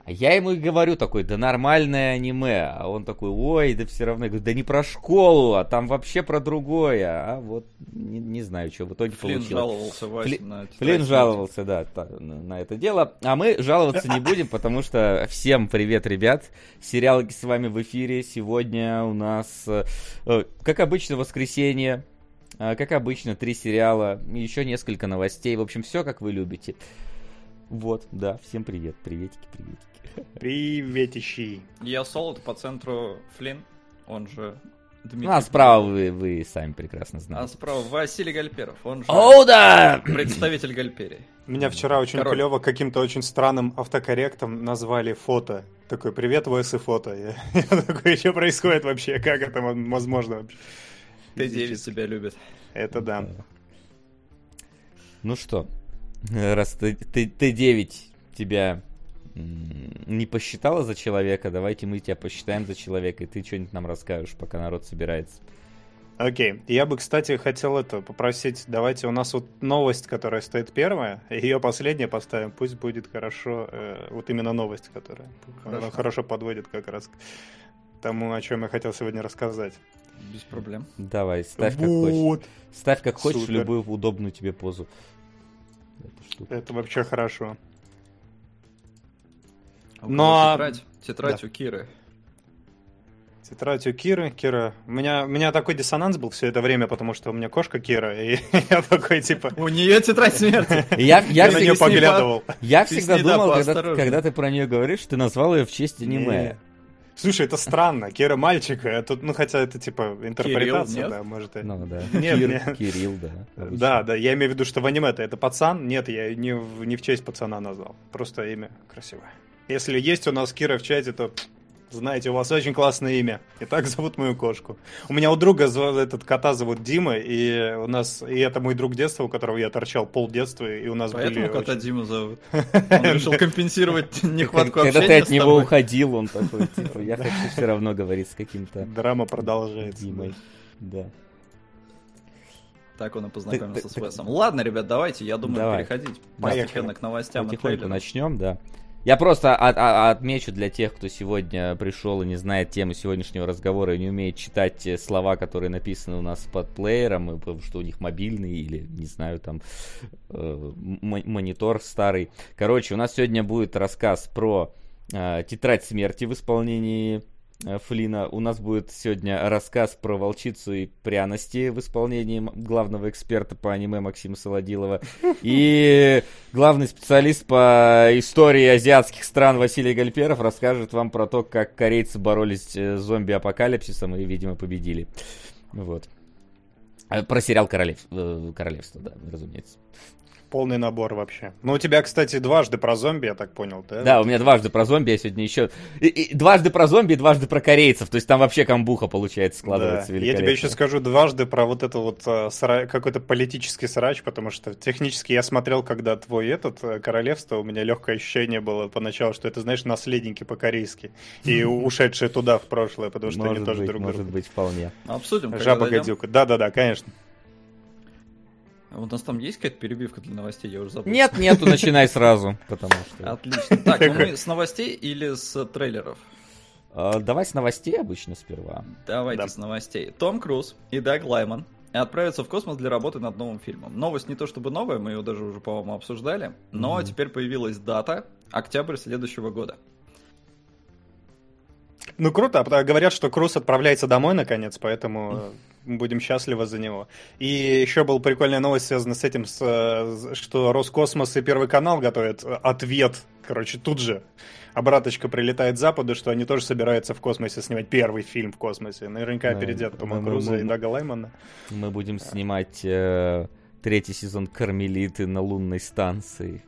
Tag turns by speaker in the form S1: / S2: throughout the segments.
S1: А я ему и говорю такой, да нормальное аниме. А он такой, ой, да все равно. Я говорю, да не про школу, а там вообще про другое. А вот не знаю, что в итоге
S2: Флинн
S1: получилось.
S2: жаловался, Вася, на
S1: Флинн жаловался, да, на это дело. А мы жаловаться не будем, потому что всем привет, ребят. Сериалки с вами в эфире. Сегодня у нас, как обычно, воскресенье. Как обычно, 3 сериала, еще несколько новостей. В общем, все, как вы любите. Вот, да, всем привет, приветики.
S3: Приветищи.
S2: Я Солод, по центру Флинн, он же Дмитрий.
S1: Ну, а справа вы сами прекрасно знаете.
S2: А справа Василий Гальперов, он же
S1: да!
S2: представитель Гальперии.
S3: Меня вчера очень
S2: Король.
S3: клево каким-то очень странным автокорректом назвали фото. Такой, привет, ВС и фото. Я такой, что происходит вообще? Как это возможно вообще?
S2: Т9 тебя любит.
S3: Это да.
S1: Ну что, раз Т9 тебя не посчитала за человека, давайте мы тебя посчитаем за человека, и ты что-нибудь нам расскажешь, пока народ собирается.
S3: Окей. Я бы, кстати, хотел попросить, давайте у нас вот новость, которая стоит первая, ее последняя поставим, пусть будет хорошо, вот именно новость, которая она хорошо подводит как раз к тому, о чем я хотел сегодня рассказать.
S2: Без проблем.
S1: Давай, ставь
S3: Вот.
S1: как хочешь. Ставь как хочешь в
S3: Супер.
S1: любую удобную тебе позу.
S3: Это вообще хорошо.
S2: А у
S3: Но-
S2: кого тетрадь
S3: Да.
S2: у Киры.
S3: Тетрадь у Киры. Кира. У меня такой диссонанс был все это время, потому что у меня кошка Кира, и я такой, типа,
S2: У нее тетрадь смерти.
S1: Я
S3: я на нее
S2: с ней
S3: поглядывал.
S1: Я
S2: Ты
S1: всегда
S2: с ней, да,
S1: думал,
S2: поосторожней.
S1: когда ты про нее говоришь, ты назвал ее в честь аниме.
S3: Не. Слушай, это странно. Кира мальчика. Тут, ну, хотя это типа интерпретация,
S2: нет?
S3: да, может. И...
S1: Ну да.
S3: Нет,
S1: Кир-
S3: нет.
S1: Кирилл, да. обычно.
S3: Да, я имею в виду, что в аниме-то это пацан. Нет, я не в честь пацана назвал. Просто имя красивое. Если есть у нас Кира в чате, то знаете, у вас очень классное имя. И так зовут мою кошку. У меня у друга этот кота зовут Дима, и у нас и это мой друг детства, у которого я торчал полдетства, и у нас
S2: Поэтому
S3: были
S2: кота
S3: очень-
S2: Дима зовут. Он решил компенсировать нехватку
S1: Когда
S2: общения
S1: ты от
S2: с
S1: него
S2: тобой.
S1: уходил, он такой, типа, я хочу все равно говорить с каким-то
S3: драма продолжается.
S1: Димой. Да.
S2: Так он и познакомился с
S1: Ты-
S2: Весом. Ладно, ребят, давайте, я думаю,
S1: Давай.
S2: переходить
S3: Поехали.
S2: постепенно к новостям и
S1: Потихоньку
S2: трейлерам.
S1: начнем, да. Я просто отмечу для тех, кто сегодня пришел и не знает темы сегодняшнего разговора и не умеет читать те слова, которые написаны у нас под плеером, и потому что у них мобильный или, не знаю, там монитор старый. Короче, у нас сегодня будет рассказ про тетрадь смерти в исполнении Флина. У нас будет сегодня рассказ про волчицу и пряности в исполнении главного эксперта по аниме Максима Солодилова. И главный специалист по истории азиатских стран Василий Гальперов расскажет вам про то, как корейцы боролись с зомби-апокалипсисом и, видимо, победили. Вот. Про сериал Королевство, да, разумеется.
S3: Полный набор вообще. Ну, у тебя, кстати, дважды про зомби, я так понял, да?
S1: Да, у меня дважды про зомби, я сегодня еще... И дважды про зомби, и дважды про корейцев. То есть там вообще камбуха, получается, складывается
S3: Да. Я
S1: великолепно.
S3: тебе еще скажу дважды про вот это вот какой-то политический срач, потому что технически я смотрел, когда твой королевство, у меня легкое ощущение было поначалу, что это, знаешь, наследники по-корейски и ушедшие туда в прошлое, потому что они тоже друг
S1: Может
S3: друга.
S1: быть, вполне.
S2: Обсудим, когда
S3: Жаба
S2: дойдем.
S3: гадюка. Да, конечно.
S2: А вот у нас там есть какая-то перебивка для новостей, я уже забыл.
S1: Нету, начинай сразу, потому что...
S2: Отлично. Так, ну мы с новостей или с трейлеров?
S1: Давай с новостей обычно сперва.
S2: Давайте
S3: Да.
S2: с новостей. Том Круз и Даг Лайман отправятся в космос для работы над новым фильмом. Новость не то чтобы новая, мы ее даже уже, по-моему, обсуждали, но теперь появилась дата, октябрь следующего года.
S3: Ну, круто. Говорят, что Круз отправляется домой, наконец, поэтому будем счастливы за него. И еще была прикольная новость, связанная с этим, что Роскосмос и Первый канал готовят ответ. Короче, тут же обраточка прилетает с Запада, что они тоже собираются в космосе снимать первый фильм в космосе. Наверняка
S1: Да,
S3: опередят Тома
S1: мы-
S3: Круза
S1: мы-
S3: и Дага Лаймана.
S1: Мы будем снимать третий сезон «Кармелиты» на лунной станции.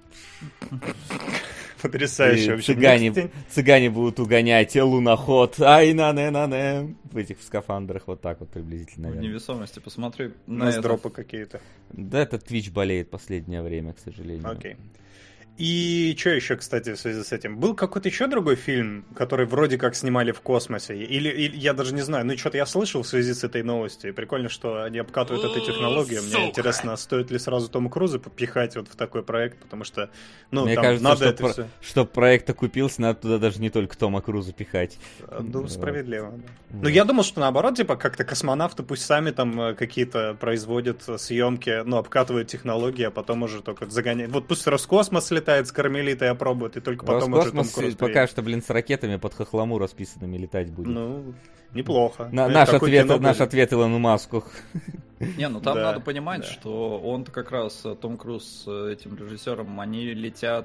S3: Потрясающе
S1: И
S3: вообще.
S1: цыгане будут угонять луноход. Ай-на-не-на-не. В этих скафандрах вот так вот приблизительно,
S2: В
S1: наверное.
S2: невесомости, посмотри на
S3: У нас
S2: это.
S3: дропы какие-то.
S1: Да, этот Twitch болеет последнее время, к сожалению.
S3: Окей. И что еще, кстати, в связи с этим? Был какой-то еще другой фильм, который вроде как снимали в космосе? Или я даже не знаю, ну что-то я слышал в связи с этой новостью. И прикольно, что они обкатывают эту технологию. Мне интересно, стоит ли сразу Тома Круза попихать вот в такой проект, потому что, ну,
S1: мне
S3: там
S1: кажется,
S3: надо это все...
S1: Чтоб проект окупился, надо туда даже не только Тома Круза пихать.
S3: Ну, справедливо, да. Ну, я думал, что наоборот, типа, как-то космонавты пусть сами там какие-то производят съемки, ну, обкатывают технологии, а потом уже только загоняют. Вот пусть Роскосмос летает с кармелитой, опробует, и только потом уже Том Круз
S1: пока что, блин, с ракетами под хохлому расписанными летать будет.
S3: Ну, неплохо.
S1: Наш ответ Илону Маску.
S2: Не, ну там надо понимать, что он-то как раз, Том Круз с этим режиссером, они летят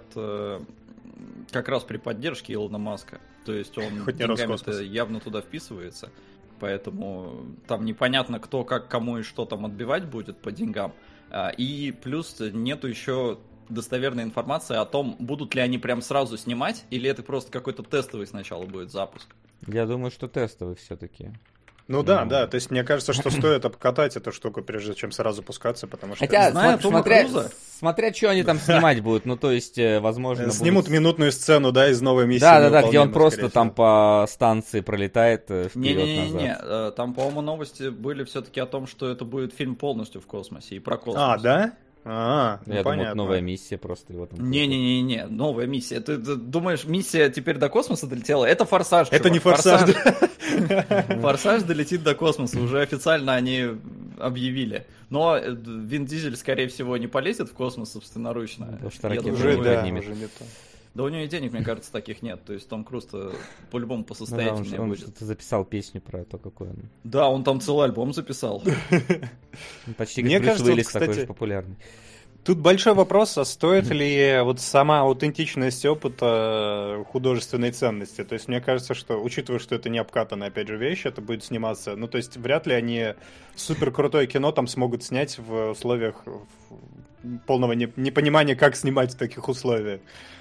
S2: как раз при поддержке Илона Маска. То есть он деньгами-то явно туда вписывается. Поэтому там непонятно, кто как кому и что там отбивать будет по деньгам. И плюс нету еще достоверной информации о том, будут ли они прям сразу снимать, или это просто какой-то тестовый сначала будет запуск.
S1: Я думаю, что тестовый все-таки.
S3: Ну да, то есть мне кажется, что стоит обкатать эту штуку, прежде чем сразу пускаться, потому что...
S1: Хотя, смотря что они там снимать будут, ну то есть, возможно...
S3: Снимут минутную сцену, да, из новой миссии.
S1: Да, где он просто там по станции пролетает вперед-назад.
S2: Не, там, по-моему, новости были все-таки о том, что это будет фильм полностью в космосе и про космос.
S3: А, да?
S1: Я думаю, новая миссия просто его там...
S2: Не, новая миссия. Ты думаешь, миссия теперь до космоса долетела? Это «Форсаж»,
S3: это не «Форсаж».
S2: «Форсаж» долетит до космоса, уже официально они объявили. Но Вин Дизель, скорее всего, не полезет в космос собственноручно.
S1: Потому что ракеты
S3: уже не то.
S2: Да у него и денег, мне кажется, таких нет. То есть Том Круз-то по-любому посостоятельнее
S1: он
S2: будет.
S1: что-то записал песню про то, какой он.
S2: Да, он там целый альбом записал.
S1: Почти как Брюс Уиллис, такой же популярный.
S3: Тут большой вопрос, а стоит ли вот сама аутентичность опыта художественной ценности? То есть мне кажется, что, учитывая, что это не обкатанная, опять же, вещь, это будет сниматься, ну то есть вряд ли они супер крутое кино там смогут снять в условиях полного непонимания, как снимать в таких условиях.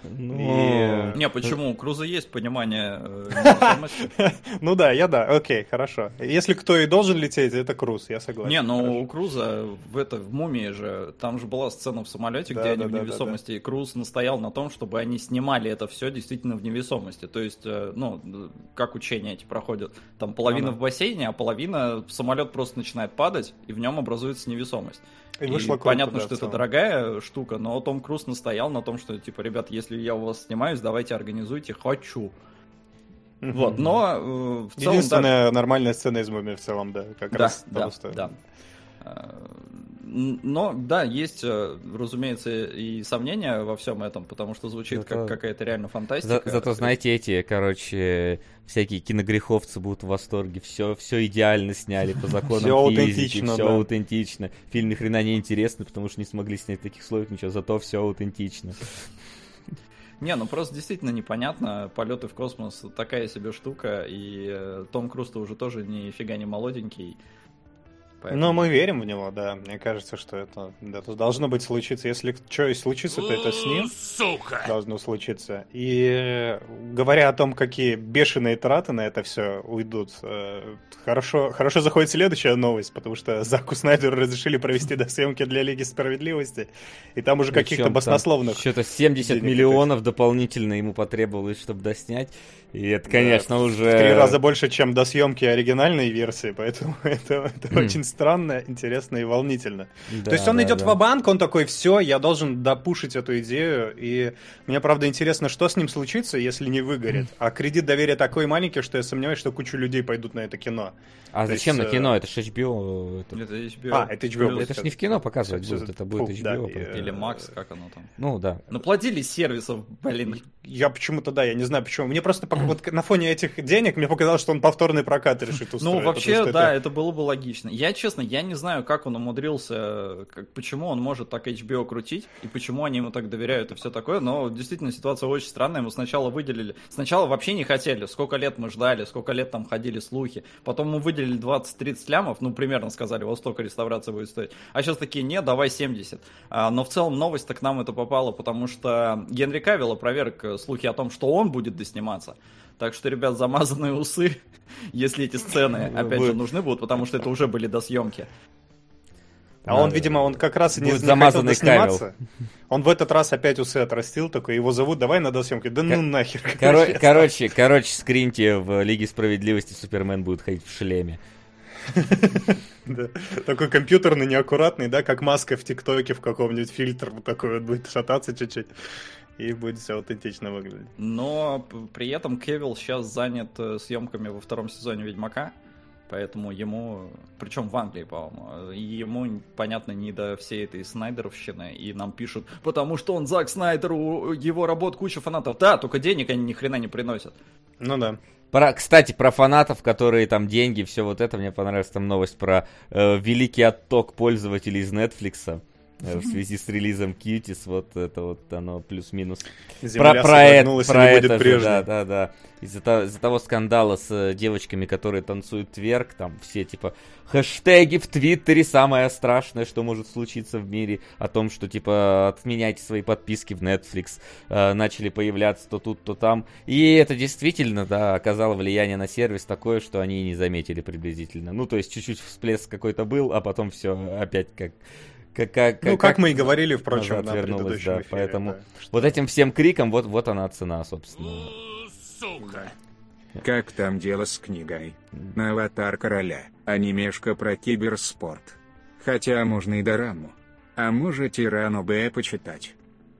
S2: Не, почему? У Круза есть понимание.
S3: Ну да, окей, хорошо. Если кто и должен лететь, это Круз, я согласен.
S2: Не, но у Круза в «Мумии» же, там же была сцена в самолете, где они в невесомости, и Круз настоял на том, чтобы они снимали это все действительно в невесомости. То есть, ну, как учения эти проходят. Там половина в бассейне, а половина самолет просто начинает падать, и в нем образуется невесомость. И понятно, что это дорогая штука, но Том Круз настоял на том, что, типа, ребят, если я у вас снимаюсь, давайте организуйте, хочу. Вот, но в целом...
S3: Единственная нормальная сцена из «Мумии» в целом, да, как раз того стоит.
S2: Да. Но, да, есть, разумеется, и сомнения во всем этом, потому что звучит как какая-то реально фантастика.
S1: Зато, знаете, всякие киногреховцы будут в восторге. Все идеально сняли по законам физики, все аутентично. Фильм ни хрена не интересный, потому что не смогли снять таких условиях, ничего, зато все аутентично.
S2: Не, ну просто действительно непонятно. Полеты в космос такая себе штука, и Том Круз-то уже тоже нифига не молоденький.
S3: Поэтому... Но мы верим в него, да. Мне кажется, что это должно быть случиться. Если что и случится, то это с ним должно случиться. И говоря о том, какие бешеные траты на это все уйдут, хорошо заходит следующая новость, потому что Заку Снайдеру разрешили провести досъемки для Лиги Справедливости, и там уже каких-то баснословных...
S1: Что-то 70 миллионов дополнительно ему потребовалось, чтобы доснять. И это, конечно, уже...
S3: В 3 раза больше, чем до съемки оригинальной версии, поэтому это очень странно, интересно и волнительно. То есть он идет ва-банк, он такой, все, я должен допушить эту идею, и мне, правда, интересно, что с ним случится, если не выгорит. А кредит доверия такой маленький, что я сомневаюсь, что кучу людей пойдут на это кино.
S1: А зачем на кино? Это же HBO.
S2: Это HBO.
S3: Это HBO.
S1: Это ж не в кино показывать будет, это будет HBO.
S2: Или Max, как оно там.
S1: Ну, да.
S2: Ну, платили сервисов, блин.
S3: Я почему-то, я не знаю почему. Мне просто вот на фоне этих денег мне показалось, что он повторный прокат решит устроить.
S2: Ну, вообще, да, это было бы логично. Я, честно, я не знаю, как он умудрился, почему он может так HBO крутить, и почему они ему так доверяют и все такое, но действительно ситуация очень странная. Мы сначала выделили, сначала вообще не хотели, сколько лет мы ждали, сколько лет там ходили слухи, потом мы выделили 20-30 лямов, ну, примерно сказали, вот столько реставрация будет стоить, а сейчас такие, нет, давай 70. Но в целом новость-то к нам это попала, потому что Генри Кавилл опроверг слухи о том, что он будет досниматься. Так что, ребят, замазанные усы, если эти сцены, опять же, нужны будут, потому что это уже были досъемки.
S3: А он, видимо, он как раз и не
S1: будет
S3: хотел
S1: замазанный
S3: досниматься. Он в этот раз опять усы отрастил, такой, его зовут, давай на досъемке. Да ну нахер.
S1: Короче, скриньте, в Лиге Справедливости Супермен будет ходить в шлеме.
S3: Да. Такой компьютерный, неаккуратный, да, как маска в ТикТоке в каком-нибудь фильтр, вот такой вот будет шататься чуть-чуть, и будет все аутентично выглядеть.
S2: Но при этом Кевилл сейчас занят съемками во втором сезоне Ведьмака, поэтому ему, причем в Англии, по-моему, ему, понятно, не до всей этой снайдеровщины, и нам пишут, потому что он Зак Снайдер, у его работ куча фанатов. Да, только денег они ни хрена не приносят.
S3: Ну да.
S1: Кстати, про фанатов, которые там деньги, все вот это, мне понравилась там новость про великий отток пользователей из Netflix в связи с релизом Cuties, вот это вот оно плюс-минус.
S3: Земля содрогнулась и не будет прежней.
S1: Да. Из-за того скандала с девочками, которые танцуют тверк, там все типа хэштеги в Твиттере, самое страшное, что может случиться в мире, о том, что типа отменяйте свои подписки в Netflix, начали появляться то тут, то там. И это действительно, да, оказало влияние на сервис такое, что они и не заметили приблизительно. Ну, то есть чуть-чуть всплеск какой-то был, а потом все опять как
S3: мы и говорили, впрочем, на
S1: вернулось,
S3: предыдущем
S1: да,
S3: эфире.
S1: поэтому
S3: Да,
S1: вот этим всем криком, вот она цена, собственно.
S4: Сука! Как там дело с книгой? «Аватар короля», анимешка про киберспорт. Хотя можно и дораму. А можете Рану Б почитать.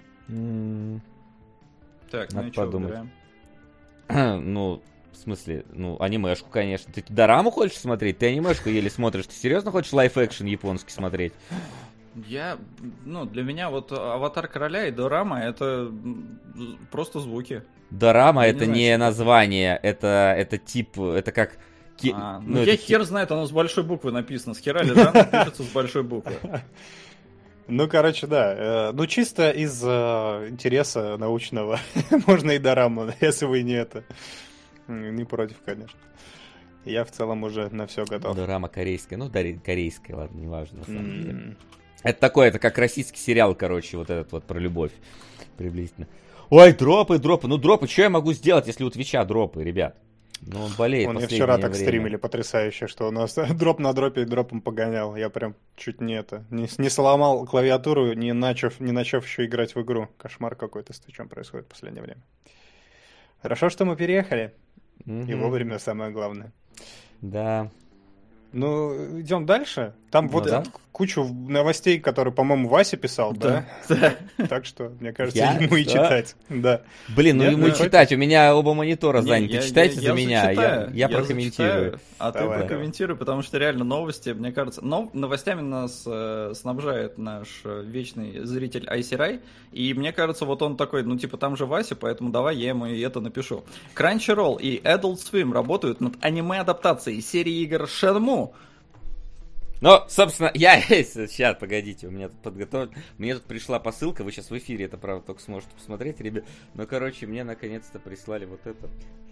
S2: Так,
S1: Надо
S2: ну и что,
S1: подумать.
S2: выбираем?
S1: Ну, в смысле, анимешку, конечно. Ты дораму хочешь смотреть? Ты анимешку еле смотришь. Ты серьезно хочешь лайф-экшен японский смотреть?
S2: Для меня вот «Аватар короля» и «Дорама» — это просто звуки.
S1: Дорама —
S2: Я
S1: это
S2: не
S1: не
S2: знаю,
S1: название, это тип, это как...
S2: Я хер знает, оно с большой буквы написано. С хера Лежанов пишется с большой буквы.
S3: Ну, короче, да. Ну, чисто из интереса научного можно и дораму, если вы не против, конечно. Я в целом уже на все готов.
S1: Дорама корейская, корейская, ладно, неважно, на самом деле. Это как российский сериал, короче, вот этот вот про любовь, приблизительно. Ой, дропы, что я могу сделать, если у Твича дропы, ребят? Ну, он болеет
S3: Он
S1: последнее
S3: вчера так
S1: время.
S3: стримили потрясающе, что у нас дроп на дропе дропом погонял. Я прям чуть не сломал клавиатуру, не начав еще играть в игру. Кошмар какой-то с Твичом происходит в последнее время. Хорошо, что мы переехали. И вовремя, самое главное.
S1: Да.
S3: Ну, идем дальше. Там
S1: да.
S3: кучу новостей, которые, по-моему, Вася писал, да? Так что, мне кажется, ему и читать. Да.
S1: Блин, ему и читать. У меня оба монитора заняты. Читайте за меня, я
S2: Прокомментирую.
S1: прокомментирую.
S2: А ты прокомментируй, потому что реально новости, мне кажется... Новостями нас снабжает наш вечный зритель Айсирай, и мне кажется, вот он такой, там же Вася, поэтому давай я ему и это напишу. Crunchyroll и Adult Swim работают над аниме-адаптацией серии игр Shenmue.
S1: Ну, собственно, сейчас, погодите, у меня тут подготовлено. Мне тут пришла посылка, вы сейчас в эфире это, правда, только сможете посмотреть, ребят. Но, короче, мне наконец-то прислали вот это.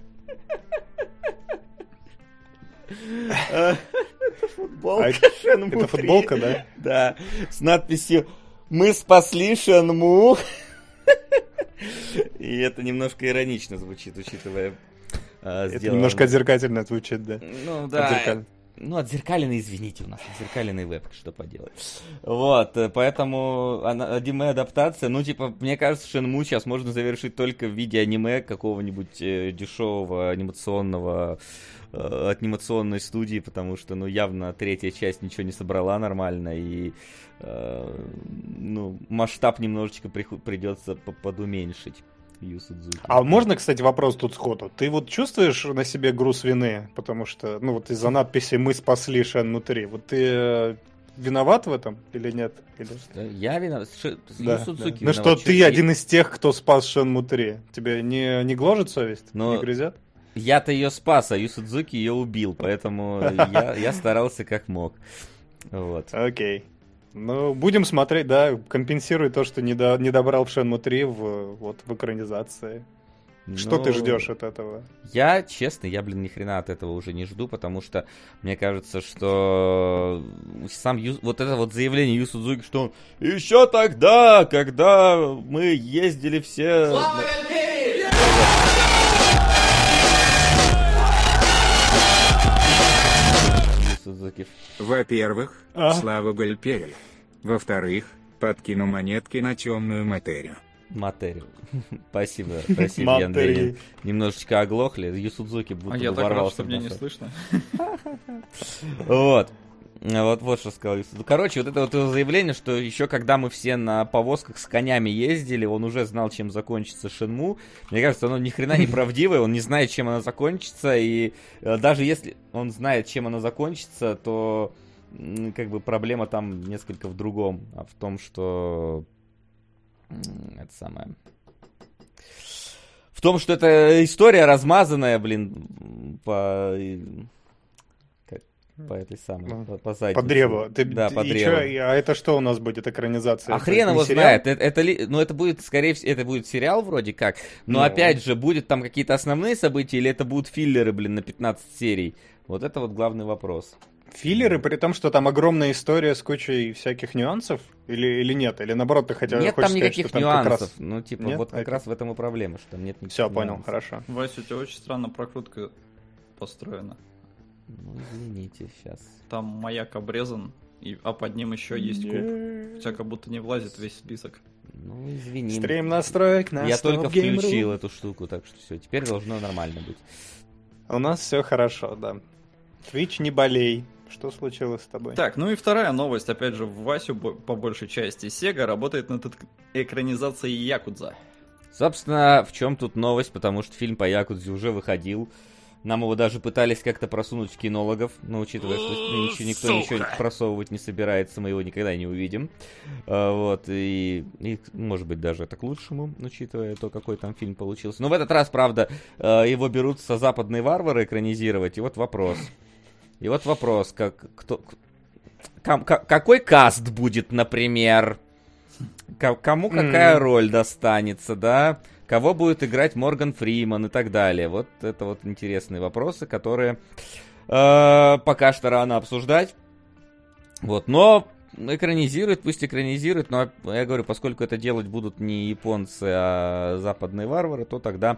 S1: Это футболка Shenmue 3.
S3: Это футболка, да?
S1: Да, с надписью «Мы спасли Shenmue». И это немножко иронично звучит, учитывая...
S3: Это немножко отзеркательно звучит, да.
S1: Ну, да. Отзеркаленный, извините, у нас отзеркаленный веб, что поделать. Вот, поэтому аниме-адаптация, мне кажется, Shenmue сейчас можно завершить только в виде аниме какого-нибудь дешевого анимационной студии, потому что, явно третья часть ничего не собрала нормально, и, масштаб немножечко придется подуменьшить.
S3: А можно, кстати, вопрос тут сходу? Ты вот чувствуешь на себе груз вины? Потому что, из-за надписи «Мы спасли Shenmue 3». Вот ты виноват в этом или нет?
S1: Я виноват.
S3: Судзуки виноват. Что ты один из тех, кто спас Shenmue 3. Тебе не гложет совесть? Не грызет?
S1: Я-то ее спас, а Ю Судзуки ее убил, поэтому я старался как мог. Вот.
S3: Окей. Будем смотреть, да, компенсируй то, что не добрал в Shenmue 3 в экранизации. Что ты ждешь от этого?
S1: Я, честно, ни хрена от этого уже не жду, потому что мне кажется, что вот это вот заявление Ю Судзуки, что он еще тогда, когда мы ездили все... Судзуки?
S4: Во-первых, слава Гальперию. Во-вторых, подкину монетки на темную материю.
S1: Материю. Спасибо, Ян. Немножечко оглохли. Ю Судзуки будто бы ворвался.
S2: Я так рад, что меня не слышно.
S1: Вот. Вот что сказал Ю Судзуки. Короче, вот это вот его заявление, что еще когда мы все на повозках с конями ездили, он уже знал, чем закончится Шенму. Мне кажется, оно ни хрена не правдивое, он не знает, чем она закончится, и даже если он знает, чем она закончится, то как бы проблема там несколько в другом, а в том, что это самое... В том, что это история размазанная, блин, по этой самой, по заднице.
S3: По древу.
S1: Да, по древу.
S3: А это что у нас будет, экранизация?
S1: А хрен его знает. Это будет, скорее всего, это будет сериал вроде как, но опять же, будет там какие-то основные события, или это будут филлеры, блин, на 15 серий? Вот это вот главный вопрос.
S3: Филлеры, при том, что там огромная история с кучей всяких нюансов? Или нет? Или наоборот, ты хотя
S1: нет
S3: хочешь
S1: там
S3: сказать,
S1: никаких
S3: что там
S1: нюансов.
S3: как раз...
S1: Ну, типа,
S3: Нет?
S1: вот как раз в этом и проблема, что там нет никаких
S3: Все, понял,
S1: нюансов.
S3: хорошо.
S2: Вася, у тебя очень странно прокрутка построена.
S1: Ну, извините, сейчас.
S2: Там маяк обрезан, а под ним еще есть куб. У тебя как будто не влазит весь список.
S1: Ну, извини.
S3: Стрим настроек на
S1: Я только
S3: Stop Game
S1: включил
S3: Room.
S1: эту штуку, так что все, теперь должно нормально быть.
S3: У нас все хорошо, да. Twitch, не болей. Что случилось с тобой?
S2: Так, ну и вторая новость, опять же, в Васю по большей части. Sega работает над экранизацией Якудза.
S1: Собственно, в чем тут новость, потому что фильм по Якудзе уже выходил. Нам его даже пытались как-то просунуть в кинологов, но учитывая, что никто ничего просовывать не собирается, мы его никогда не увидим. Вот, и может быть даже это к лучшему, учитывая то, какой там фильм получился. Но в этот раз, правда, его берутся западные варвары экранизировать, и вот вопрос, какой каст будет, например? Кому какая роль достанется, да? Кого будет играть Морган Фриман и так далее. Вот это вот интересные вопросы, которые пока что рано обсуждать. Вот, но экранизирует, пусть экранизирует, но я говорю, поскольку это делать будут не японцы, а западные варвары, то тогда...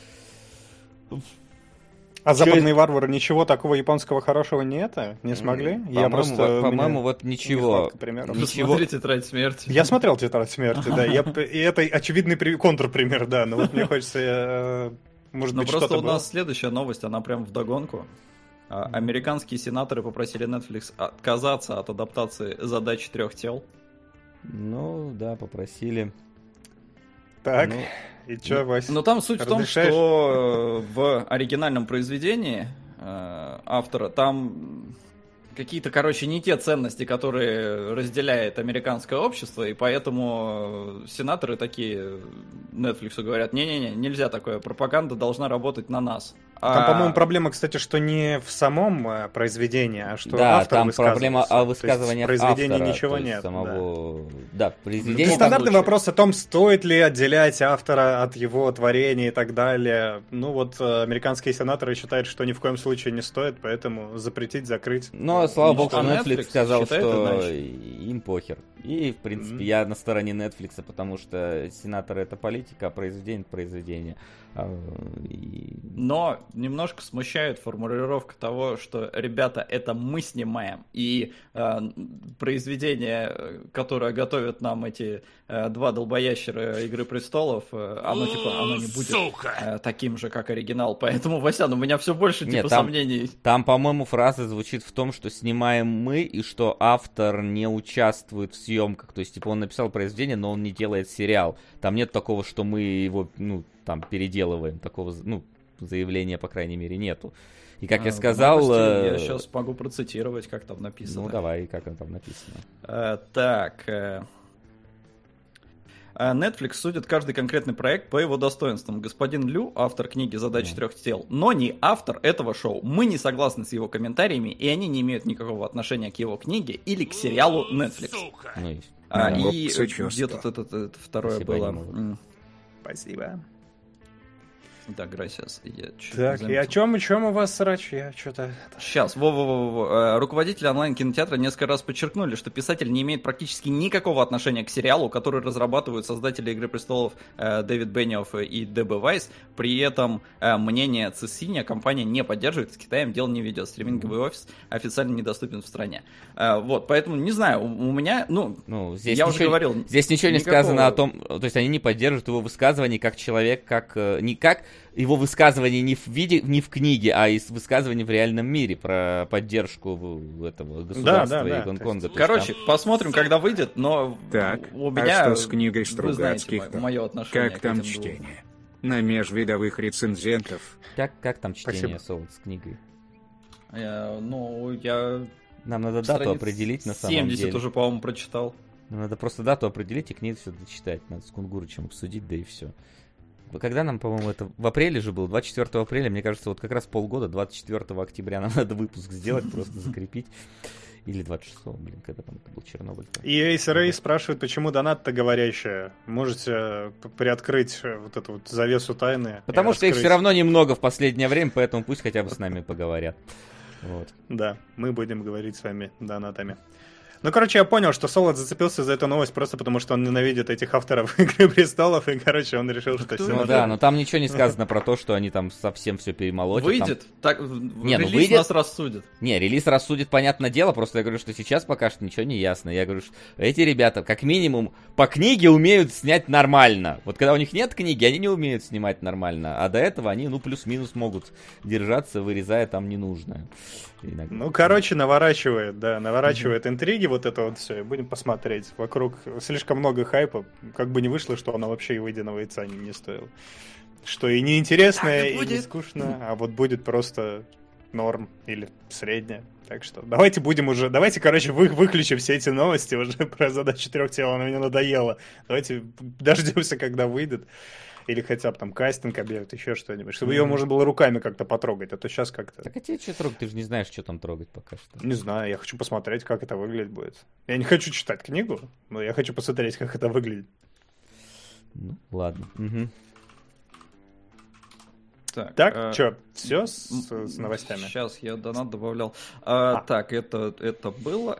S3: А западные варвары ничего такого японского хорошего не смогли?
S1: Я просто, по-моему, вот ничего.
S2: Посмотри «Тетрадь смерти».
S3: Я смотрел «Тетрадь смерти», да. И это очевидный контрпример, да. Но вот мне хочется, может быть, что-то
S2: просто у
S3: было.
S2: нас следующая новость, она прям вдогонку. Американские сенаторы попросили Netflix отказаться от адаптации «Задач 3 тел».
S1: Ну, да, попросили.
S3: Так, и чё, Вась?
S2: Но там суть в том, что в оригинальном произведении автора там какие-то, короче, не те ценности, которые разделяет американское общество, и поэтому сенаторы такие Netflix говорят, не-не-не, нельзя такое, пропаганда должна работать на нас.
S3: Там, по-моему, проблема, кстати, что не в самом произведении, а что
S1: да,
S3: автор
S1: там проблема о высказывании автора.
S3: В произведении ничего нет.
S1: Самого... Да, произведение...
S3: Стандартный вопрос о том, стоит ли отделять автора от его творения и так далее. Ну вот, американские сенаторы считают, что ни в коем случае не стоит, поэтому запретить, закрыть.
S1: Но, слава богу, что Netflix
S2: Netflix
S1: сказал, что
S2: иначе.
S1: им похер. И, в принципе, я на стороне Netflix, потому что сенаторы — это политика, а произведение — это произведение.
S2: Но немножко смущает формулировка того, что, ребята, это мы снимаем, и произведение, которое готовят нам эти два долбоящера «Игры престолов», оно не будет таким же, как оригинал. Поэтому, Васян, у меня все больше сомнений.
S1: Там, по-моему, фраза звучит в том, что снимаем мы, и что автор не участвует в съемках. То есть, типа, он написал произведение, но он не делает сериал. Там нет такого, что мы его, там, переделываем. Такого, заявления, по крайней мере, нету. И как я сказал...
S2: Я сейчас могу процитировать, как там написано.
S1: Ну, давай, как там написано.
S2: Так... Netflix судит каждый конкретный проект по его достоинствам. Господин Лю, автор книги «Задачи 3 тел», но не автор этого шоу. Мы не согласны с его комментариями, и они не имеют никакого отношения к его книге или к сериалу Netflix. И где-то это второе
S1: Спасибо,
S2: было.
S3: Спасибо.
S2: Да, gracias.
S3: Так, и о чем у вас срач? Я что-то...
S2: Сейчас, руководители онлайн-кинотеатра несколько раз подчеркнули, что писатель не имеет практически никакого отношения к сериалу, который разрабатывают создатели «Игры престолов» Дэвид Бенниофф и Дебби Вайс. При этом мнение Цессини компания не поддерживает, с Китаем дело не ведет. Стриминговый офис официально недоступен в стране. Вот, поэтому, не знаю, у меня,
S1: здесь
S2: я уже говорил...
S1: Здесь ничего не сказано о том, то есть они не поддерживают его высказываний как человек, не как его высказывание не в книге, а из высказываний в реальном мире про поддержку этого государства и Гонконга.
S2: Короче, посмотрим, когда выйдет, но
S4: так,
S2: у меня...
S4: А что с книгой Стругацких?
S2: Мое отношение
S4: как там чтение? На межвидовых рецензентов.
S1: Как там чтение, Солод, с книгой? Нам надо дату определить на самом деле.
S2: 70 уже, по-моему, прочитал.
S1: Надо просто дату определить и книгу все дочитать. Надо с Кунгурычем обсудить, да и все. Когда нам, по-моему, это в апреле же было, 24 апреля, мне кажется, вот как раз полгода, 24 октября нам надо выпуск сделать, просто закрепить. Или 26-го, когда там это был Чернобыль.
S3: И Ace Ray спрашивает, почему донат-то говорящая. Можете приоткрыть вот эту вот завесу тайны?
S1: Потому что их все равно немного в последнее время, поэтому пусть хотя бы с нами поговорят. Вот.
S3: Да, мы будем говорить с вами донатами. Ну, короче, я понял, что Солод зацепился за эту новость просто потому, что он ненавидит этих авторов «Игры престолов», и, короче, он решил, что...
S1: Ну да, но там ничего не сказано про то, что они там совсем все перемолотят.
S2: Выйдет?
S1: Так,
S2: релиз нас рассудит.
S1: Не, релиз рассудит, понятное дело, просто я говорю, что сейчас пока что ничего не ясно. Я говорю, что эти ребята, как минимум, по книге умеют снять нормально. Вот когда у них нет книги, они не умеют снимать нормально, а до этого они, плюс-минус могут держаться, вырезая там ненужное.
S3: Иногда. Ну, короче, наворачивает интриги, вот это вот все, и будем посмотреть. Вокруг слишком много хайпа, как бы не вышло, что оно вообще и выеденного яйца не стоило. Что и неинтересное, и не скучно, а вот будет просто норм или среднее. Так что давайте, выключим все эти новости уже про задачу 3 тел, она мне надоела. Давайте дождемся, когда выйдет. Или хотя бы там кастинг объявят, еще что-нибудь. Чтобы ее можно было руками как-то потрогать, а то сейчас как-то...
S1: Так а тебе что трогать? Ты же не знаешь, что там трогать пока что.
S3: Не знаю, я хочу посмотреть, как это выглядит будет. Я не хочу читать книгу, но я хочу посмотреть, как это выглядит.
S1: Ну, ладно. Угу.
S3: Так, что, все с новостями?
S2: Сейчас я донат добавлял. Так, это было.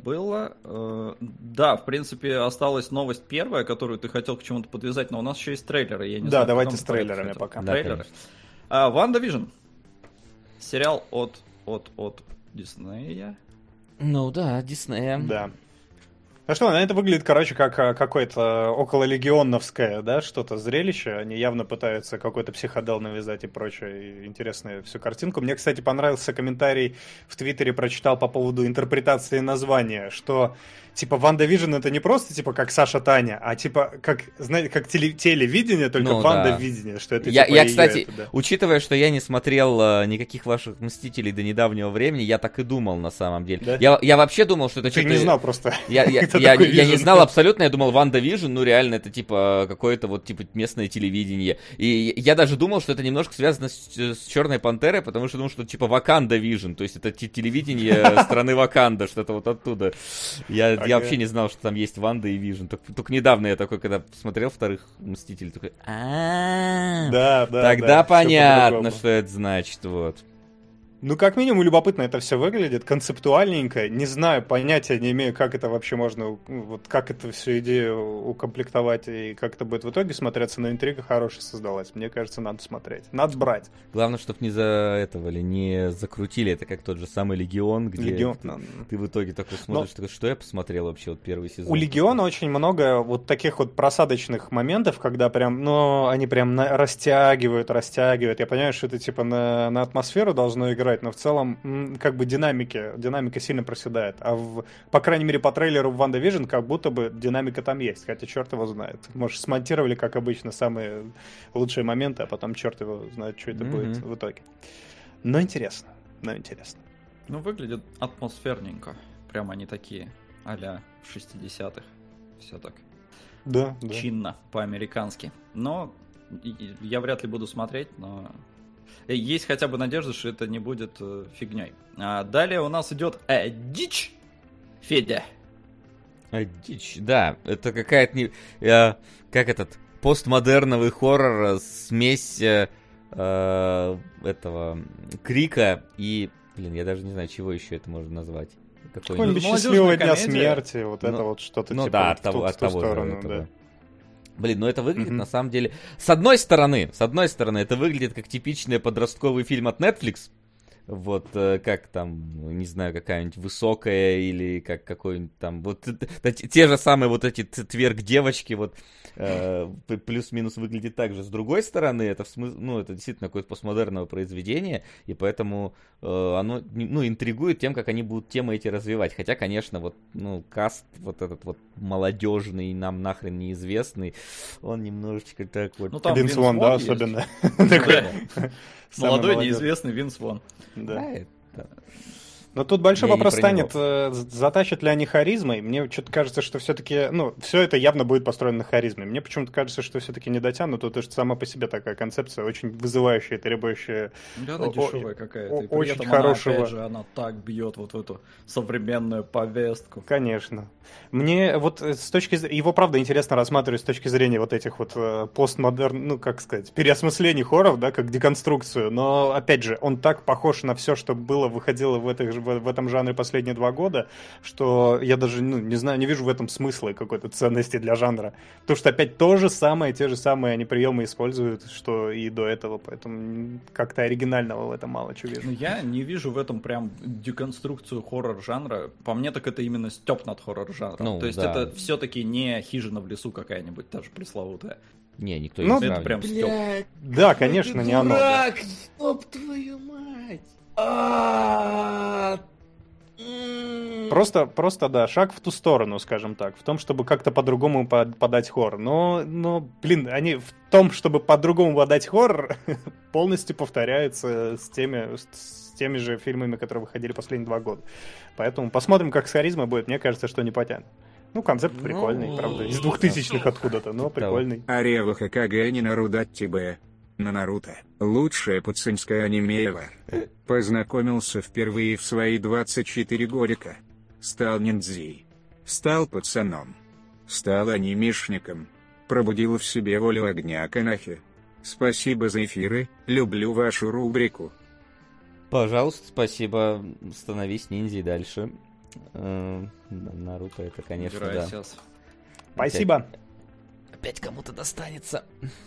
S2: Да, в принципе, осталась новость первая, которую ты хотел к чему-то подвязать, но у нас еще есть трейлеры. Я не знаю,
S3: давайте с трейлерами пока.
S2: Трейлеры. WandaVision. Сериал от Диснея.
S1: Ну да, Диснея.
S3: Да. Ну что, это выглядит, короче, как какое-то окололегионновское, да, что-то зрелище. Они явно пытаются какой-то психодел навязать и прочее. Интересную всю картинку. Мне, кстати, понравился комментарий в Твиттере, прочитал по поводу интерпретации названия, что, типа, WandaVision это не просто, типа, как Саша Таня, а, типа, как, знаете, как телевидение, только WandaVision. Да. Что это,
S1: я кстати, учитывая, что я не смотрел никаких ваших Мстителей до недавнего времени, я так и думал, на самом деле. Да? Я вообще думал, что это
S3: что-то... Ты не знал просто.
S1: Я не знал абсолютно, я думал, WandaVision, реально, это, типа, какое-то вот, типа, местное телевидение. И я даже думал, что это немножко связано с Черной Пантерой, потому что думал, что, типа, WakandaVision, то есть это телевидение страны Ваканда, что-то вот оттуда. Я вообще не знал, что там есть Ванда и Вижн. Только недавно я такой, когда смотрел вторых Мстителей, такой, тогда понятно, что это значит, вот.
S3: Ну, как минимум, любопытно это все выглядит, концептуальненько. Не знаю, понятия не имею, как это вообще можно, вот как эту всю идею укомплектовать и как это будет в итоге смотреться, но интрига хорошая создалась. Мне кажется, надо смотреть, надо брать.
S1: Главное, чтобы не закрутили это, как тот же самый Легион, где ты в итоге такой смотришь, такой, что я посмотрел вообще вот первый сезон.
S3: У Легиона очень много вот таких вот просадочных моментов, когда прям, они прям растягивают. Я понимаю, что это типа на атмосферу должно играть, но в целом как бы динамика сильно проседает. А по крайней мере по трейлеру в WandaVision как будто бы динамика там есть, хотя черт его знает. Может, смонтировали, как обычно, самые лучшие моменты, а потом черт его знает, что это будет в итоге. Но интересно.
S2: Ну, выглядит атмосферненько. Прямо они такие а-ля в 60-х. Все так.
S3: Да.
S2: Чинно, по-американски. Но я вряд ли буду смотреть, но... Есть хотя бы надежда, что это не будет фигней. Далее у нас идет дичь. Федя.
S1: Дичь, да. Это какая-то как этот постмодерновый хоррор, смесь этого Крика и, блин, я даже не знаю, чего еще это можно назвать.
S3: Какой-нибудь
S2: молодежная
S3: счастливого дня
S2: комедия.
S3: смерти, вот это
S1: Ну,
S3: вот что-то
S1: ну
S3: типа
S1: да,
S3: вот
S1: от того
S3: в ту
S1: же
S3: сторону,
S1: этого.
S3: да.
S1: Блин, ну это выглядит на самом деле... С одной стороны, это выглядит как типичный подростковый фильм от Netflix. Вот как там, не знаю, какая-нибудь высокая или как какой-нибудь там... Вот те же самые вот эти тверк-девочки, вот плюс-минус выглядит так же. С другой стороны, это это действительно какое-то постмодерновое произведение, и поэтому оно интригует тем, как они будут темы эти развивать. Хотя, конечно, каст вот этот вот молодежный, нам нахрен неизвестный, он немножечко так вот...
S2: Ну, там
S3: Винс Вон, да,
S2: есть.
S3: особенно.
S2: Молодой, неизвестный Винс Вон.
S3: Да.
S1: это-
S3: Но тут большой
S1: Я не
S3: вопрос
S1: про
S3: станет, затащат ли они харизмой. Мне что-то кажется, что все-таки, все это явно будет построено на харизме. Мне почему-то кажется, что все-таки не дотянут, потому что сама по себе такая концепция очень вызывающая, требующая
S2: Да, она дешевая какая-то. И при
S3: очень
S2: этом
S3: хорошего.
S2: она, опять же, она так бьет вот в эту современную повестку.
S3: Конечно. Мне вот с точки зрения... Его, правда, интересно рассматривать с точки зрения вот этих вот постмодерн... переосмыслений хорроров, да, как деконструкцию. Но, опять же, он так похож на все, что выходило в этом жанре последние 2 года, что я даже, не знаю, не вижу в этом смысла и какой-то ценности для жанра. Потому что опять те же самые они приемы используют, что и до этого. Поэтому как-то оригинального в этом мало чего вижу.
S2: Ну, я не вижу в этом прям деконструкцию хоррор-жанра. По мне, так это именно стёб над хоррор-жанром. То есть
S1: да.
S2: это все-таки не «Хижина в лесу» какая-нибудь, даже пресловутая.
S1: Не, никто
S3: Ну,
S1: не
S2: Это
S1: сравнивает.
S2: прям стёб.
S3: Да, конечно, не оно. Да.
S1: Ёб твою мать!
S3: Просто, да, шаг в ту сторону, скажем так, в том, чтобы как-то по-другому подать хоррор. Но, блин, они в том, чтобы по-другому подать хоррор, полностью повторяются с теми же фильмами, которые выходили последние 2 года. Поэтому посмотрим, как с харизмой будет. Мне кажется, что не потянет. Концепт прикольный, правда, из 2000-х откуда-то, но прикольный.
S4: Арева ХКГ не Нарудат ТБ. На Наруто. Лучшее пацанское анимеево. Познакомился впервые в свои 24 годика. Стал ниндзей. Стал пацаном. Стал анимешником. Пробудил в себе волю огня Канахи. Спасибо за эфиры, люблю вашу рубрику.
S1: Пожалуйста, спасибо. Становись ниндзей дальше. Наруто это, конечно,
S2: Убирай
S1: да.
S2: сейчас.
S3: Спасибо.
S1: Опять кому-то достанется.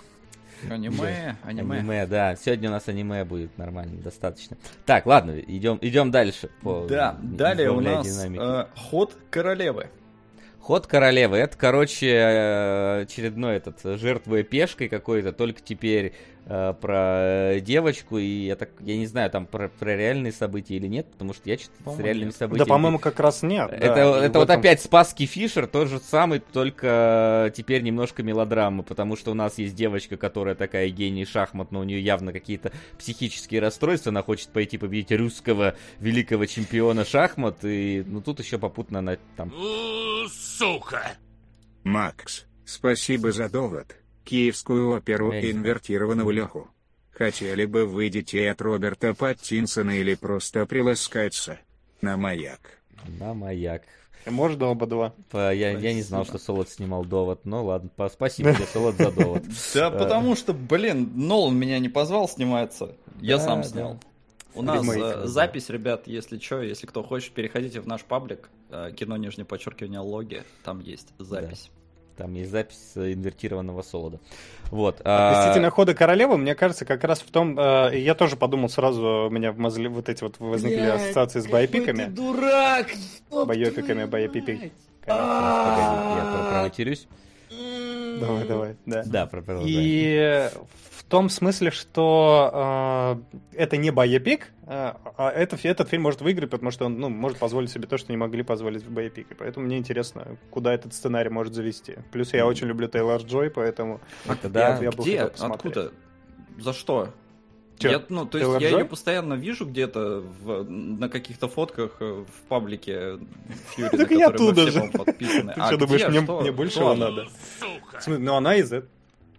S2: Аниме.
S1: Да. Сегодня у нас аниме будет нормально, достаточно. Так, ладно, идем дальше.
S2: Да, далее у нас ход королевы.
S1: Ход королевы. Это, очередной жертвуя пешкой какой-то, только теперь про девочку. И я не знаю, там про реальные события или нет, потому что я что-то с реальными событиями...
S3: Да, по-моему, как раз нет.
S1: Это вот опять Спасский Фишер, тот же самый, только теперь немножко мелодрамы, потому что у нас есть девочка, которая такая гений шахмат, но у нее явно какие-то психические расстройства, она хочет пойти победить русского великого чемпиона шахмат, и тут еще попутно она там...
S5: Сука!
S4: Макс, спасибо за довод. Киевскую оперу
S1: Я не знаю.
S4: инвертированную Леху. Хотели бы вы детей от Роберта Паттинсона или просто приласкаться? На маяк.
S1: На маяк.
S3: Может, оба 2.
S1: Я не знал, что Солод снимал довод, но ладно, спасибо тебе, Солод, за довод.
S2: Да, потому что, Нолан меня не позвал сниматься. Я
S1: Да,
S2: сам
S1: да.
S2: снял. У нас
S3: Ремейк,
S2: запись, ребят, если кто хочет, переходите в наш паблик, кино, _логи, там есть запись.
S1: Там есть запись инвертированного Солода. Вот.
S3: Относительно хода королевы, мне кажется, как раз в том... я тоже подумал сразу, у меня вот эти вот возникли ассоциации с байопиками.
S1: Дурак!
S3: Байопиками.
S1: Погоди, я проматерюсь.
S3: Давай, да.
S1: Да, продолжай.
S3: И в том смысле, что это не байопик, а этот фильм может выиграть, потому что он может позволить себе то, что не могли позволить в байопике. Поэтому мне интересно, куда этот сценарий может завести. Плюс я очень люблю Тейлор Джой, поэтому
S1: Да.
S3: я бы
S2: Где?
S3: хотел посмотреть.
S2: Откуда? За что?
S3: Чё,
S2: Я
S3: Тейлор
S2: я
S3: Джой?
S2: ее постоянно вижу где-то на каких-то фотках в паблике Фьюри,
S3: Так
S2: на
S3: и
S2: который
S3: оттуда
S2: мы все,
S3: же.
S2: по-моему, подписаны.
S3: Ты что, думаешь,
S2: где?
S3: мне большего
S2: Кто она?
S3: надо?
S5: Сука!
S3: В смысле, она из этого.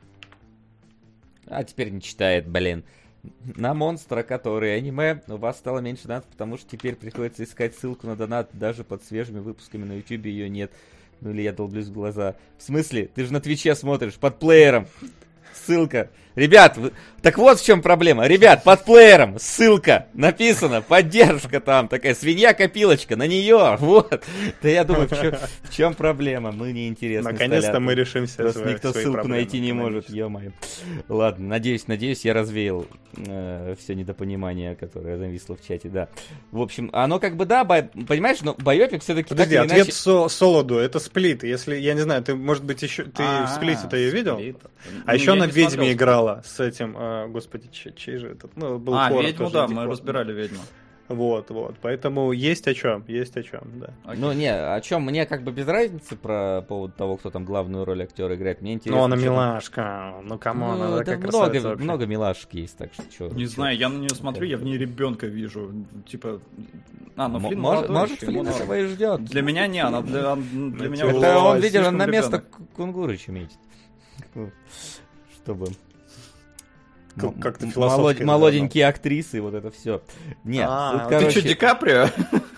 S1: А теперь не читает, блин. На монстра, который аниме, у вас стало меньше донатов, потому что теперь приходится искать ссылку на донат даже под свежими выпусками на YouTube, ее нет. Ну или я долблюсь в глаза. В смысле? Ты же на Твиче смотришь, под плеером. ссылка. Ребят, так вот в чем проблема. Ребят, под плеером ссылка написана, поддержка там, такая свинья-копилочка, на нее, вот. Да я думаю, в чем проблема? Мы неинтересны.
S3: Наконец-то мы решим все
S1: Просто
S3: свои
S1: никто ссылку
S3: проблемы,
S1: найти не может, ё-моё. Ладно, надеюсь, я развеял все недопонимание, которое зависло в чате, да. В общем, оно как бы, да, понимаешь, но байопик все-таки...
S3: Подожди, ответ Солоду, это Сплит. Если, я не знаю, ты, может быть, еще... Ты в Сплите-то ее видел? А еще она в «Ведьме» играла с этим... Господи, чей же этот? Ну, был
S2: «Ведьму», да, мы разбирали «Ведьму».
S3: Вот, поэтому есть о чем, да.
S1: Ну, не, о чем мне как бы без разницы по поводу того, кто там главную роль актера играет. Мне интересно.
S3: Ну, она милашка, камон, она такая красавица вообще.
S1: Много милашек есть, так что...
S2: Не знаю, я на нее смотрю, я в ней ребенка вижу, типа... Флинн
S1: может, Флинн этого и ждет.
S2: Для меня не, она для меня...
S1: Это он, видишь, он на место Кунгурыча метит. Чтобы...
S3: Как-то философски.
S1: Молоденькие актрисы, вот это все. Нет,
S2: ты что, Ди Каприо?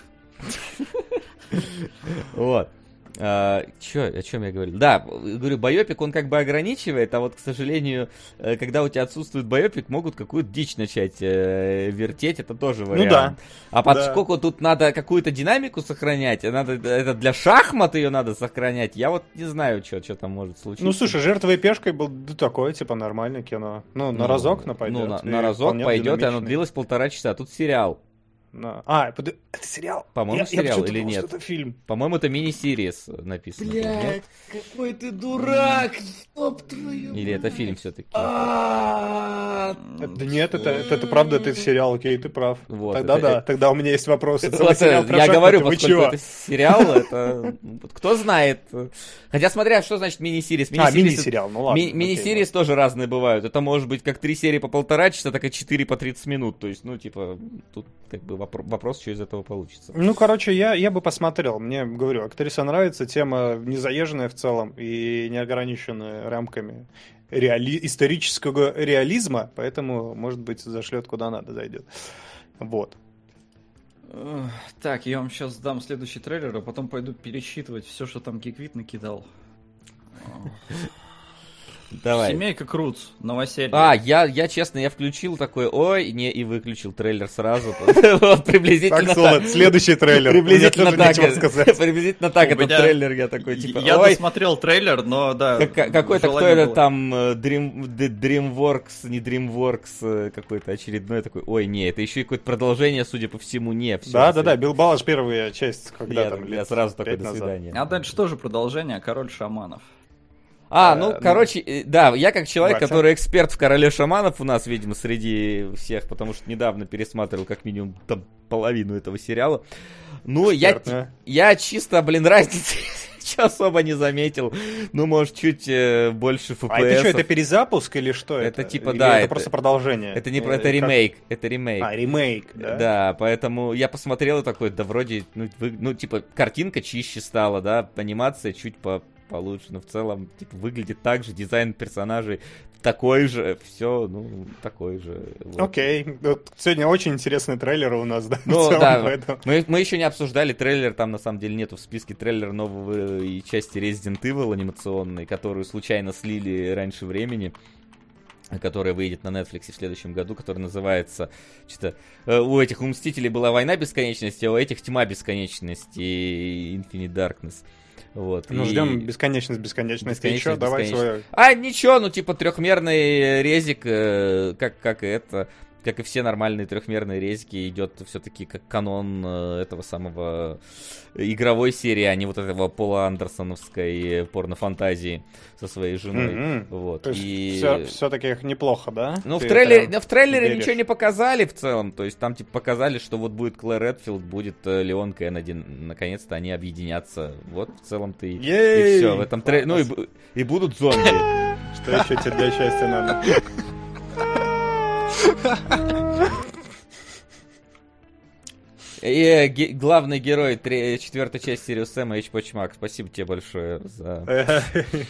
S1: Вот. О чем я говорил? Да, говорю, байопик, он как бы ограничивает, а вот, к сожалению, когда у тебя отсутствует байопик, могут какую-то дичь начать вертеть, это тоже вариант.
S3: Ну да.
S1: А поскольку тут надо какую-то динамику сохранять, это для шахмат ее надо сохранять, я вот не знаю, что там может случиться.
S3: Ну, слушай, «Жертвой пешкой» был такое, типа, нормальное кино. На разок пойдет.
S1: Ну, на разок пойдет, и оно длилось 1,5 часа, а тут сериал.
S3: Это сериал?
S1: По-моему, сериал или нет?
S3: Это фильм.
S1: По-моему, это мини-сириес написано.
S5: Блядь, какой ты дурак, стоп твою.
S1: Или это фильм все-таки?
S3: Да нет, это правда, это сериал, окей, ты прав.
S1: Вот,
S3: тогда у меня есть вопросы.
S1: Я говорю, поскольку это сериал, это... Кто знает. Хотя смотря, что значит мини-сириес.
S3: Мини-сериал, ну ладно.
S1: Мини-сириес тоже разные бывают. Это может быть как 3 серии по 1,5 часа, так и 4 по 30 минут. То есть, тут как бы вопрос, что из этого получится.
S3: Ну, короче, я бы посмотрел. Мне, говорю, актриса нравится, тема незаезженная в целом и не ограниченная рамками исторического реализма, поэтому, может быть, зашлет куда надо, зайдет. Вот.
S2: Так, я вам сейчас дам следующий трейлер, а потом пойду пересчитывать все, что там Geekvit накидал.
S1: Давай.
S2: «Семейка Крудс», новоселье.
S1: Я честно, я включил такой, и выключил трейлер сразу. Вот приблизительно
S3: так. Солод, следующий трейлер.
S1: Приблизительно так этот трейлер, я такой, типа,
S2: я досмотрел трейлер, но да.
S1: Какой-то, кто это там, DreamWorks, не DreamWorks, какой-то очередной такой, это еще и какое-то продолжение, судя по всему, не.
S3: Да, Билл Баллаш, первая часть, когда там
S1: я сразу такой, до свидания.
S2: А дальше тоже продолжение, «Король шаманов».
S1: Короче, да, я как человек, который эксперт в «Короле шаманов» у нас, видимо, среди всех, потому что недавно пересматривал как минимум там половину этого сериала. Ну, я чисто, разницы ничего особо не заметил. Ну, может, чуть больше FPS.
S3: А это что, это перезапуск или что это?
S1: Это типа,
S3: или
S1: да.
S3: это просто продолжение?
S1: Это не это ремейк. Это ремейк.
S3: Ремейк, да?
S1: Да, поэтому я посмотрел и такой, да вроде, типа, картинка чище стала, да, анимация чуть получше, но в целом типа выглядит так же, дизайн персонажей такой же, все, такой же. Вот.
S3: Окей, сегодня очень интересные трейлеры у нас, да?
S1: Поэтому... мы еще не обсуждали трейлер, там на самом деле нету в списке трейлер новой части Resident Evil анимационной, которую случайно слили раньше времени, которая выйдет на Netflix в следующем году, которая называется... у этих Мстителей была «Война бесконечности», а у этих «Тьма бесконечности» и «Infinite Darkness». Вот.
S3: Ждем бесконечность. Еще давай свое.
S1: Ничего, типа трехмерный резик, как и все нормальные трехмерные резики, идет все-таки как канон этого самого игровой серии, а не вот этого Пола Андерсоновской порнофантазии со своей женой. Вот.
S3: То есть все-таки неплохо, да?
S1: В трейлере ничего не показали в целом. То есть там типа показали, что вот будет Клэр Редфилд, будет Леон Кеннеди. Наконец-то они объединятся. Вот в целом-то и все. В этом трейлере. И будут зомби.
S3: Что еще тебе для счастья надо?
S1: И главный герой 4-й части Сириус Сэма H.P. Чмак. Спасибо тебе большое за...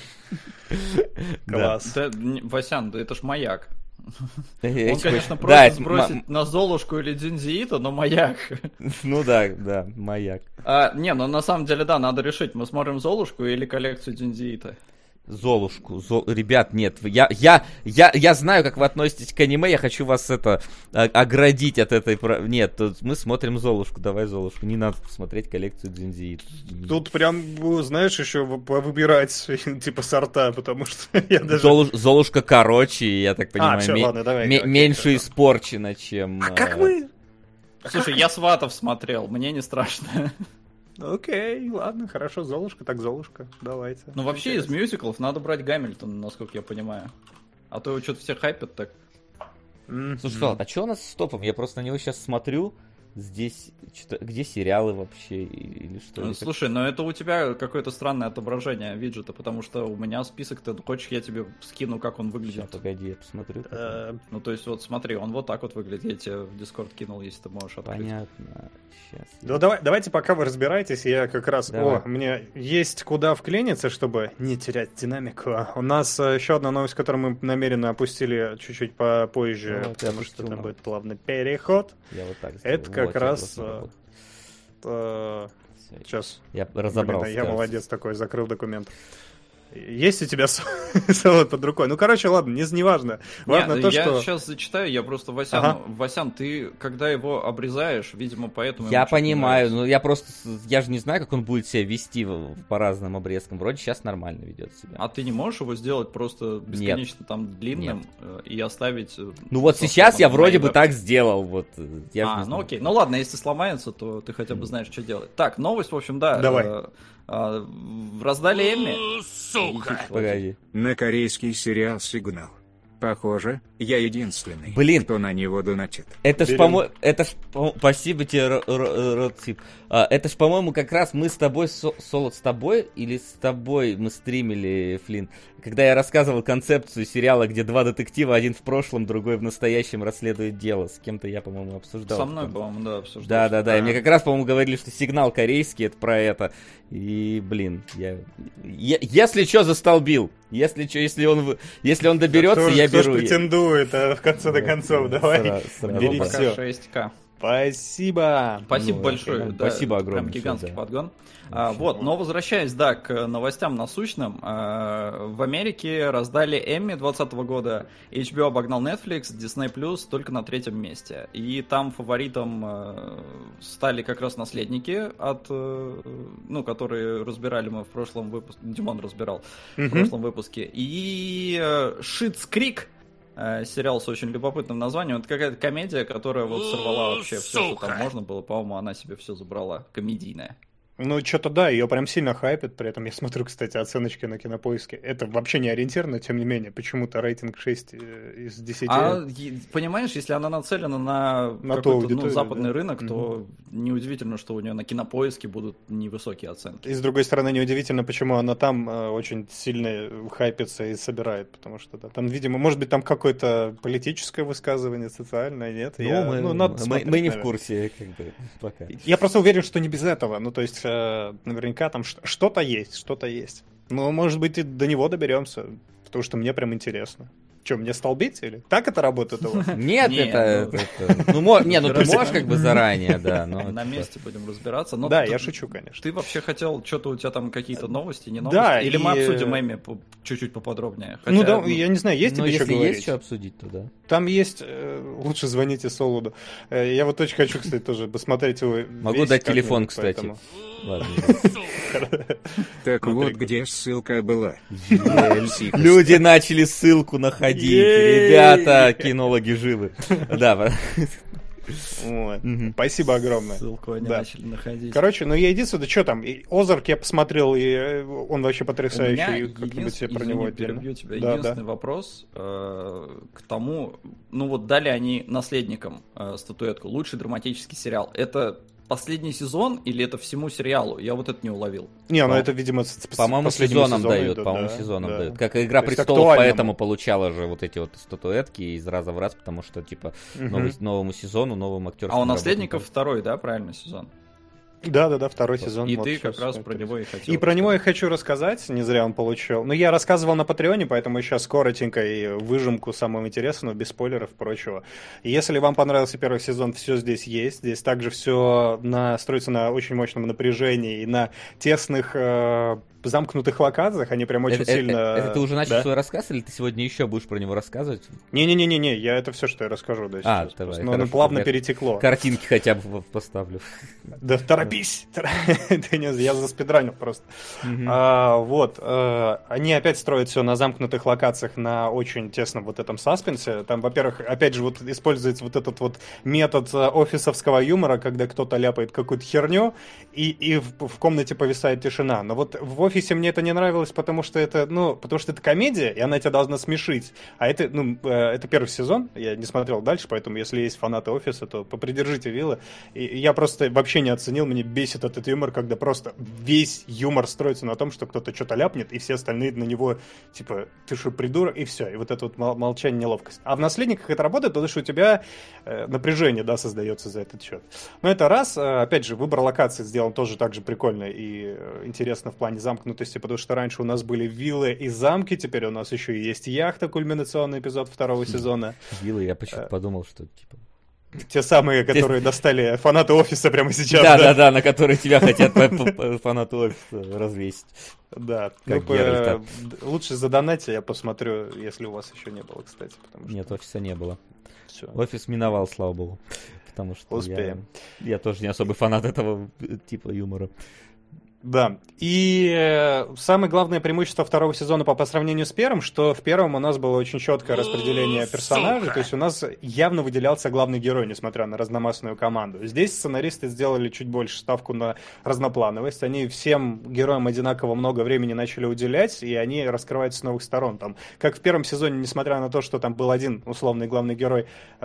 S3: Класс.
S2: Васян, это ж маяк. Он, конечно, просит сбросить на Золушку или Дзинзиита, но маяк.
S1: Ну да, маяк.
S2: На самом деле, да, надо решить, мы смотрим Золушку или коллекцию Дзинзиита.
S1: Золушку. Ребят, нет. Я знаю, как вы относитесь к аниме, я хочу вас оградить от этой... Нет, тут мы смотрим Золушку, давай Золушку. Не надо смотреть коллекцию Дзюнзи.
S3: Тут прям, знаешь, еще выбирать типа сорта, потому что я даже...
S1: Золушка короче, я так понимаю,
S3: всё, ладно, давай,
S1: меньше испорчена, чем...
S3: А как мы?
S2: Слушай, я «Сватов» смотрел, мне не страшно.
S3: Окей, ладно, хорошо, Золушка, так Золушка, давайте.
S2: Ну вообще из мюзиклов надо брать Гамильтон, насколько я понимаю. А то его что-то все хайпят так.
S1: Слушай, Влад, а что у нас с топом? Я просто на него сейчас смотрю. Здесь где сериалы вообще или что?
S2: Слушай, но это у тебя какое-то странное отображение виджета, потому что у меня список-то, хочешь, я тебе скину, как он выглядит?
S1: Сейчас, погоди, я посмотрю.
S2: Ну, то есть, вот смотри, он вот так вот выглядит. Я тебе в Дискорд кинул, если ты можешь открыть.
S1: Понятно. Сейчас.
S3: Ну, давайте, пока вы разбираетесь, я как раз...
S1: Давай.
S3: У меня есть куда вклиниться, чтобы не терять динамику. У нас еще одна новость, которую мы намеренно опустили чуть-чуть попозже,
S1: Вот,
S3: потому что там будет плавный переход.
S1: Я вот так
S3: Это
S1: сделал.
S3: как
S1: Вот,
S3: раз...
S1: Всё.
S3: Сейчас.
S1: Я разобрался.
S3: Блин, я молодец такой, закрыл документ. Есть у тебя солод под рукой? Ну, короче, ладно, неважно. Важно
S2: Нет,
S3: то,
S2: я
S3: что...
S2: сейчас зачитаю, я просто Васяну.
S3: Ага.
S2: Васян, ты когда его обрезаешь, видимо, поэтому...
S1: Я
S2: ему что-то
S1: понимаю,
S2: нравится.
S1: но я же не знаю, как он будет себя вести по разным обрезкам. Вроде сейчас нормально ведет себя.
S2: А ты не можешь его сделать просто бесконечно там длинным и оставить...
S1: Ну вот сейчас я вроде бы так сделал. Вот, я ж не
S2: ну
S1: знаю.
S2: окей. Ну ладно, если сломается, то ты хотя бы знаешь, что делать. Так, новость, в общем, да.
S3: Давай.
S2: Раздали Эмми.
S5: Сука!
S1: Погоди.
S4: На корейский сериал «Сигнал». Похоже, я единственный,
S1: Блин.
S4: кто на него донатит.
S1: Это ж,
S3: Берем.
S1: по-моему... Спасибо тебе, Ротсип. Это ж, по-моему, как раз мы с тобой, Солод, с тобой или с тобой мы стримили, Флинн, когда я рассказывал концепцию сериала, где два детектива, один в прошлом, другой в настоящем, расследует дело. С кем-то я, по-моему, обсуждал.
S2: Со мной, по-моему, да, обсуждал.
S1: Да. И мне как раз, по-моему, говорили, что сигнал корейский, это про это. И, блин, если что, застолбил. Если он доберется, я
S3: Кто ж
S1: беру.
S3: претендует, в конце-то концов, давай.
S1: сразу.
S3: Бери
S2: Пока
S3: всё.
S2: 6К.
S3: Спасибо.
S2: Спасибо
S1: Ну,
S2: большое.
S1: прям
S2: Да,
S1: спасибо огромное,
S2: Прям гигантский
S1: да.
S2: подгон. Вот, но возвращаясь, да, к новостям насущным. В Америке раздали Эмми 2020 года. HBO обогнал Netflix, Disney Plus только на 3-м месте. И там фаворитом стали как раз наследники, которые разбирали мы в прошлом выпуске. Димон разбирал в прошлом выпуске. И Шитс Крик. Сериал с очень любопытным названием. Это какая-то комедия, которая вот сорвала вообще все, что там можно было. По-моему, она себе все забрала. Комедийная.
S3: Ну, что-то да, ее прям сильно хайпят, при этом я смотрю, кстати, оценочки на Кинопоиске. Это вообще не ориентир, но тем не менее, почему-то рейтинг 6 из 10.
S2: Понимаешь, если она нацелена на
S3: ту
S2: какой-то
S3: аудиторию,
S2: западный
S3: да.
S2: рынок, то неудивительно, что у нее на Кинопоиске будут невысокие оценки.
S3: И с другой стороны, неудивительно, почему она там очень сильно хайпится и собирает, потому что да, там, видимо, может быть, там какое-то политическое высказывание, социальное, нет? Надо смотреть,
S1: мы не в
S3: наверное.
S1: курсе, как бы, пока.
S3: Я просто уверен, что не без этого. Ну, то есть, наверняка там что-то есть. Но, может быть, и до него доберемся, потому что мне прям интересно. Че, мне столбить или? Так это работает у вас?
S1: Нет,
S2: Не,
S1: ну ты можешь как бы заранее, да.
S2: На месте будем разбираться. Но
S3: Да, я шучу, конечно.
S2: Ты вообще хотел, что-то у тебя там какие-то новости, не
S3: Да,
S2: новости? Или мы
S3: и-
S2: обсудим Эми чуть-чуть поподробнее?
S3: Ну
S2: Хотя,
S3: да, я не знаю, есть
S1: Ну,
S3: тебе что
S1: если есть
S3: говорить?
S1: что обсудить, то да.
S3: Там есть, лучше звоните Солоду. Я вот очень хочу, кстати, тоже посмотреть его.
S1: Могу
S3: весь
S1: дать телефон,
S3: как-нибудь,
S1: кстати.
S3: поэтому.
S1: Ладно.
S4: Так
S3: Смотри,
S4: вот где ссылка была.
S1: Люди начали ссылку находить.
S3: Ей!
S1: Ребята, кинологи живы. Да,
S3: Вот.
S1: Мгм.
S3: Спасибо огромное.
S2: ссылку они
S3: Да.
S2: начали находить.
S3: Короче, ну я единственное, что там, и Озарк я посмотрел, и он вообще
S2: У меня
S3: потрясающий, как-нибудь я про него
S2: извини,
S3: отдельно.
S2: перебью тебя.
S3: Да,
S2: Единственный вопрос к тому, ну вот дали они наследникам статуэтку «Лучший драматический сериал». Это последний сезон или это всему сериалу? Я вот это не уловил.
S3: Не, ну
S1: По-
S3: это, видимо,
S1: По-моему,
S3: последнему
S1: сезоном
S3: сезону
S1: дают.
S3: идут,
S1: По-моему,
S3: да,
S1: сезоном
S3: да.
S1: дают. Как и «Игра
S3: То есть
S1: престолов»,
S3: актуальному.
S1: поэтому получала же вот эти вот статуэтки из раза в раз, потому что, типа, новому сезону, новым актерским
S2: А у
S1: работам.
S2: наследников второй, да, правильно, сезон?
S3: Да, второй сезон.
S2: И
S3: вот
S2: ты как
S3: сейчас
S2: раз
S3: смотрю.
S2: про него и хотел.
S3: И про него я хочу рассказать, не зря он получил. Но я рассказывал на Патреоне, поэтому сейчас коротенько и выжимку самого интересного, без спойлеров и прочего. И если вам понравился первый сезон, все здесь есть. Здесь также все строится на очень мощном напряжении и на тесных замкнутых локациях, они прям очень сильно...
S1: Это ты уже начал
S3: Да?
S1: свой рассказ, или ты сегодня еще будешь про него рассказывать?
S3: Не-не-не, я это все, что я расскажу, да, сейчас.
S1: давай,
S3: Но
S1: хорошо,
S3: оно плавно
S1: я
S3: перетекло.
S1: Картинки хотя бы поставлю.
S3: Да торопись! Я заспидранил просто. Они опять строят все на замкнутых локациях, на очень тесном вот этом саспенсе. Там, во-первых, опять же, вот используется вот этот вот метод офисовского юмора, когда кто-то ляпает какую-то херню, и в комнате повисает тишина. Но вот в офисе мне это не нравилось, потому что это комедия, и она тебя должна смешить. А это первый сезон, я не смотрел дальше, поэтому если есть фанаты офиса, то попридержите вилы. И я просто вообще не оценил, мне бесит этот юмор, когда просто весь юмор строится на том, что кто-то что-то ляпнет, и все остальные на него, типа, ты что, придурок, и все. И вот это вот молчание, неловкость. А в «Наследниках» это работает, потому что у тебя напряжение, да, создается за этот счет. Но это раз. Опять же, выбор локации сделан тоже так же прикольно и интересно в плане замкнутости, потому что раньше у нас были виллы и замки, теперь у нас еще и есть яхта, кульминационный эпизод второго сезона.
S1: Виллы, я почему-то подумал, что типа...
S3: Те самые, которые достали фанаты офиса прямо сейчас.
S1: Да, на которые тебя хотят фанаты офиса развесить.
S3: Да.
S1: Как
S3: лучше задонатьте, я посмотрю, если у вас еще не было, кстати.
S1: Нет, офиса не было.
S3: Все.
S1: Офис миновал, слава богу. Потому что
S3: Успеем.
S1: Я тоже не особый фанат этого типа юмора.
S3: Да, и самое главное преимущество второго сезона по сравнению с первым, что в первом у нас было очень четкое распределение персонажей, то есть у нас явно выделялся главный герой, несмотря на разномастную команду. Здесь сценаристы сделали чуть больше ставку на разноплановость, они всем героям одинаково много времени начали уделять, и они раскрываются с новых сторон. Там, как в первом сезоне, несмотря на то, что там был один условный главный герой,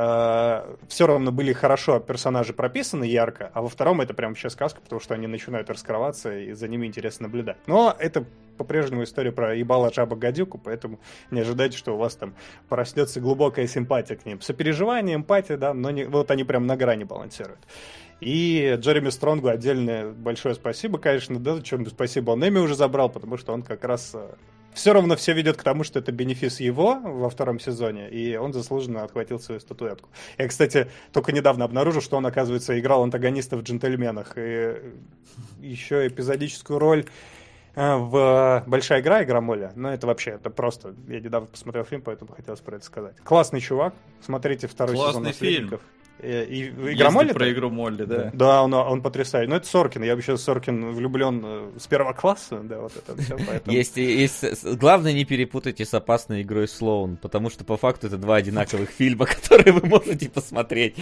S3: все равно были хорошо персонажи прописаны ярко, а во втором это прям вообще сказка, потому что они начинают раскрываться, и за ними интересно наблюдать. Но это по-прежнему история про ебало жаба гадюку, поэтому не ожидайте, что у вас там проснется глубокая симпатия к ним. Сопереживание, эмпатия, да, но вот они прям на грани балансируют. И Джереми Стронгу отдельное большое спасибо, конечно, да, зачем спасибо, он Эмми уже забрал, потому что он как раз... Все равно все ведет к тому, что это бенефис его во втором сезоне, и он заслуженно отхватил свою статуэтку. Я, кстати, только недавно обнаружил, что он, оказывается, играл антагониста в «Джентльменах», и еще эпизодическую роль в «Большая игра» Моля. Но это вообще, это просто... Я недавно посмотрел фильм, поэтому хотелось про это сказать. Классный чувак, смотрите второй сезон «Наследников». И игра Молли?
S2: Про игру Молли, да.
S3: Да, он потрясающий. Но это Соркин. Я вообще Соркин влюблен с первого класса. Да, вот это все. Поэтому...
S1: Есть... Главное, не перепутайте с «Опасной игрой Слоун», потому что по факту это два одинаковых фильма, которые вы можете посмотреть.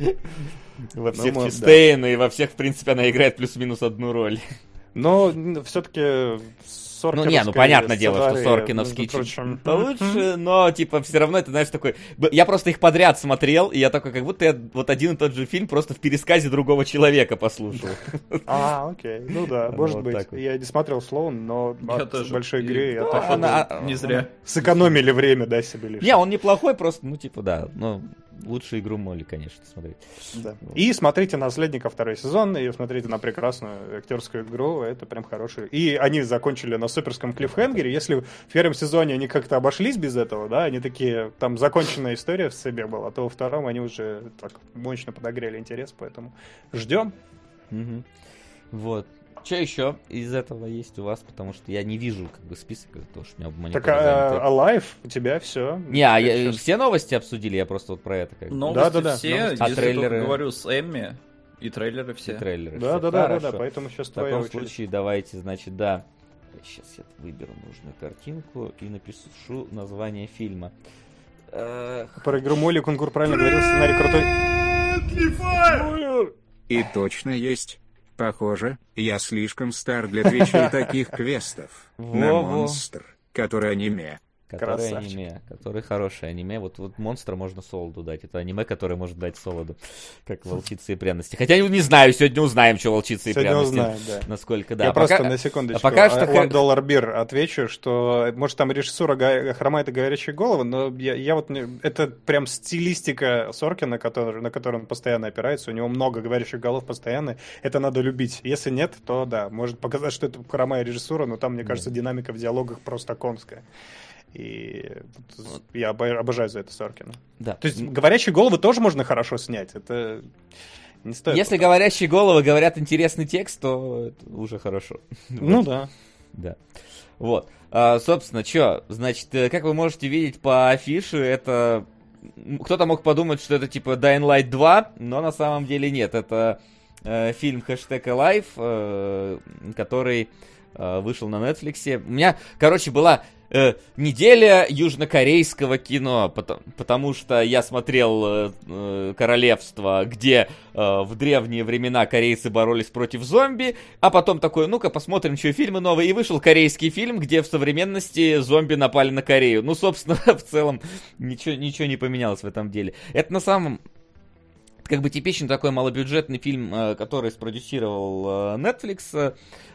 S1: Во всех Честейн, и во всех, в принципе, она играет плюс-минус одну роль.
S3: Но все-таки...
S1: понятное дело, что Соркиновский чуть получше, но, типа, все равно это, знаешь, такой... Я просто их подряд смотрел, и я такой, как будто я вот один и тот же фильм просто в пересказе другого человека послушал.
S3: Окей, ну да, может быть. Я не смотрел «Слоун», но от «Большой игры» я так...
S2: Не зря.
S3: Сэкономили время, да, себе лишь.
S1: Не, он неплохой, просто, да, но... Лучшую игру Молли, конечно, смотреть.
S3: Да. И смотрите «Наследников» второй сезон, и смотрите на прекрасную актерскую игру, это прям хороший. И они закончили на суперском клиффхенгере. Если в первом сезоне они как-то обошлись без этого, да, они такие, там законченная история в себе была, то во втором они уже так мощно подогрели интерес, поэтому ждем.
S1: Угу. Вот. Что еще из этого есть у вас? Потому что я не вижу как бы список, потому что у меня монитор
S3: занят. Так, Alive, у тебя все.
S1: Не, все новости обсудили, я просто вот про это как бы.
S2: Новости все,
S3: новости.
S1: А
S2: если
S1: трейлеры?
S2: говорю с Эмми, и трейлеры все.
S1: И трейлеры
S3: да,
S1: все.
S3: Да, поэтому сейчас
S1: в
S3: твоя
S1: таком
S3: очередь.
S1: случае давайте, значит, да. Сейчас я выберу нужную картинку и напишу название фильма.
S3: Про игру Молли Кунгур правильно говорил, сценарий крутой.
S4: И точно есть. Похоже, я слишком стар для Твича и таких квестов. На монстр, который аниме.
S1: Который аниме, который хороший аниме. Вот монстра можно Солоду дать. Это аниме, которое может дать Солоду. Как «Волчица и пряности». Хотя не знаю, сегодня узнаем, что «Волчица и пряности».
S3: Сегодня узнаем, да.
S1: Насколько, да.
S3: Я просто на секундочку,
S1: пока что
S3: $1 Beer отвечу, что, может, там режиссура хромает и говорящие головы, но я вот... Это прям стилистика Соркина, на которую он постоянно опирается. У него много говорящих голов постоянно. Это надо любить. Если нет, то да, может показать, что это хромая режиссура, но там, мне кажется, динамика в диалогах просто конская. И я обожаю за это Соркина.
S1: Да.
S3: То есть говорящие головы тоже можно хорошо снять. Это не стоит.
S1: Если говорящие головы говорят интересный текст, то это уже хорошо.
S3: Ну да.
S1: Да. Вот. Собственно, что, значит, как вы можете видеть по афише, это... Кто-то мог подумать, что это типа Dying Light 2, но на самом деле нет. Это фильм #Alive, который вышел на Netflix. У меня, короче, была неделя южнокорейского кино, потому что я смотрел «Королевство», где в древние времена корейцы боролись против зомби, а потом такой, ну-ка посмотрим, что фильмы новые, и вышел корейский фильм, где в современности зомби напали на Корею. Ну, собственно, в целом ничего не поменялось в этом деле. Это на самом... Как бы типичный такой малобюджетный фильм, который спродюсировал Netflix,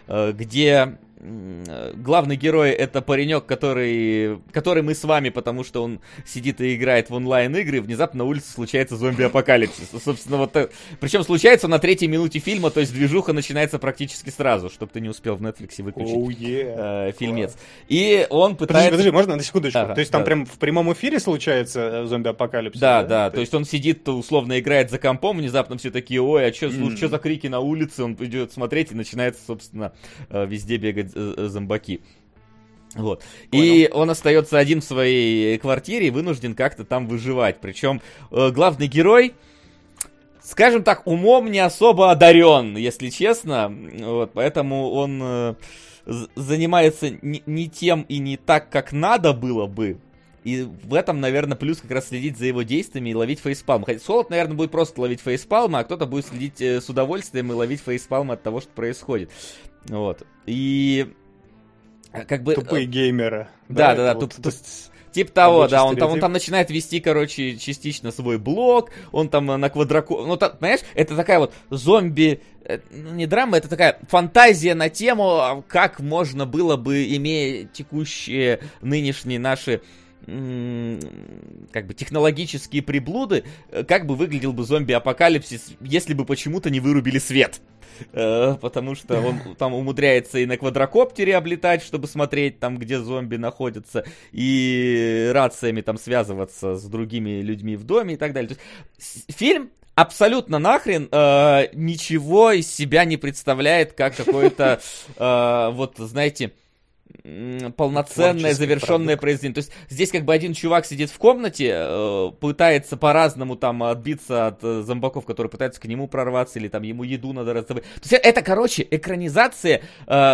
S1: где главный герой это паренек, который мы с вами, потому что он сидит и играет в онлайн-игры, и внезапно на улице случается зомби-апокалипсис. Собственно, вот причем случается на 3-й минуте фильма, то есть движуха начинается практически сразу, чтобы ты не успел в Netflix выключить фильмец. И он пытается...
S3: Подожди, можно на секундочку? То есть там прям в прямом эфире случается зомби-апокалипсис?
S1: Да, то есть он сидит, условно играет за компом, внезапно все такие, ой, а что за крики на улице? Он идет смотреть, и начинается, собственно, везде бегать зомбаки. Вот. И он остается один в своей квартире и вынужден как-то там выживать. Причем главный герой, скажем так, умом не особо одарен, если честно. Вот, поэтому он занимается не тем и не так, как надо было бы. И в этом, наверное, плюс как раз следить за его действиями и ловить фейспалм. Хотя Солод, наверное, будет просто ловить фейспалмы, а кто-то будет следить с удовольствием и ловить фейспалмы от того, что происходит. Вот. И как бы...
S3: Тупые геймеры.
S1: Да. Типа того, да, он там начинает вести, короче, частично свой блог, он там на квадрако... Ну, понимаешь, это такая вот зомби... Не драма, это такая фантазия на тему, как можно было бы, имея текущие нынешние наши как бы технологические приблуды, как бы выглядел бы зомби-апокалипсис, если бы почему-то не вырубили свет. Потому что он там умудряется и на квадрокоптере облетать, чтобы смотреть там, где зомби находятся, и рациями там связываться с другими людьми в доме и так далее. То есть фильм абсолютно нахрен ничего из себя не представляет, как какой-то, вот, знаете... полноценное, завершенное произведение. То есть здесь как бы один чувак сидит в комнате, пытается по-разному там отбиться от зомбаков, которые пытаются к нему прорваться, или там ему еду надо раздобыть. То есть это, короче, экранизация,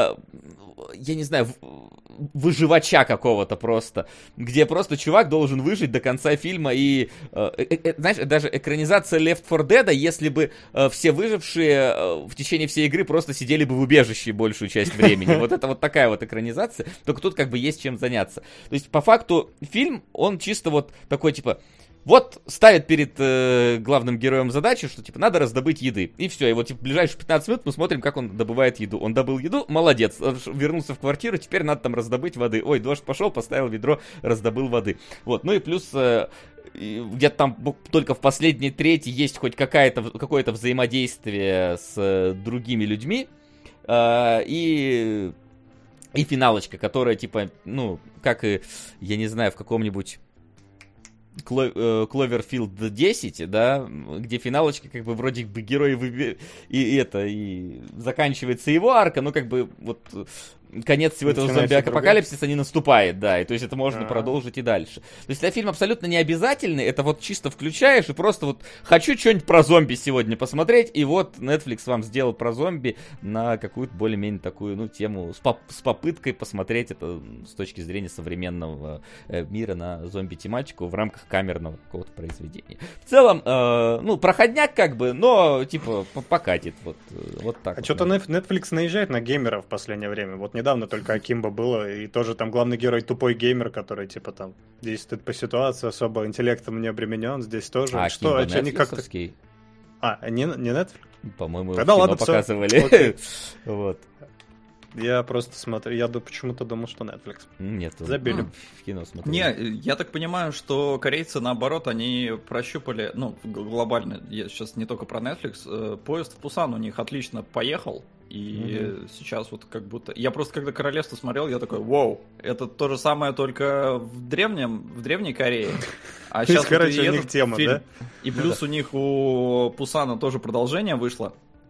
S1: я не знаю, выживача какого-то просто, где просто чувак должен выжить до конца фильма. И, знаешь, даже экранизация Left 4 Dead, если бы все выжившие в течение всей игры просто сидели бы в убежище большую часть времени. Вот это вот такая вот экранизация, только тут как бы есть чем заняться. То есть по факту фильм, он чисто вот такой типа... Вот ставит перед главным героем задачу, что типа надо раздобыть еды. И все, и вот типа, в ближайшие 15 минут мы смотрим, как он добывает еду. Он добыл еду, молодец, вернулся в квартиру, теперь надо там раздобыть воды. Ой, дождь пошел, поставил ведро, раздобыл воды. Вот, ну и плюс где-то там только в последней трети есть хоть какое-то взаимодействие с другими людьми. И финалочка, которая типа, ну, как и, я не знаю, в каком-нибудь... Cloverfield 10, да, где финалочка, как бы, вроде бы герой и заканчивается его арка, но как бы вот конец всего этого зомби-апокалипсиса не наступает, да, и то есть это можно продолжить и дальше. То есть это фильм абсолютно не обязательный, это вот чисто включаешь и просто вот хочу что-нибудь про зомби сегодня посмотреть, и вот Netflix вам сделал про зомби на какую-то более-менее такую, ну, тему с попыткой посмотреть это с точки зрения современного мира на зомби-тематику в рамках камерного какого-то произведения. В целом, ну, проходняк как бы, но типа покатит, вот так.
S3: А что-то Netflix наезжает на геймеров в последнее время, вот недавно только Акимбо было, и тоже там главный герой тупой геймер, который типа там действует по ситуации, особо интеллектом не обременен, здесь тоже.
S1: Что, они как-то...
S3: не Netflix?
S1: По-моему,
S3: тогда
S1: в кино
S3: ладно,
S1: показывали. Вот.
S3: Я просто смотрю, я почему-то думал, что Netflix.
S1: Нет,
S3: забили.
S1: В кино смотрели.
S2: Не, я так понимаю, что корейцы, наоборот, они прощупали, ну, глобально, я сейчас не только про Netflix, поезд в Пусан у них отлично поехал, и сейчас вот как будто... Я просто, когда «Королевство» смотрел, я такой, вау, это то же самое, только в Древней Корее. А сейчас,
S3: короче, у них тема, да?
S2: И плюс у них у Пусана тоже продолжение вышло.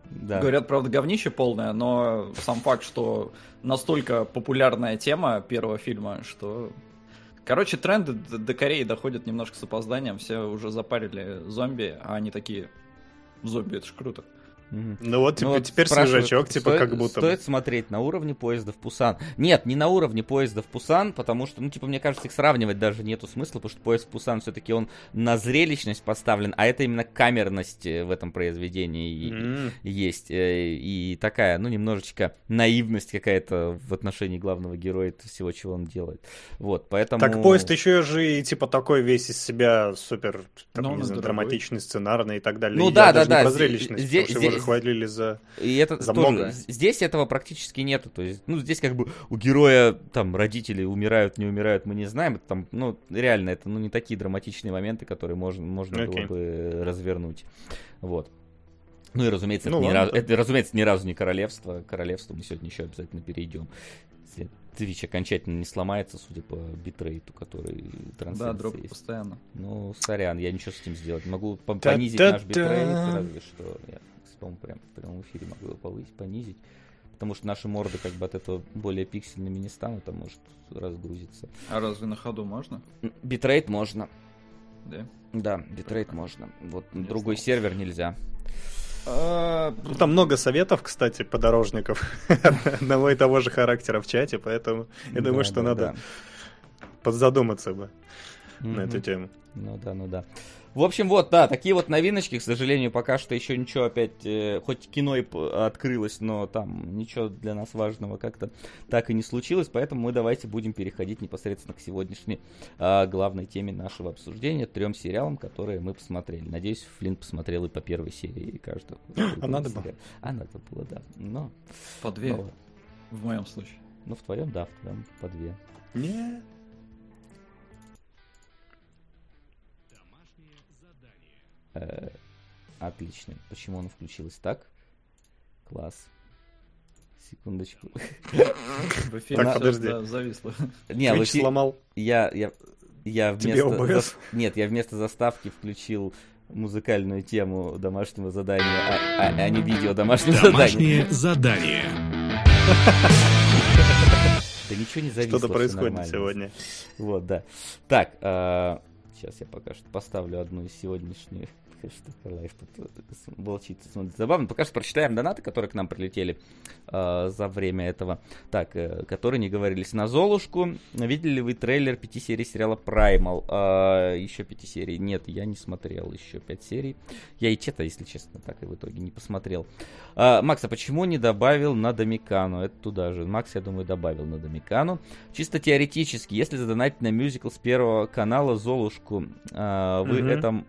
S1: Да.
S2: Говорят, правда, говнище полное, но сам факт, что настолько популярная тема первого фильма, что... Короче, тренды до Кореи доходят немножко с опозданием. Все уже запарили зомби, а они такие... Зомби, это ж круто.
S3: Ну вот, теперь свежачок, типа
S1: стоит,
S3: как будто...
S1: Стоит смотреть на уровне поезда в Пусан. Нет, не на уровне поезда в Пусан, потому что, мне кажется, их сравнивать даже нету смысла, потому что поезд в Пусан все-таки он на зрелищность поставлен, а это именно камерность в этом произведении есть. И такая, немножечко наивность какая-то в отношении главного героя, всего, чего он делает. Вот, поэтому...
S3: Так поезд еще же и типа такой весь из себя супер,
S2: не знаю,
S3: драматичный, сценарный и так далее.
S1: Ну
S3: и
S1: да.
S3: Про зрелищность, потому что его хвалили за многое.
S1: Здесь этого практически нету. То есть, здесь как бы у героя там родители умирают, не умирают, мы не знаем. Это, там, реально, это не такие драматичные моменты, которые можно было бы развернуть. Вот. Ну и разумеется, разумеется, ни разу не королевство. К королевству мы сегодня еще обязательно перейдем. Если Twitch окончательно не сломается, судя по битрейту, который транслируется. Да, дроп
S2: постоянно.
S1: Сорян, я ничего с этим сделать. Могу понизить наш битрейт, разве что. Я, по-моему, прям в прямом эфире могу его повысить, понизить. Потому что наши морды как бы от этого более пиксельными не станут, а может разгрузиться.
S2: А разве на ходу можно?
S1: Битрейт можно.
S2: Да?
S1: Да, битрейт можно. Вот другой сервер нельзя.
S3: Там много советов, кстати, подорожников одного и того же характера в чате, поэтому я думаю, что надо подзадуматься бы на эту тему.
S1: Ну да. В общем, такие вот новиночки, к сожалению, пока что еще ничего опять, хоть кино и открылось, но там ничего для нас важного как-то так и не случилось, поэтому мы давайте будем переходить непосредственно к сегодняшней главной теме нашего обсуждения, 3 сериалам, которые мы посмотрели. Надеюсь, Флинт посмотрел и по первой серии каждого.
S3: А надо было?
S1: А надо было, да. Но,
S2: по 2, в моем случае.
S1: В твоем, да, по 2.
S3: Нет.
S1: Отлично. Почему оно включилось так? Класс. Секундочку.
S2: В эфире
S3: подожди.
S2: Зависло.
S3: Не, сломал.
S1: Я вместо заставки включил музыкальную тему домашнего задания, а не видео домашнего задания.
S6: Домашнее задание.
S1: Да ничего не зависло.
S3: Что-то происходит сегодня.
S1: Вот, да. Так, сейчас я пока что поставлю одну из сегодняшних. Хэштег лайф тут волчица смотрит забавно. Пока что прочитаем донаты, которые к нам прилетели за время этого. Так, которые не говорились на Золушку. Видели ли вы трейлер 5 серий сериала Primal? Еще 5 серий? Нет, я не смотрел еще 5 серий. Я и те-то, если честно, так и в итоге не посмотрел. Макс, а почему не добавил на Домикану? Это туда же. Макс, я думаю, добавил на Домикану. Чисто теоретически, если задонатить на мюзикл с Первого канала Золушку, вы это...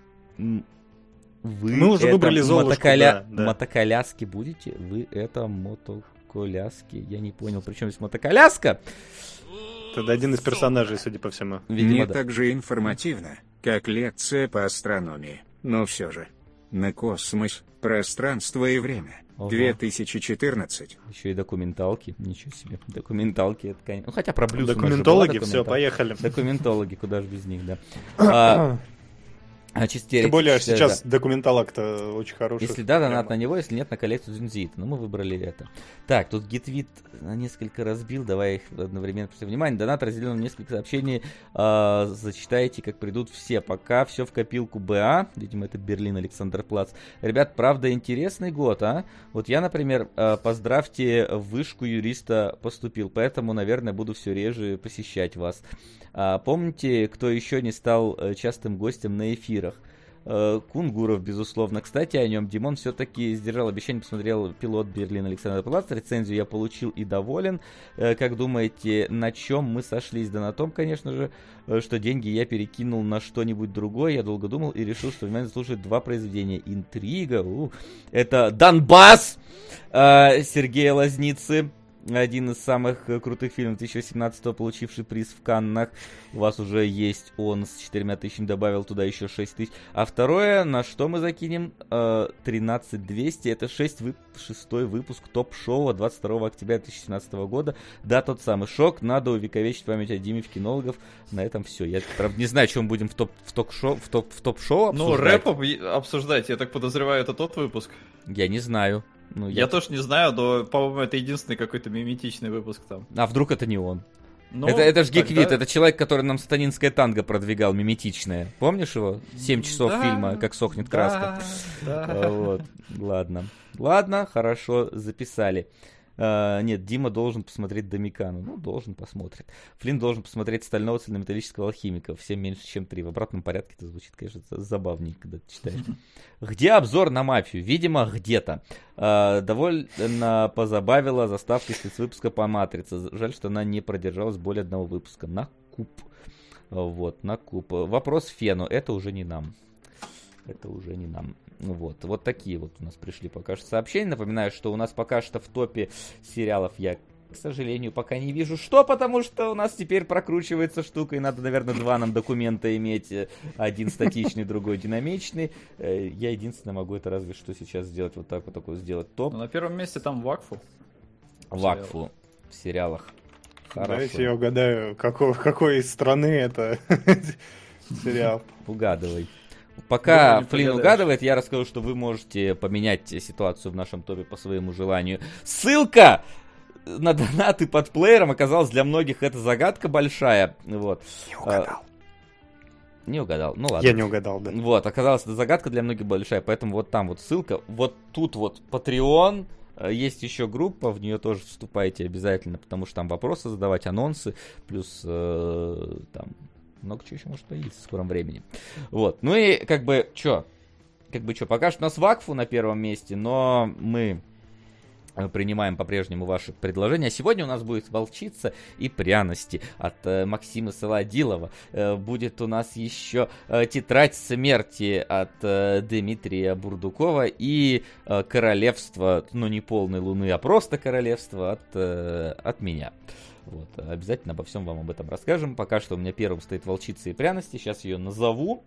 S3: Мы уже выбрали Золушку,
S1: мотоколяски будете? Вы это мотоколяски? Я не понял, при чем здесь мотоколяска?
S3: Это один из персонажей, судя по всему.
S4: Видимо, не так же информативно, как лекция по астрономии. Но все же. На космос, пространство и время. 2014.
S1: Еще и документалки. Ничего себе. Документалки, это, конечно... хотя про Блюз
S3: документологи, все, поехали.
S1: Документологи, куда же без них, да.
S3: Тем более, сейчас документалок-то очень хороший.
S1: Если да, донат на него, если нет, на коллекцию Дзюнзиита. Но мы выбрали это. Так, тут Гитвит на несколько разбил. Давай их одновременно после внимания. Донат разделен на несколько сообщений. Зачитайте, как придут все. Пока все в копилку БА. Видимо, это Берлин, Александрплац. Ребят, правда, интересный год, а? Вот я, например, поздравьте, в вышку юриста поступил. Поэтому, наверное, буду все реже посещать вас. Помните, кто еще не стал частым гостем на эфирах? Кунгуров, безусловно. Кстати, о нем. Димон все-таки сдержал обещание, посмотрел пилот Берлин Александрплац. Рецензию я получил и доволен. Как думаете, на чем мы сошлись? Да на том, конечно же, что деньги я перекинул на что-нибудь другое. Я долго думал и решил, что внимание слушает 2 произведения. Интрига. Это Донбасс Сергея Лазницы. один из самых крутых фильмов 2018, получивший приз в Каннах. У вас уже есть он с 4000, добавил туда еще 6000. А второе, на что мы закинем? 13200. Это шестой выпуск топ-шоу 22 октября 2017 года. Да, тот самый шок. Надо увековечить память о Диме в кинологов. На этом все. Я, правда, не знаю, что мы будем в топ-шоу обсуждать.
S2: Ну, рэп обсуждать, я так подозреваю, это тот выпуск.
S1: Я не знаю. Ну,
S2: я тоже не знаю, но, по-моему, это единственный какой-то миметичный выпуск там.
S1: А вдруг это не он?
S2: Ну,
S1: это ж Гиквит,
S2: тогда...
S1: это человек, который нам сатанинское танго продвигал, миметичное. Помнишь его? 7 часов фильма, как сохнет краска.
S2: Да.
S1: Вот, ладно, хорошо, записали. Нет, Дима должен посмотреть Домикану. Ну, должен, посмотрит. Флинн должен посмотреть Стального цельнометаллического алхимика. Всем меньше, чем 3. В обратном порядке это звучит, конечно, забавнее, когда ты читаешь. Где обзор на мафию? Видимо, где-то. Довольно позабавила заставка спецвыпуска по Матрице. Жаль, что она не продержалась более одного выпуска. На куб. Вот, на куб. Вопрос Фену. Это уже не нам. Вот такие вот у нас пришли пока что сообщения. Напоминаю, что у нас пока что в топе сериалов я, к сожалению, пока не вижу что, потому что у нас теперь прокручивается штука, и надо, наверное, два нам документа иметь. Один статичный, другой динамичный. Я единственное могу это разве что сейчас сделать вот так вот, такой сделать топ.
S2: Ну, на первом месте там Вакфу.
S1: Вакфу в сериалах. Хорошо.
S3: Давайте я угадаю, какой из страны это сериал.
S1: Угадывай. Пока
S2: Думаю,
S1: Флинн угадывает, я расскажу, что вы можете поменять ситуацию в нашем топе по своему желанию. Ссылка на донаты под плеером оказалась для многих это загадка большая. Вот.
S3: Не угадал.
S1: Не угадал, ну ладно.
S3: Я не угадал, да.
S1: Вот, оказалась эта загадка для многих большая, поэтому вот там вот ссылка. Вот тут вот Patreon. Есть еще группа, в нее тоже вступайте обязательно, потому что там вопросы задавать, анонсы, плюс там... много чего еще может появиться в скором времени. Вот. Ну и как бы что, пока что у нас Вакфу на первом месте, но мы принимаем по-прежнему ваши предложения. Сегодня у нас будет «Волчица и пряности» от Максима Солодилова. Будет у нас еще «Тетрадь смерти» от Дмитрия Бурдукова и «Королевство», но не полной луны, а просто «Королевство» от меня. Вот, обязательно обо всем вам об этом расскажем. Пока что у меня первым стоит «Волчица и пряности». Сейчас ее назову.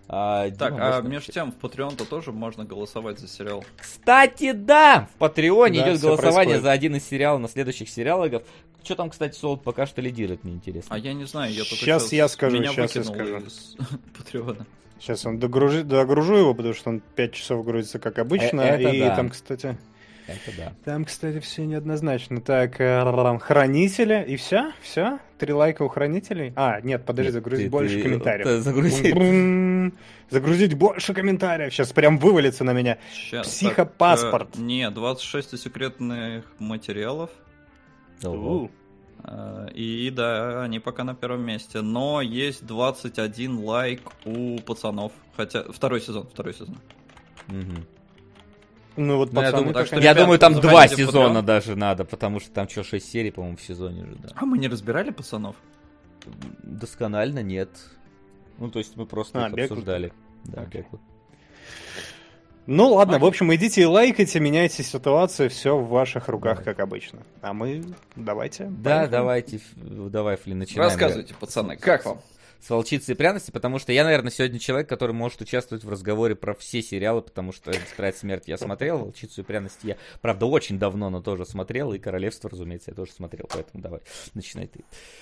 S2: Так, между тем в Patreon-то тоже можно голосовать за сериал.
S1: Кстати, да! В Патреоне
S3: Да,
S1: идет
S3: всё
S1: голосование
S3: происходит.
S1: за один из сериалов на следующих сериалогов. Что там, кстати, Солод пока что лидирует, мне интересно.
S2: А я не знаю, я только
S3: Щас я скажу,
S2: меня
S3: щас я
S2: выкинул
S3: скажу.
S2: из Patreon.
S3: Сейчас он догружу его, потому что он 5 часов грузится, как обычно.
S1: Это
S3: И
S1: да.
S3: там, кстати...
S1: Это да.
S3: Там, кстати, все неоднозначно. Так, хранители, и все? 3 лайка у хранителей? А, нет, подожди,
S1: Нет,
S3: загрузить больше комментариев.
S1: Загрузи.
S3: Загрузить больше комментариев. Сейчас прям вывалится на меня.
S2: Щас,
S3: Психопаспорт.
S2: так, не, 26 секретных материалов.
S1: Ого.
S2: И да, они пока на первом месте. Но есть 21 лайк у пацанов. Хотя, второй сезон.
S1: Мгм.
S3: Ну вот
S1: Ну, я
S3: пацаны,
S1: думаю,
S2: так
S3: так
S2: что,
S3: они-
S1: Я
S2: ребят,
S1: думаю, там
S2: заходите
S1: 2
S2: в
S1: сезона
S2: Patreon.
S1: даже надо, потому что там что, 6 серий, по-моему, в сезоне же, да.
S2: А мы не разбирали пацанов?
S1: Досконально нет. Ну, то есть мы просто их
S3: Бегло.
S1: обсуждали. Да, бегло.
S3: Ну ладно, в общем, идите и лайкайте, меняйте ситуацию, все в ваших руках, как обычно. А мы давайте.
S1: Да,
S3: поехали.
S1: давай, Флинн, начинаем.
S2: Рассказывайте, пацаны, как вам?
S1: С «Волчицей и пряности», потому что я, наверное, сегодня человек, который может участвовать в разговоре про все сериалы, потому что «Тетрадь смерти» я смотрел, «Волчицу и пряности» я, правда, очень давно, но тоже смотрел, и «Королевство», разумеется, я тоже смотрел, поэтому давай, начинай ты.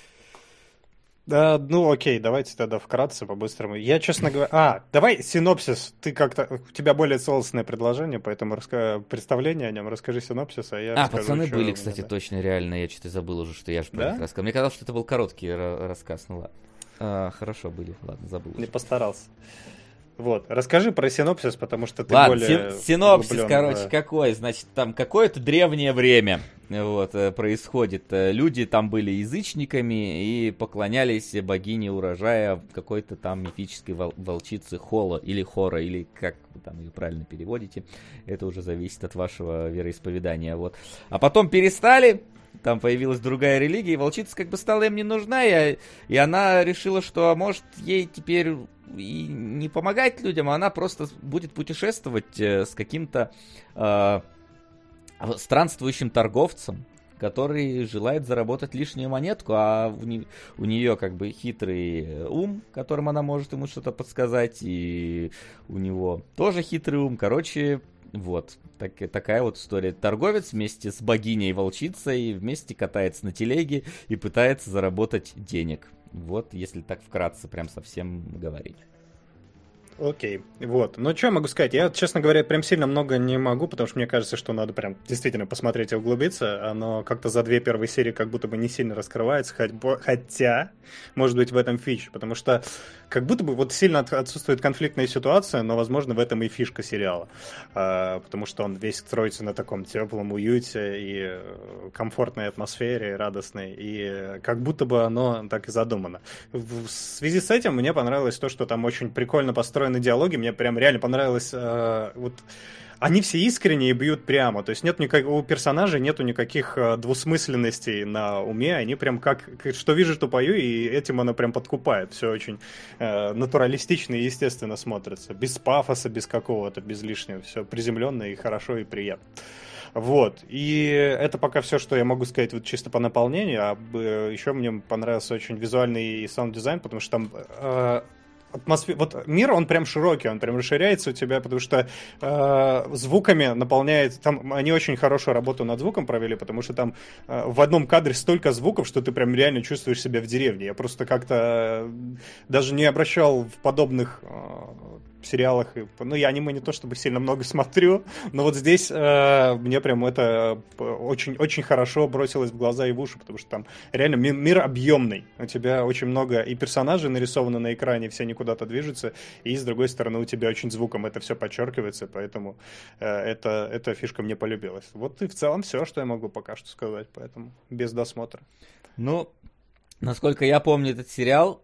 S3: Да, ну окей, давайте тогда вкратце, по-быстрому. Я, честно говоря... давай синопсис. Ты как-то... У тебя более целостное предложение, поэтому представление о нем. Расскажи синопсис, а я расскажу,
S1: Пацаны
S3: что
S1: были,
S3: у меня,
S1: кстати,
S3: да.
S1: точно, реально, я что-то забыл уже, что я же про
S3: Да?
S1: них рассказал. Мне казалось, что это был короткий рассказ, ну ладно. Хорошо были, ладно, забыл
S3: Не
S1: уже.
S3: постарался. Вот, расскажи про синопсис, потому что ты
S1: Ладно,
S3: более
S1: синопсис,
S3: углублён,
S1: короче,
S3: да.
S1: какой? Значит, там какое-то древнее время вот, происходит. Люди там были язычниками и поклонялись богине урожая какой-то там мифической волчице Хола или Хора, или как вы там ее правильно переводите. Это уже зависит от вашего вероисповедания. Вот. А потом перестали. Там появилась другая религия, и волчица как бы стала им не нужна, и она решила, что может ей теперь и не помогать людям, а она просто будет путешествовать с каким-то странствующим торговцем, который желает заработать лишнюю монетку, а у нее как бы хитрый ум, которым она может ему что-то подсказать, и у него тоже хитрый ум. Короче, вот такая вот история. Торговец вместе с богиней-волчицей вместе катается на телеге и пытается заработать денег. Вот, если так вкратце прям совсем говорить.
S3: Окей, вот. Ну, что я могу сказать? Я, честно говоря, прям сильно много не могу, потому что мне кажется, что надо прям действительно посмотреть и углубиться. Оно как-то за 2 первые серии как будто бы не сильно раскрывается, хотя, может быть, в этом фич, потому что как будто бы вот сильно отсутствует конфликтная ситуация, но, возможно, в этом и фишка сериала, потому что он весь строится на таком теплом уюте и комфортной атмосфере, радостной, и как будто бы оно так и задумано. В связи с этим мне понравилось то, что там очень прикольно построено диалоги, мне прям реально понравилось, вот они все искренние и бьют прямо, то есть нет у персонажей нету никаких двусмысленностей на уме, они прям что вижу, то пою, и этим оно прям подкупает, все очень натуралистично и естественно смотрится, без пафоса, без какого-то, без лишнего, все приземленно и хорошо и приятно. Вот, и это пока все, что я могу сказать вот чисто по наполнению, а еще мне понравился очень визуальный и саунд-дизайн, потому что там вот мир, он прям широкий, он прям расширяется у тебя, потому что звуками наполняет, там они очень хорошую работу над звуком провели, потому что там в одном кадре столько звуков, что ты прям реально чувствуешь себя в деревне. Я просто как-то даже не обращал в подобных сериалах, ну, я аниме не то чтобы сильно много смотрю, но вот здесь мне прям это очень хорошо бросилось в глаза и в уши, потому что там реально мир объемный, у тебя очень много и персонажей нарисовано на экране, все они куда-то движутся, и с другой стороны у тебя очень звуком это все подчеркивается, поэтому эта фишка мне полюбилась. Вот и в целом все, что я могу пока что сказать, поэтому без досмотра.
S1: Ну, насколько я помню этот сериал,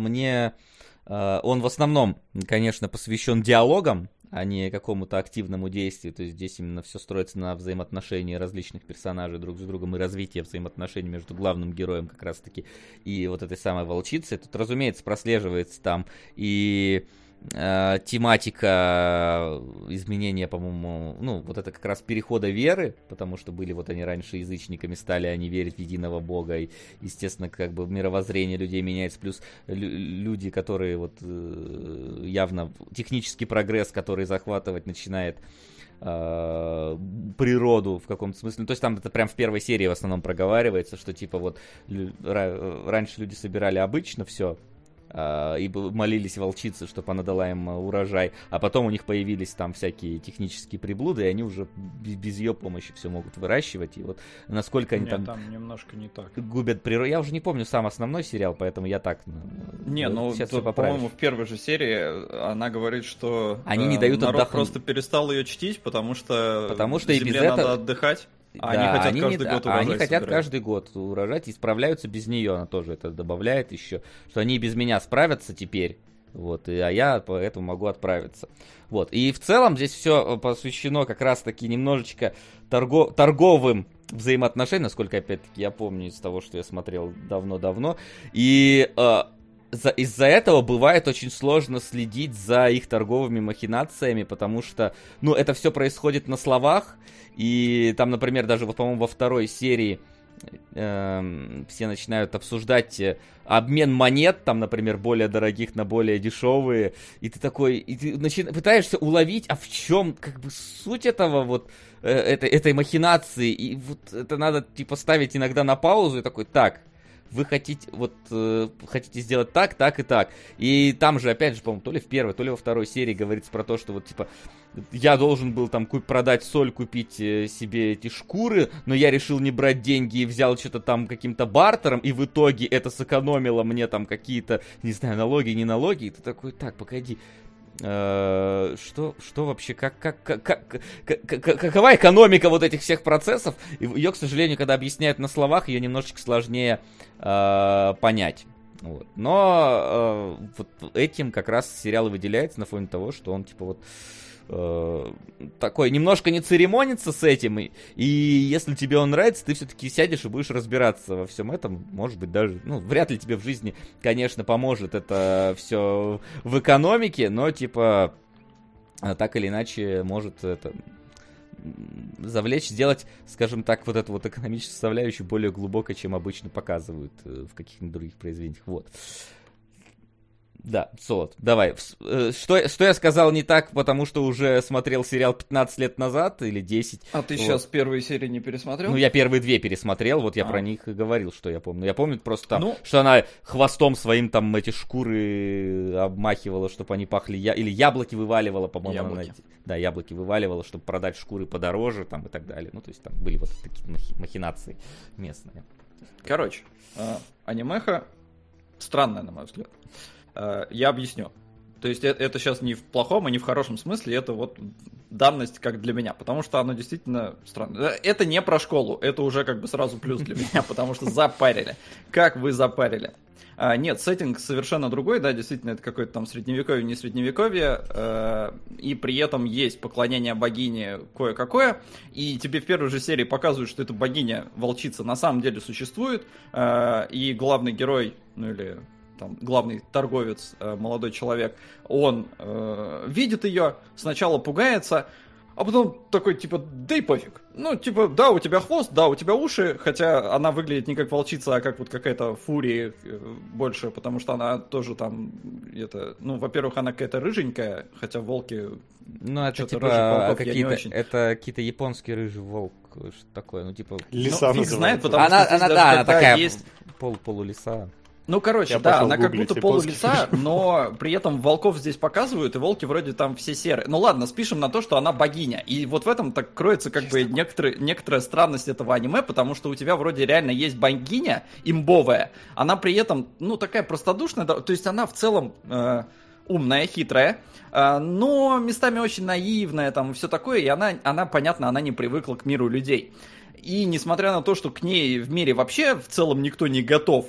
S1: он в основном, конечно, посвящен диалогам, а не какому-то активному действию. То есть здесь именно все строится на взаимоотношении различных персонажей друг с другом и развитии взаимоотношений между главным героем как раз-таки и вот этой самой волчицей. Тут, разумеется, прослеживается там и тематика изменения, по-моему, ну, вот это как раз перехода веры, потому что были вот они раньше язычниками, стали они верить в единого бога, и, естественно, как бы мировоззрение людей меняется, плюс люди, которые вот явно технический прогресс, который захватывать начинает природу в каком-то смысле. Ну, то есть там это прям в первой серии в основном проговаривается, что типа вот раньше люди собирали обычно все, и молились волчице, чтобы она дала им урожай, а потом у них появились там всякие технические приблуды, и они уже без ее помощи все могут выращивать, и вот насколько они там
S2: немножко не так
S1: губят природу. Я уже не помню сам основной сериал, поэтому я так...
S2: сейчас тут, по-моему, в первой же серии она говорит, что
S1: они не дают
S2: народ
S1: отдохнуть.
S2: Просто перестал ее чтить, потому что
S1: и без этого
S2: надо отдыхать.
S1: Да,
S2: они хотят каждый год урожать.
S1: Они хотят каждый год урожать и справляются без нее. Она тоже это добавляет еще, что они без меня справятся теперь. Вот, а я поэтому могу отправиться. Вот. И в целом здесь все посвящено как раз-таки немножечко торговым взаимоотношениям, насколько, опять-таки, я помню из того, что я смотрел давно-давно. И из-за этого бывает очень сложно следить за их торговыми махинациями, потому что, ну, это все происходит на словах, и там, например, даже, вот, по-моему, во второй серии все начинают обсуждать обмен монет, там, например, более дорогих на более дешевые, и ты такой, пытаешься уловить, а в чем, как бы, суть этого вот, этой махинации, и вот это надо, типа, ставить иногда на паузу, и такой, так, вы хотите сделать так, так и так. И там же, опять же, по-моему, то ли в первой, то ли во второй серии говорится про то, что вот, типа, я должен был там продать соль, купить себе эти шкуры, но я решил не брать деньги и взял что-то там каким-то бартером, и в итоге это сэкономило мне там какие-то, не знаю, налоги, не налоги. И ты такой, так, погоди. Что вообще, какова экономика вот этих всех процессов? Ее, к сожалению, когда объясняют на словах, ее немножечко сложнее понять. Вот. Но вот этим как раз сериал и выделяется на фоне того, что он типа вот такой немножко не церемонится с этим, и если тебе он нравится, ты все-таки сядешь и будешь разбираться во всем этом. Может быть, даже, ну, вряд ли тебе в жизни, конечно, поможет это все в экономике, но типа так или иначе может это завлечь, сделать, скажем так, вот эту вот экономическую составляющую более глубокой, чем обычно показывают в каких-нибудь других произведениях. Вот. Да, Солод, давай. Что я сказал не так, потому что уже смотрел сериал 15 лет назад или 10.
S2: А ты
S1: вот.
S2: сейчас первые серии не пересмотрел?
S1: Ну, я первые 2 пересмотрел, вот я про них и говорил, что я помню. Я помню просто там,
S2: Ну...
S1: что она хвостом своим там эти шкуры обмахивала, чтобы они пахли, или яблоки вываливала, по-моему. Да, яблоки вываливала, чтобы продать шкуры подороже там и так далее. Ну, то есть там были вот такие махинации местные.
S2: Короче, анимеха странная, на мой взгляд. Я объясню. То есть это сейчас не в плохом и не в хорошем смысле, это вот данность как для меня, потому что оно действительно странно. Это не про школу, это уже как бы сразу плюс для меня, потому что запарили. Как вы запарили? Нет, сеттинг совершенно другой, да, действительно, это какое-то там средневековье, не средневековье, и при этом есть поклонение богине кое-какое, и тебе в первой же серии показывают, что эта богиня-волчица на самом деле существует, и главный герой, ну или... там, главный торговец, молодой человек, он видит ее, сначала пугается, а потом такой, типа, да и пофиг. Ну, типа, да, у тебя хвост, да, у тебя уши, хотя она выглядит не как волчица, а как вот какая-то фурия больше, потому что она тоже там, ну, во-первых, она какая-то рыженькая, хотя волки...
S1: Ну, это типа какие-то японские рыжий волк, что такое, ну, типа...
S3: Лиса
S2: фиг знает, потому
S1: она,
S2: что
S1: она такая
S2: есть...
S1: полулиса.
S2: Ну, короче, да, она как будто полулиса, но при этом волков здесь показывают, и волки вроде там все серые. Ну ладно, спишем на то, что она богиня. И вот в этом так кроется как бы некоторая странность этого аниме, потому что у тебя вроде реально есть богиня имбовая, она при этом, ну, такая простодушная, то есть она в целом умная, хитрая, но местами очень наивная, там, все такое, и она, понятно, она не привыкла к миру людей. И несмотря на то, что к ней в мире вообще в целом никто не готов,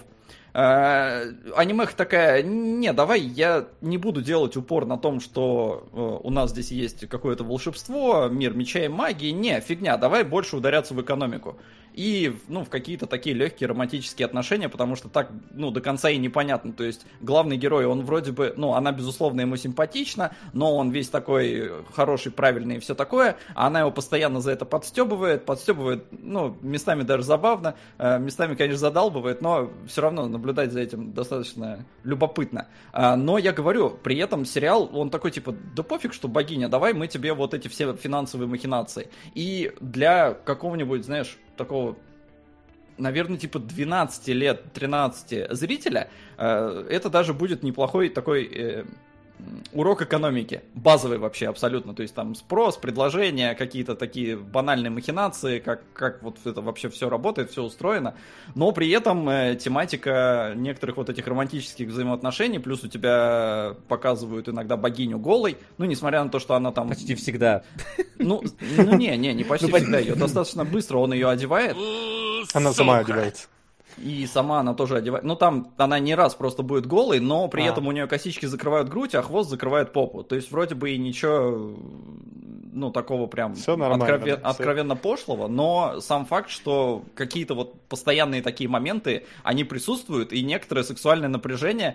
S2: анимеха такая, не, давай я не буду делать упор на том, что у нас здесь есть какое-то волшебство, мир меча и магии, не, фигня, давай больше ударяться в экономику. И, ну, в какие-то такие легкие романтические отношения, потому что так, ну, до конца и непонятно. То есть главный герой, он вроде бы, ну, она, безусловно, ему симпатична, но он весь такой хороший, правильный и все такое, а она его постоянно за это подстебывает, ну, местами даже забавно, местами, конечно, задалбывает, но все равно наблюдать за этим достаточно любопытно. Но я говорю, при этом сериал, он такой, типа, да пофиг, что богиня, давай мы тебе вот эти все финансовые махинации. И для какого-нибудь, знаешь, такого, наверное, типа 12 лет, 13 зрителя, это даже будет неплохой такой урок экономики, базовый вообще абсолютно, то есть там спрос, предложения, какие-то такие банальные махинации, как вот это вообще все работает, все устроено, но при этом тематика некоторых вот этих романтических взаимоотношений, плюс у тебя показывают иногда богиню голой, ну, несмотря на то, что она там...
S1: Почти всегда.
S2: Ну не почти всегда, ее достаточно быстро он ее одевает.
S3: Она сама одевается.
S2: И сама она тоже одевает. Ну, там она не раз просто будет голой, но при этом у нее косички закрывают грудь, а хвост закрывает попу. То есть вроде бы и ничего, ну, такого прям откровенно пошлого, но сам факт, что какие-то вот постоянные такие моменты, они присутствуют, и некоторое сексуальное напряжение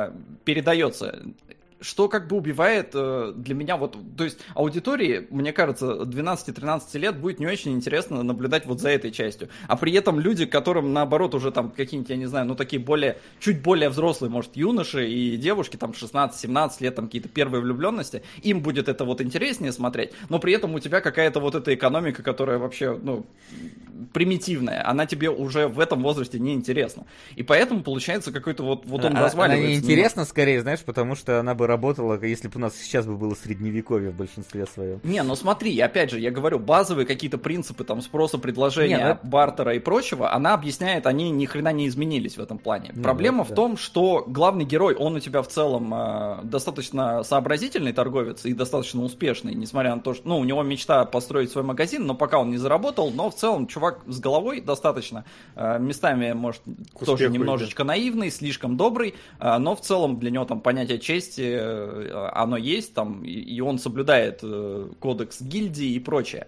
S2: передается. Что как бы убивает для меня вот, то есть аудитории, мне кажется, 12-13 лет будет не очень интересно наблюдать вот за этой частью. А при этом люди, которым наоборот уже там какие-нибудь, я не знаю, ну такие чуть более взрослые, может, юноши и девушки, там 16-17 лет, там какие-то первые влюбленности, им будет это вот интереснее смотреть, но при этом у тебя какая-то вот эта экономика, которая вообще, ну, примитивная, она тебе уже в этом возрасте не интересна. И поэтому получается какой-то вот он разваливается.
S1: Она не интересна скорее, знаешь, потому что она бы работала, если бы у нас сейчас бы было средневековье в большинстве своем.
S2: Не, ну смотри, опять же, я говорю, базовые какие-то принципы там спроса, предложения, бартера и прочего, она объясняет, они ни хрена не изменились в этом плане. Проблема в том, что главный герой, он у тебя в целом достаточно сообразительный торговец и достаточно успешный, несмотря на то, что, ну, у него мечта построить свой магазин, но пока он не заработал, но в целом чувак с головой достаточно, местами, может, тоже немножечко наивный, слишком добрый, но в целом для него там понятие чести, оно есть там, и он соблюдает кодекс гильдии и прочее.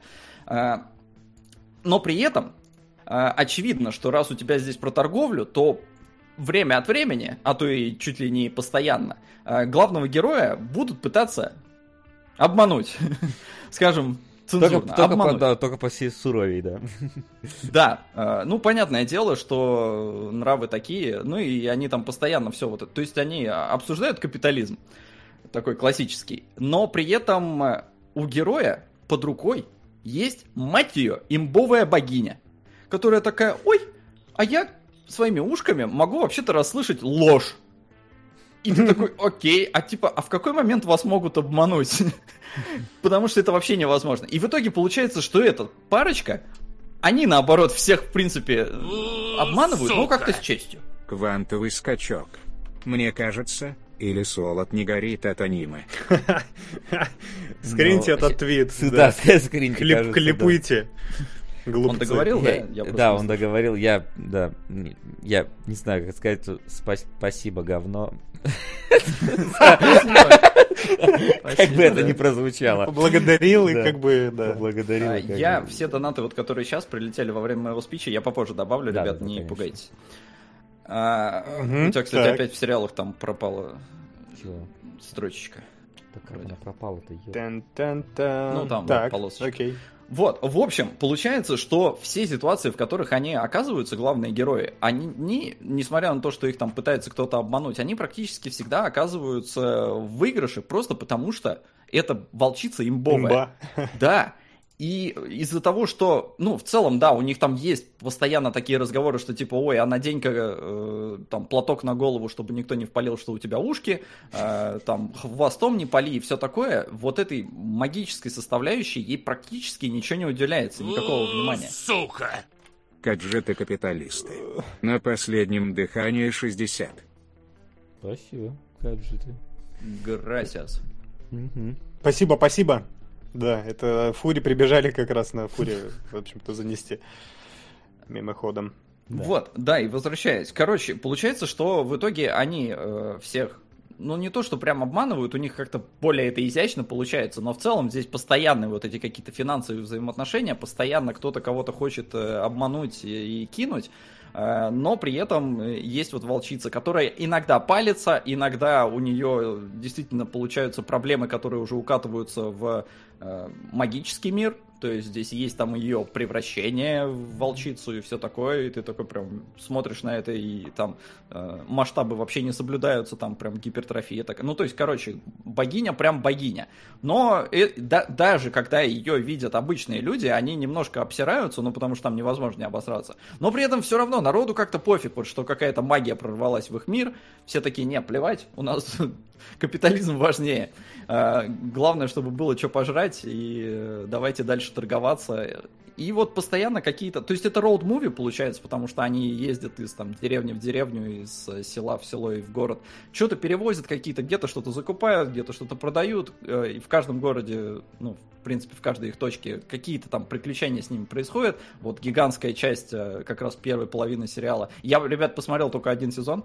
S2: Но при этом очевидно, что раз у тебя здесь про торговлю, то время от времени, а то и чуть ли не постоянно, главного героя будут пытаться обмануть. Скажем, цензурно, обмануть.
S1: Только по всей суровей, да.
S2: Да, ну, понятное дело, что нравы такие, ну, и они там постоянно все вот это, то есть они обсуждают капитализм, такой классический, но при этом у героя под рукой есть, мать ее, имбовая богиня, которая такая, ой, а я своими ушками могу вообще-то расслышать ложь. И ты такой, окей, а в какой момент вас могут обмануть? Потому что это вообще невозможно. И в итоге получается, что эта парочка, они наоборот всех, в принципе, обманывают, но как-то с честью.
S4: Квантовый скачок. Мне кажется, или Солод не горит от аниме.
S3: Скриньте этот твит.
S1: Да, скриньте, кажется,
S3: клипуйте. Глупцы.
S2: Он договорил, да?
S1: Да, он договорил. Я не знаю, как сказать. Спасибо, говно. Как бы это ни прозвучало.
S3: Поблагодарил и как бы, да.
S1: Поблагодарил.
S2: Я все донаты, вот, которые сейчас прилетели во время моего спича, я попозже добавлю, ребят, не пугайтесь. У тебя, кстати, опять в сериалах там пропала строчечка.
S1: Так как она пропала-то?
S2: Ну там, полосочка.
S3: Окей.
S2: Вот, в общем, получается, что все ситуации, в которых они оказываются, главные герои, они, несмотря на то, что их там пытается кто-то обмануть, они практически всегда оказываются в выигрыше, просто потому что это волчица имбовая. Да. И из-за того, что, ну, в целом, да, у них там есть постоянно такие разговоры, что типа, ой, а надень-ка там платок на голову, чтобы никто не впалил, что у тебя ушки, там хвостом не пали и все такое, вот этой магической составляющей ей практически ничего не уделяется, никакого внимания.
S4: Сука! Гаджеты капиталисты. На последнем дыхании 60.
S1: Спасибо, гаджеты.
S2: Грасиас.
S3: Спасибо. Да, это Фури прибежали как раз на Фури, в общем-то, занести мимоходом.
S2: Да. Вот, да, и возвращаясь. Короче, получается, что в итоге они всех, ну не то, что прям обманывают, у них как-то более это изящно получается, но в целом здесь постоянные вот эти какие-то финансовые взаимоотношения, постоянно кто-то кого-то хочет обмануть и кинуть. Но при этом есть вот волчица, которая иногда палится, иногда у нее действительно получаются проблемы, которые уже укатываются в магический мир. То есть здесь есть там ее превращение в волчицу и все такое, и ты такой прям смотришь на это, и там масштабы вообще не соблюдаются, там прям гипертрофия такая. Ну, то есть, короче, богиня прям богиня. Но даже когда ее видят обычные люди, они немножко обсираются, ну, потому что там невозможно не обосраться. Но при этом все равно народу как-то пофиг, вот, что какая-то магия прорвалась в их мир. Все такие, не, плевать, у нас капитализм важнее. Главное, чтобы было что пожрать, и давайте дальше торговаться. И вот постоянно какие-то... То есть это роуд-муви получается, потому что они ездят из там, деревни в деревню, из села в село и в город. Что-то перевозят какие-то, где-то что-то закупают, где-то что-то продают. И в каждом городе, ну, в принципе, в каждой их точке какие-то там приключения с ними происходят. Вот гигантская часть как раз первой половины сериала. Я, ребят, посмотрел только один сезон.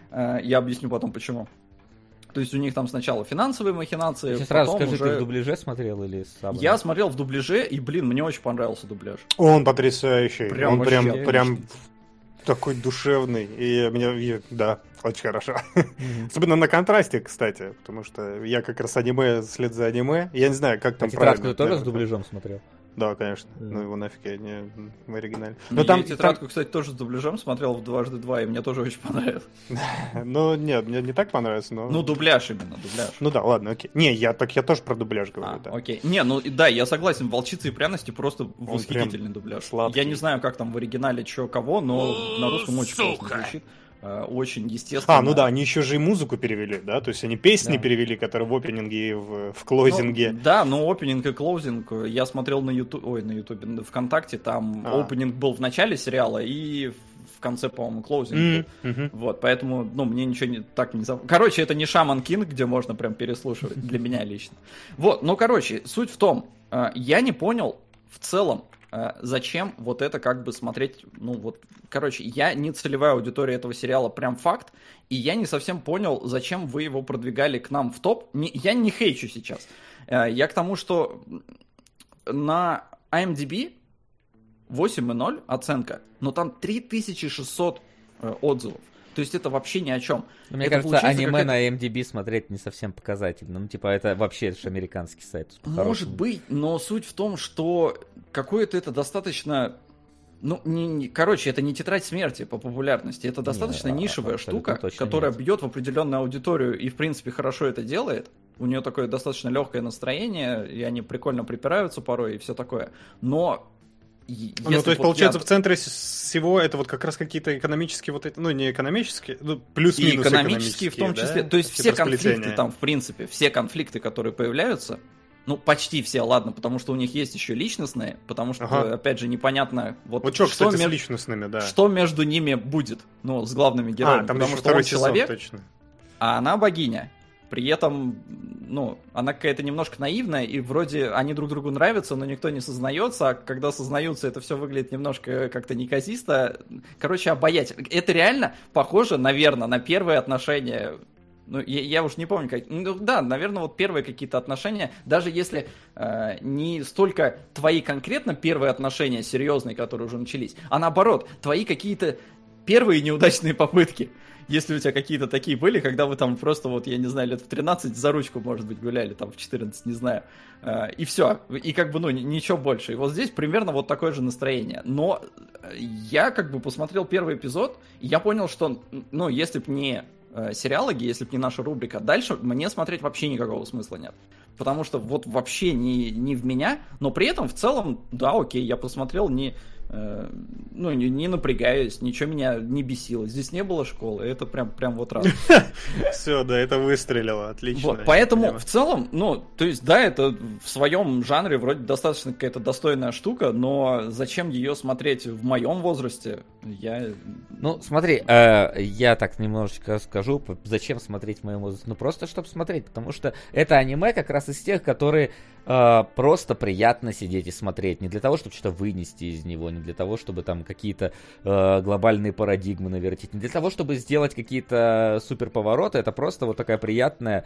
S2: Я объясню потом, почему. То есть у них там сначала финансовые махинации.
S1: Сейчас сразу скажи, ты в дубляже смотрел или сам?
S2: Я смотрел в дубляже, и, блин, мне очень понравился дубляж.
S3: Он потрясающий.
S2: Прям
S3: он прям такой душевный. И мне, да, очень хорошо. Особенно на контрасте, кстати. Потому что я как раз аниме след за аниме. Я не знаю, как там правильно.
S1: Тетрадку ты тоже с дубляжом смотрел?
S3: Да, конечно. Ну его нафиг, я не в оригинале.
S2: Но там тетрадку, кстати, тоже с дубляжом смотрел в 2x2, и мне тоже очень понравилось.
S3: Ну, нет, мне не так понравилось, но...
S2: Ну, дубляж именно, дубляж.
S3: Ну да, ладно, окей. Не, я тоже про дубляж говорю, да.
S2: Окей. Не, ну да, я согласен, «Волчица и пряности» просто восхитительный дубляж.
S3: Сладкий.
S2: Я не знаю, как там в оригинале, что кого, но на русском очень классно звучит. Очень естественно.
S3: Ну да, они еще же и музыку перевели, да? То есть они песни перевели, которые в опенинге и в клоузинге.
S2: Ну, да, но опенинг и клоузинг я смотрел на Ютубе, ВКонтакте, там опенинг был в начале сериала и в конце, по-моему, клоузинг был. Вот, поэтому, ну, мне ничего так не... Короче, это не Шаман Кинг, где можно прям переслушивать, для меня лично. Вот, ну, короче, суть в том, я не понял в целом, зачем вот это как бы смотреть, ну вот, короче, я не целевая аудитория этого сериала, прям факт, и я не совсем понял, зачем вы его продвигали к нам в топ. Я не хейчу сейчас, я к тому, что на IMDb 8,0 оценка, но там 3600 отзывов. То есть это вообще ни о чем.
S1: Мне
S2: это
S1: кажется, аниме на MDB смотреть не совсем показательно. Ну, типа, это вообще же американский сайт.
S2: Может быть, но суть в том, что какое-то это достаточно... Ну, короче, это не тетрадь смерти по популярности, это достаточно нишевая штука, которая бьет в определенную аудиторию и, в принципе, хорошо это делает. У нее такое достаточно легкое настроение, и они прикольно припираются порой и все такое. Но...
S3: Ну, то есть, получается, в центре всего это вот как раз какие-то экономические вот эти, ну, не экономические, ну, плюс-минус
S2: экономические в том числе, да? То есть все конфликты там, в принципе, все конфликты, которые появляются, ну, почти все, ладно, потому что у них есть еще личностные, потому что, опять же, непонятно, вот
S3: что, кстати, с личностными, да.
S2: Что между ними будет, ну, с главными героями,
S3: там
S2: потому что он человек, точно. А она богиня. При этом, ну, она какая-то немножко наивная, и вроде они друг другу нравятся, но никто не сознается, а когда сознаются, это все выглядит немножко как-то неказисто. Короче, обаятельно. Это реально похоже, наверное, на первые отношения. Ну, я уж не помню, как... Ну, да, наверное, вот первые какие-то отношения, даже если не столько твои конкретно первые отношения серьезные, которые уже начались, а наоборот, твои какие-то первые неудачные попытки. Если у тебя какие-то такие были, когда вы там просто, вот, я не знаю, лет в 13 за ручку, может быть, гуляли, там в 14, не знаю, и все, и как бы, ну, ничего больше. И вот здесь примерно вот такое же настроение. Но я как бы посмотрел первый эпизод, и я понял, что, ну, если бы не сериалоги, если бы не наша рубрика, дальше мне смотреть вообще никакого смысла нет. Потому что вот вообще не в меня, но при этом в целом, да, окей, я посмотрел не напрягаясь, ничего меня не бесило. Здесь не было школы, это прям вот раз.
S3: Все, да, это выстрелило, отлично.
S2: Вот, поэтому в целом, ну, то есть, да, это в своем жанре вроде достаточно какая-то достойная штука, но зачем ее смотреть в моем возрасте,
S1: Ну, смотри, я так немножечко скажу, зачем смотреть в моем возрасте. Ну, просто чтобы смотреть, потому что это аниме как раз из тех, которые просто приятно сидеть и смотреть. Не для того, чтобы что-то вынести из него, не для того, чтобы там какие-то глобальные парадигмы навертить, не для того, чтобы сделать какие-то суперповороты. Это просто вот такая приятная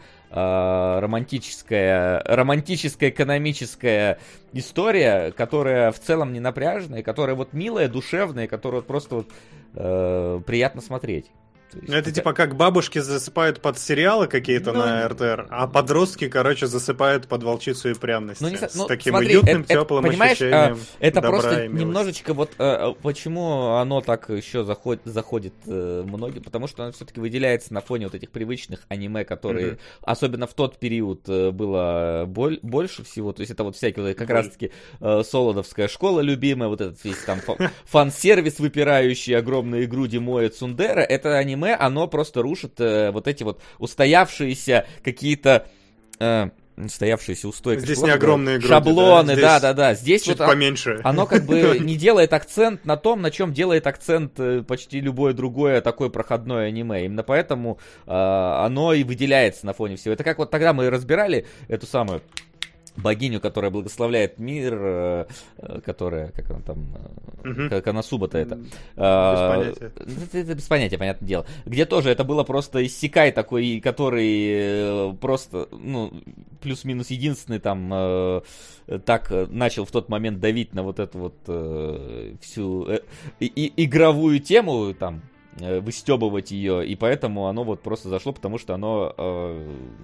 S1: романтическая экономическая история, которая в целом не напряженная, которая вот милая, душевная, которую вот просто вот приятно смотреть.
S3: Это типа как бабушки засыпают под сериалы какие-то на РТР, а подростки, короче, засыпает под «Волчицу и пряности». С таким уютным, теплым ощущением
S1: это
S3: добра
S1: просто
S3: и милости.
S1: Немножечко вот почему оно так еще заходит многим, потому что оно все-таки выделяется на фоне вот этих привычных аниме, которые, особенно в тот период, было больше всего. То есть это вот всякие как раз-таки солодовская школа любимая, вот этот весь там фан-сервис выпирающий, огромные груди моет Сундера. Это аниме, оно просто рушит вот эти вот устоявшиеся какие-то устоявшиеся устои.
S3: Здесь не огромные груди,
S1: шаблоны, да. Здесь
S3: чуть
S1: вот
S3: поменьше.
S1: Оно как бы не делает акцент на том, на чем делает акцент почти любое другое такое проходное аниме. Именно поэтому оно и выделяется на фоне всего. Это как вот тогда мы разбирали эту самую богиню, которая благословляет мир, которая, как она там, как Коносуба-то это.
S3: Без понятия.
S1: Это без понятия, понятное дело. Где тоже это было просто иссякай такой, который просто, ну, плюс-минус единственный там так начал в тот момент давить на вот эту вот всю игровую тему, там, выстебывать ее, и поэтому оно вот просто зашло, потому что оно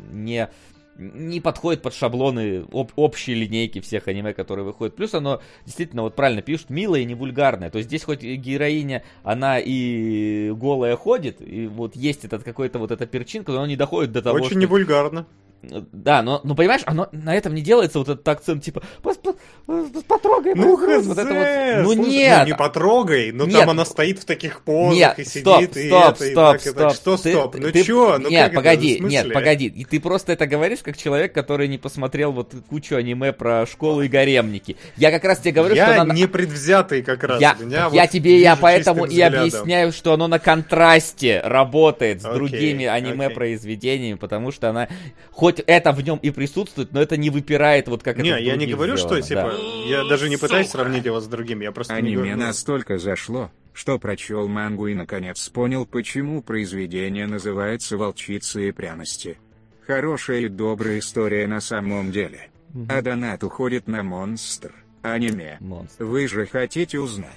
S1: не подходит под шаблоны общей линейки всех аниме, которые выходят. Плюс оно действительно, вот правильно пишут, милое и не вульгарное. То есть здесь хоть героиня, она и голая ходит, и вот есть этот какой-то вот эта перчинка, но она не доходит до того,
S3: очень не вульгарно.
S1: Да, но понимаешь, оно на этом не делается вот этот акцент, типа, потрогай.
S3: Ну,
S1: вот это вот.
S3: Ну, слушай,
S1: нет.
S3: Ну, не потрогай, но
S1: нет.
S3: Там она стоит в таких позах
S1: нет.
S3: и сидит,
S1: Стоп.
S3: Что стоп? Ну чё? Ну
S1: нет,
S3: как
S1: погоди,
S3: это? В
S1: нет,
S3: смысле?
S1: погоди. И ты просто это говоришь как человек, который не посмотрел вот кучу аниме про школы и гаремники. Я как раз тебе говорю,
S3: я
S1: что она...
S3: не предвзятый как раз.
S1: Я
S3: вот
S1: поэтому и
S3: взглядом.
S1: объясняю, что оно на контрасте работает с другими аниме-произведениями, потому что она, хоть это в нем и присутствует, но это не выпирает вот как это в других
S3: я не говорю,
S1: сделано,
S3: что типа, я даже не пытаюсь сравнить его с другим, я просто не
S4: Аниме
S3: говорю.
S4: настолько зашло, что прочел мангу и наконец понял, почему произведение называется «Волчица и пряности». Хорошая и добрая история на самом деле. А донат уходит на монстр. Аниме.
S1: Монстр.
S4: Вы же хотите узнать,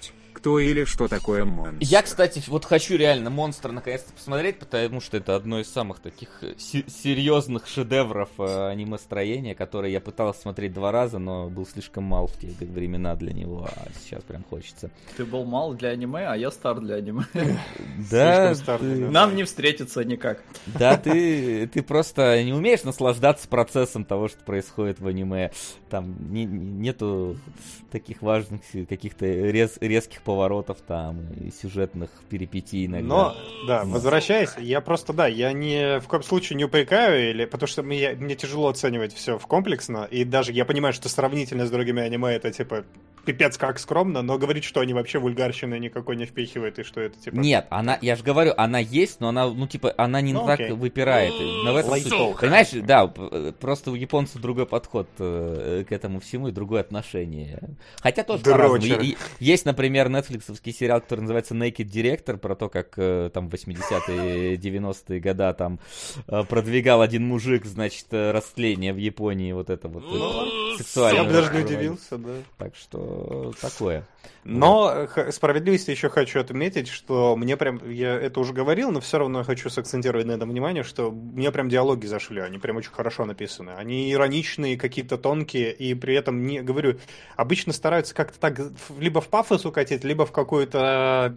S4: кто или что такое монстр.
S1: Я, кстати, вот хочу реально «Монстр» наконец-то посмотреть, потому что это одно из самых таких серьезных шедевров аниме-строения, которое я пытался смотреть 2 раза, но был слишком мал в те времена для него, а сейчас прям хочется.
S2: Ты был мал для аниме, а я стар для аниме.
S1: Да,
S2: Нам не встретиться никак.
S1: да, ты просто не умеешь наслаждаться процессом того, что происходит в аниме. Там нету таких важных каких-то резких поворотов там и сюжетных перипетий иногда.
S3: Но, да, возвращаясь, я просто, да, я ни в коем случае не упрекаю, потому что мне тяжело оценивать все комплексно, и даже я понимаю, что сравнительно с другими аниме это, типа, пипец как скромно, но говорить, что они вообще вульгарщины никакой не впихивают, и что это, типа...
S1: Нет, я же говорю, она есть, но она, ну, типа, она не так выпирает. Но в этом суть. Понимаешь, да, просто у японцев другой подход к этому всему и другое отношение. Хотя тоже по-разному. Есть, например, нетфликсовский сериал, который называется Naked Director, про то, как там в 80-е, 90-е года там продвигал один мужик, значит, растление в Японии, вот это вот сексуальное.
S3: Я бы даже не удивился, да.
S1: Так что такое.
S3: Но справедливости еще хочу отметить, что мне прям, я это уже говорил, но все равно хочу сакцентировать на этом внимание, что мне прям диалоги зашли, они прям очень хорошо написаны. Они ироничные, какие-то тонкие, и при этом, не говорю, обычно стараются как-то так либо в пафос укатить, либо в какую-то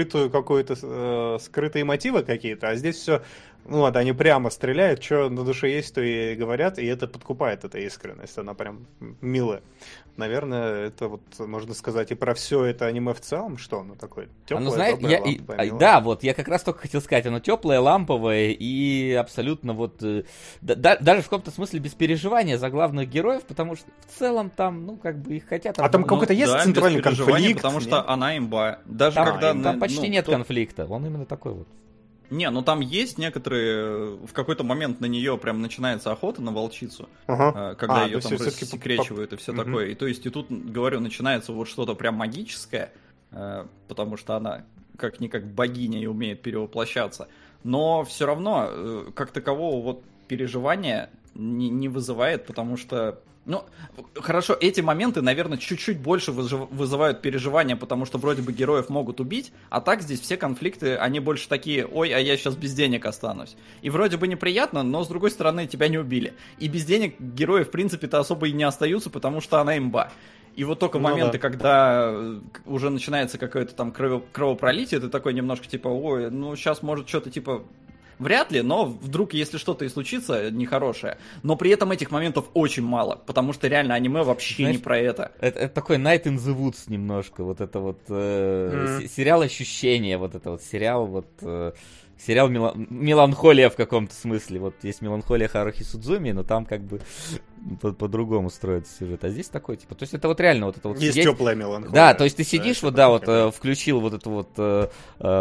S3: скрытые мотивы какие-то, а здесь все, ну вот, они прямо стреляют, что на душе есть, то и говорят, и это подкупает, эта искренность, она прям милая. Наверное, это вот можно сказать и про все это аниме в целом, что оно такое теплое, доброе, ламповое,
S1: да, вот, я как раз только хотел сказать, оно теплое, ламповое и абсолютно вот, даже в каком-то смысле без переживания за главных героев, потому что в целом там, ну, как бы их хотят...
S3: А там какой-то есть центральный конфликт?
S2: Потому что она имба. Даже
S1: там,
S2: когда...
S1: Там почти нет конфликта, он именно такой вот.
S2: Не, ну там есть некоторые, в какой-то момент на нее прям начинается охота на волчицу, когда ее там рассекречивают и все такое. И то есть и тут, говорю, начинается вот что-то прям магическое, потому что она как-никак богиня и умеет перевоплощаться. Но все равно, как такового вот переживания не вызывает, потому что... Ну, хорошо, эти моменты, наверное, чуть-чуть больше вызывают переживания, потому что вроде бы героев могут убить, а так здесь все конфликты, они больше такие: ой, а я сейчас без денег останусь. И вроде бы неприятно, но с другой стороны тебя не убили. И без денег герои, в принципе-то, особо и не остаются, потому что она имба. И вот только моменты, когда уже начинается какое-то там кровопролитие, ты такой немножко типа: ой, ну сейчас может что-то типа... Вряд ли, но вдруг, если что-то и случится нехорошее. Но при этом этих моментов очень мало, потому что реально аниме вообще, знаешь, не про это.
S1: Это такой Night in the Woods немножко, вот это вот сериал ощущения, вот это вот сериал вот... Сериал меланхолия в каком-то смысле. Вот есть меланхолия Харухи Судзуми, но там как бы по-другому строится сюжет. А здесь такой, типа, то есть это вот реально вот это вот...
S3: Есть теплая меланхолия.
S1: Да, то есть ты сидишь, вот, да, вот, включил вот эту вот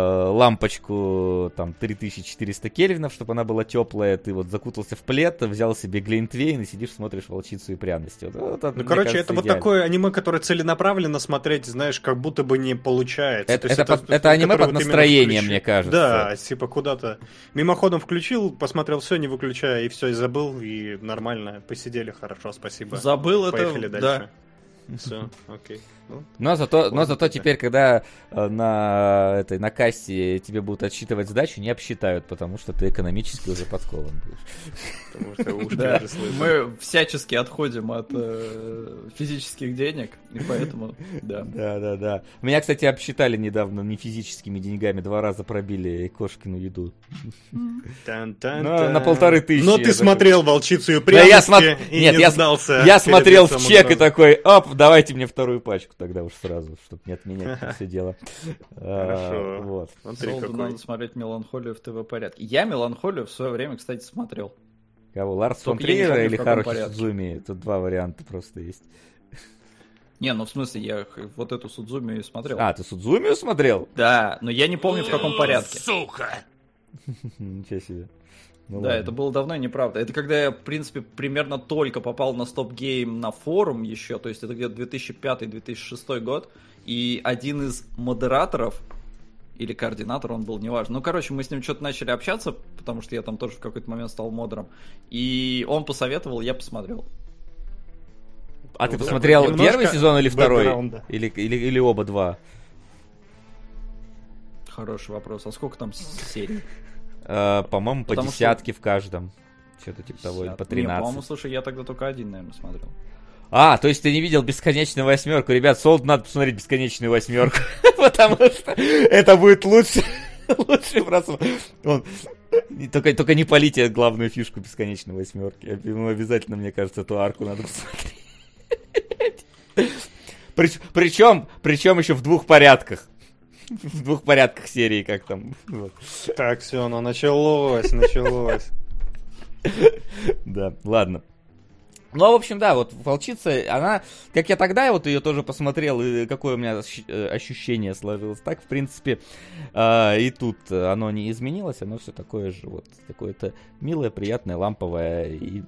S1: лампочку, там, 3400 кельвинов, чтобы она была теплая, ты вот закутался в плед, взял себе глинтвейн и сидишь, смотришь «Волчицу и пряности». Вот,
S3: ну, короче, кажется, это вот такое аниме, которое целенаправленно смотреть, знаешь, как будто бы не получается.
S1: Это аниме под настроение, мне кажется.
S3: Да, типа куда-то мимоходом включил, посмотрел все, не выключая, и все, и забыл, и нормально, посидели, хорошо, спасибо.
S2: Забыл.
S3: Поехали
S2: это,
S3: дальше.
S2: Да.
S3: Все, окей.
S1: Но зато теперь, когда на кассе тебе будут отсчитывать сдачу, не обсчитают, потому что ты экономически уже подкован будешь.
S3: Потому что
S2: мы всячески отходим от физических денег, и поэтому, да.
S1: Да. Меня, кстати, обсчитали недавно не физическими деньгами, 2 раза пробили кошкину еду. На 1500.
S3: Но ты смотрел «Волчицу и пряности» и не сдался.
S1: Я смотрел в чек и такой: оп, давайте мне 2-ю пачку тогда уж сразу, чтобы не отменять все дело.
S3: Хорошо.
S1: Вот.
S2: Солду надо смотреть «Меланхолию» в ТВ-порядке. Я «Меланхолию» в свое время, кстати, смотрел.
S1: Кого, Ларс фон Триера или Харухи Судзуми? Тут 2 варианта просто есть.
S2: Не, ну в смысле, я вот эту Судзуми смотрел.
S1: А, ты Судзумию смотрел?
S2: Да, но я не помню, в каком порядке.
S5: Сука!
S1: Ничего себе.
S2: Ну, да, ладно. Это было давно и неправда. Это когда я, в принципе, примерно только попал на Stop Game на форум еще, то есть это где-то 2005-2006 год, и один из модераторов, или координатор он был, неважно. Ну, короче, мы с ним что-то начали общаться, потому что я там тоже в какой-то момент стал модером, и он посоветовал, я посмотрел.
S1: А ты посмотрел первый сезон или второй? Или оба 2?
S2: Хороший вопрос. А сколько там серий?
S1: По-моему, по
S2: Потому что-
S1: десятке в каждом. Что-то типа того, или по
S2: Не, по-моему,
S1: 13.
S2: слушай, я тогда только один, наверное, смотрел.
S1: То есть ты не видел «Бесконечную восьмерку». Ребят, Солд, надо посмотреть «Бесконечную восьмерку». Потому что это будет лучший просмотр. Только не полите главную фишку «Бесконечной восьмерки». Ему обязательно, мне кажется, эту арку надо посмотреть. Причем еще в 2 порядках. В 2 порядках серии, как там. Вот.
S3: Так, все, ну началось.
S1: Да, ладно. Ну, в общем, да, вот «Волчица», она, как я тогда вот ее тоже посмотрел, и какое у меня ощущение сложилось, так, в принципе, и тут оно не изменилось, оно все такое же, вот, какое-то милое, приятное, ламповое и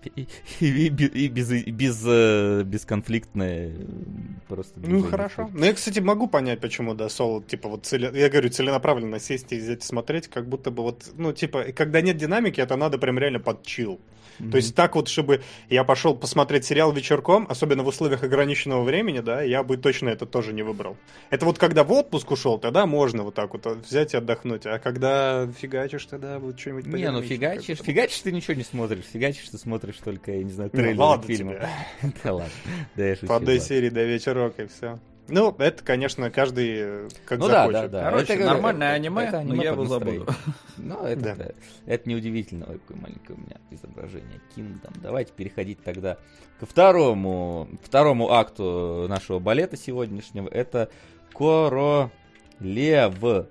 S1: бесконфликтное просто
S3: Ну,
S1: движение.
S3: хорошо. Ну, я, кстати, могу понять, почему, да, Соло, типа, вот, я говорю, целенаправленно сесть и взять и смотреть, как будто бы вот, ну, типа, когда нет динамики, это надо прям реально под чил. То есть так вот, чтобы я пошел посмотреть сериал вечерком, особенно в условиях ограниченного времени, да, я бы точно это тоже не выбрал. Это вот когда в отпуск ушел, тогда можно вот так вот взять и отдохнуть. А когда фигачишь, тогда вот что-нибудь
S1: Не, ну фигачишь ты ничего не смотришь. Фигачишь ты смотришь только, я не знаю, трейлеры
S3: ладно
S1: фильма.
S3: тебе.
S1: Да ладно. Да, я шучу,
S3: По одной
S1: ладно.
S3: серии до вечерок и все. Ну, это, конечно, каждый как
S1: Ну да,
S3: захочет.
S1: да.
S2: Короче,
S1: Это,
S2: нормальное
S1: это
S2: аниме, но я
S1: под
S2: его
S1: настроение.
S2: забуду.
S1: Ну,
S3: Да.
S1: это неудивительно. Ой, какое маленькое у меня изображение Kingdom. Давайте переходить тогда ко второму акту нашего балета сегодняшнего. Это Королевство.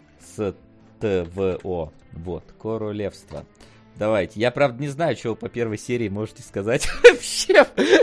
S1: Вот, королевство. Давайте. Я, правда, не знаю, что вы по первой серии можете сказать вообще.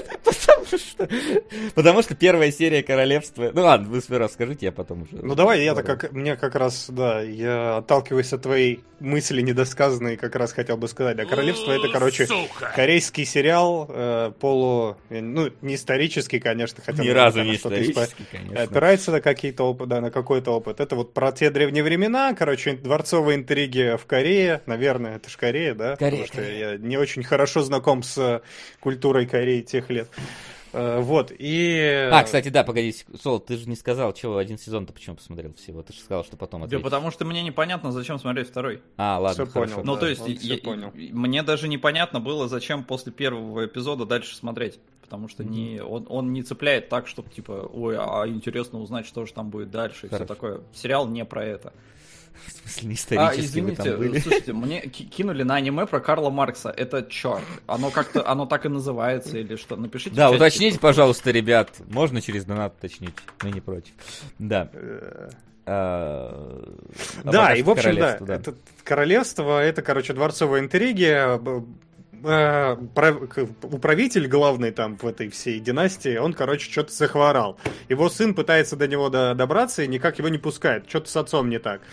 S1: Потому что первая серия королевства... Ну ладно, вы сперва скажите, я потом уже...
S3: Ну давай, мне как раз, да, я отталкиваюсь от твоей мысли недосказанной, как раз хотел бы сказать. Да, «Королевство» — это, короче, корейский сериал, ну, не исторический, конечно, хотя
S1: Ни
S3: бы
S1: разу
S3: там
S1: не
S3: что-то
S1: исторический, конечно.
S3: опирается на какие-то опыт, да, на какой-то опыт. Это вот про те древние времена, короче, дворцовые интриги в Корее, наверное, это же Корея, да?
S1: Корея,
S3: Потому что я не очень хорошо знаком с культурой Кореи тех лет. Вот, и...
S1: Кстати, да, погоди, Сол, ты же не сказал, чего один сезон-то почему посмотрел всего. Ты же сказал, что потом
S2: Да
S1: ответишь.
S2: потому что мне непонятно, зачем смотреть второй.
S1: Ладно,
S3: Всё
S1: хорошо.
S3: понял.
S2: Ну,
S3: Да,
S2: то есть,
S3: он всё понял.
S2: мне даже непонятно было, зачем после первого эпизода дальше смотреть. Потому что он не цепляет так, чтобы, типа, ой, а интересно узнать, что же там будет дальше, и все
S1: Хорошо.
S2: такое. Сериал не про это.
S1: В смысле, не исторически вы там
S2: Извините,
S1: были.
S2: слушайте, мне кинули на аниме про Карла Маркса. Это чё? Оно так и называется или что? Напишите.
S1: Да,
S2: в чатике,
S1: уточните,
S2: что-
S1: пожалуйста, ребят. Можно через донат уточнить? Мы не против. Да.
S3: Да, и в общем, да,
S1: Королевство,
S3: это королевство, это, короче, дворцовые интриги. Управитель главный там в этой всей династии, он, короче, что-то захворал. Его сын пытается до него добраться и никак его не пускает. Что-то с отцом не так.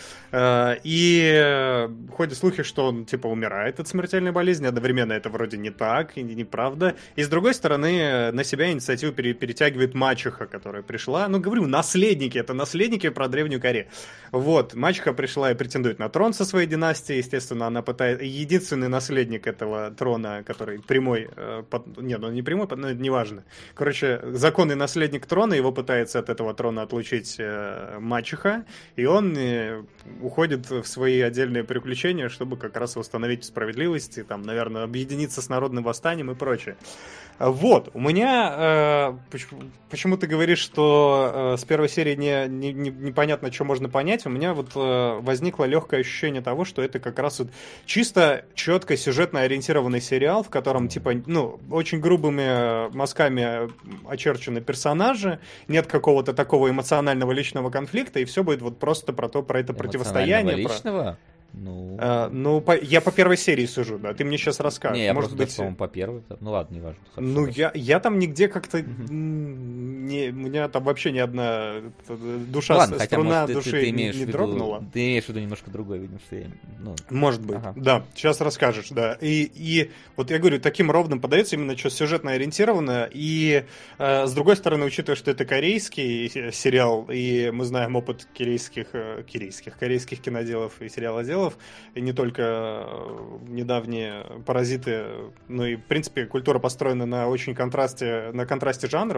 S3: И ходят слухи, что он, типа, умирает от смертельной болезни. Одновременно это вроде не так и неправда. И, с другой стороны, на себя инициативу перетягивает мачеха, которая пришла. Ну, говорю, наследники. Это наследники про Древнюю Корею. Вот. Мачеха пришла и претендует на трон со своей династией. Естественно, она пытается... Единственный наследник этого трона, который прямой... Нет, он не прямой, но это неважно. Короче, законный наследник трона, его пытается от этого трона отлучить мачеха, и он уходит в свои отдельные приключения, чтобы как раз восстановить справедливость, и там, наверное, объединиться с народным восстанием и прочее. Вот, у меня... Почему ты говоришь, что с первой серии непонятно, что можно понять? У меня вот возникло легкое ощущение того, что это как раз вот чисто, четко, сюжетно ориентированный сериал, в котором, типа, ну, очень грубыми мазками очерчены персонажи, нет какого-то такого эмоционального личного конфликта, и все будет вот просто про это противостояние.
S1: Личного? Ну...
S3: Я по первой серии сужу, да, ты мне сейчас расскажешь.
S1: Не, я
S3: Может
S1: просто,
S3: быть,
S1: по-моему, по первой. Ну ладно, неважно. Хорошо,
S3: ну,
S1: хорошо.
S3: я там нигде как-то... У меня там вообще ни одна душа,
S1: Ладно, хотя,
S3: струна
S1: может,
S3: души
S1: ты имеешь
S3: не
S1: в виду,
S3: дрогнула.
S1: Ты имеешь в виду немножко другое, видимо, что я... Ну,
S3: Может быть,
S1: ага.
S3: да. Сейчас расскажешь, да. И вот я говорю, таким ровным подается именно что сюжетно ориентировано. И с другой стороны, учитывая, что это корейский сериал, и мы знаем опыт корейских киноделов и сериалоделов, и не только недавние «Паразиты», но и, в принципе, культура построена на очень контрасте жанров.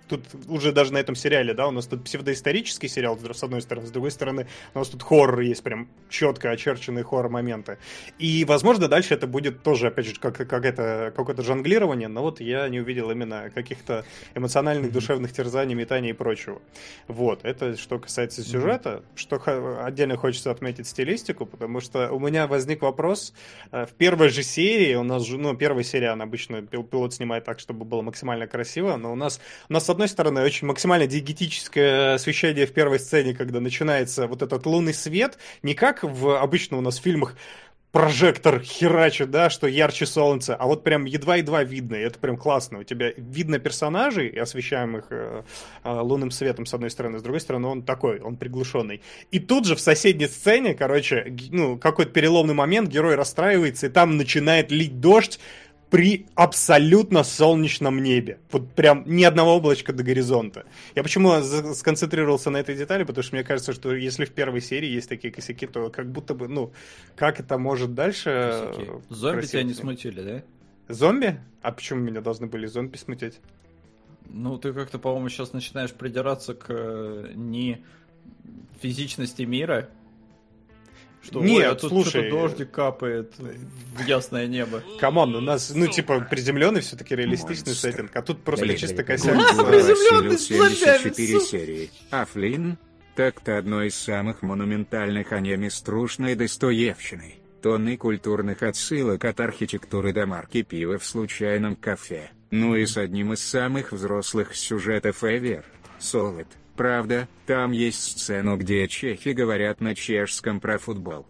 S3: тут уже даже на этом сериале, да, у нас тут псевдоисторический сериал, с одной стороны, с другой стороны, у нас тут хоррор есть, прям четко очерченные хоррор-моменты. И, возможно, дальше это будет тоже, опять же, какое-то жонглирование, но вот я не увидел именно каких-то эмоциональных, душевных терзаний, метаний и прочего. Вот, это что касается сюжета. Что отдельно хочется отметить стилистику, потому что у меня возник вопрос. В первой же серии, у нас же, первая серия, она обычно пилот снимает так, чтобы было максимально красиво, но у нас с одной стороны очень максимально диегетическое освещение в первой сцене, когда начинается вот этот лунный свет, не как обычно у нас в фильмах прожектор херачит, да, что ярче солнца, а вот прям едва-едва видно, и это прям классно. У тебя видно персонажей, освещаемых лунным светом, с одной стороны, с другой стороны, он приглушенный. И тут же в соседней сцене, какой-то переломный момент, герой расстраивается, и там начинает лить дождь при абсолютно солнечном небе. Вот прям ни одного облачка до горизонта. Я почему сконцентрировался на этой детали, потому что мне кажется, что если в первой серии есть такие косяки, то как будто бы, как это может дальше...
S2: Косяки. Зомби тебя не смутили, да?
S3: Зомби? А почему меня должны были зомби смутить?
S2: Ты как-то, по-моему, сейчас начинаешь придираться к не физичности мира. Что,
S3: нет,
S2: тут
S3: слушай,
S2: дождик капает в ясное небо.
S3: Камон, у нас, приземленный все-таки реалистичный сеттинг, а тут просто чисто косяк.
S4: Приземленный 74 серии. А Флинн? Так-то одно из самых монументальных аниме с трушной достоевщиной. Тонны культурных отсылок от архитектуры до марки пива в случайном кафе. И с одним из самых взрослых сюжетов ever. Solid. Правда, там есть сцену, где чехи говорят на чешском про футбол.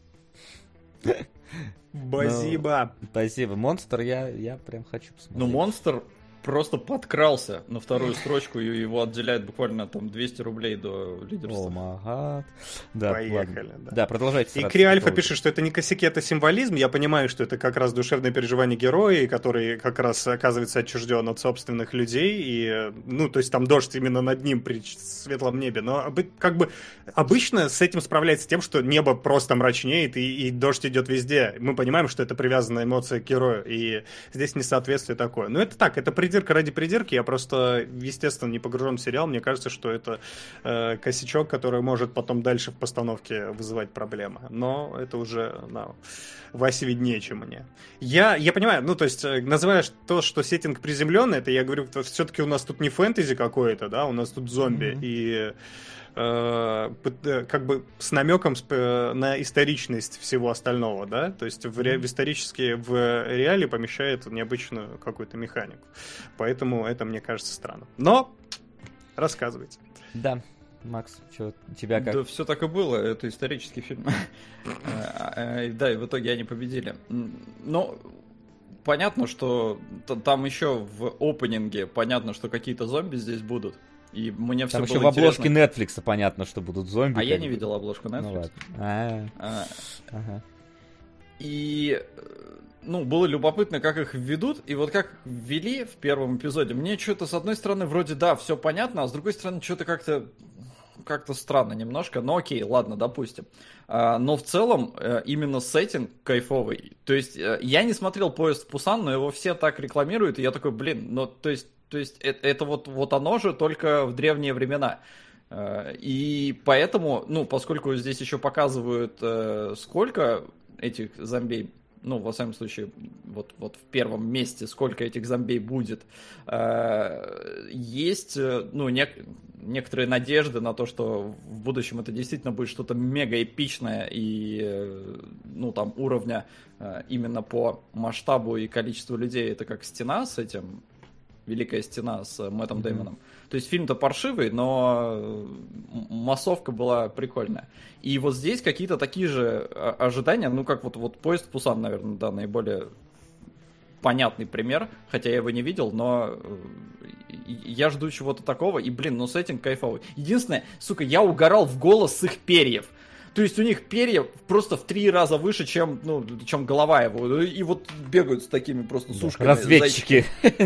S3: Спасибо.
S1: Спасибо. Монстр я прям хочу посмотреть.
S2: Монстр просто подкрался на вторую строчку, и его отделяет буквально там 200 рублей до лидерства.
S1: О, магад. Да,
S3: поехали.
S1: Да, продолжайте.
S3: И Криальфа пишет, что это не косяки, это символизм. Я понимаю, что это как раз душевное переживание героя, который как раз оказывается отчужден от собственных людей. И, то есть там дождь именно над ним при светлом небе. Но как бы обычно с этим справляется тем, что небо просто мрачнеет, и дождь идет везде. Мы понимаем, что это привязанная эмоция к герою. И здесь несоответствие такое. Но это так, это придирка ради придирки. Я просто, естественно, не погружен в сериал. Мне кажется, что это косячок, который может потом дальше в постановке вызывать проблемы. Но это уже Васе виднее, чем мне. Я понимаю, называешь то, что сеттинг приземленный, это я говорю, все-таки у нас тут не фэнтези какое-то, да, у нас тут зомби. И как бы с намеком на историчность всего остального, да, то есть в реале помещает необычную какую-то механику. Поэтому это, мне кажется, странно. Но рассказывайте.
S1: Да. Макс, что, тебя как?
S2: Да все так и было, это исторический фильм. Да, и в итоге они победили. Но понятно, что там еще в опенинге понятно, что какие-то зомби здесь будут. И мне все
S1: там
S2: было
S1: еще в обложке
S2: интересно.
S1: Netflix понятно, что будут зомби.
S2: А я не видел обложку Netflix.
S1: Ага.
S2: И было любопытно, как их введут, и вот как ввели в первом эпизоде. Мне что-то, с одной стороны, вроде да, все понятно, а с другой стороны, что-то как-то странно немножко, но окей, ладно, допустим. Но в целом именно сеттинг кайфовый. То есть я не смотрел «Поезд в Пусан», но его все так рекламируют, и я такой, то есть это вот оно же только в древние времена. И поэтому, поскольку здесь еще показывают, сколько этих зомбей, во всяком случае, вот в первом месте, сколько этих зомбей будет, есть, некоторые надежды на то, что в будущем это действительно будет что-то мега эпичное и, там, уровня именно по масштабу и количеству людей, это как «Стена» с этим, «Великая стена» с Мэттом Дэймоном. То есть фильм-то паршивый, но массовка была прикольная. И вот здесь какие-то такие же ожидания, как вот «Поезд в Пусан», наверное, да, наиболее понятный пример, хотя я его не видел, но я жду чего-то такого, и, сеттинг кайфовый. Единственное, сука, я угорал в голос с их перьев. То есть у них перья просто в 3 раза выше, чем голова его. И вот бегают с такими просто сушками.
S1: Разведчики.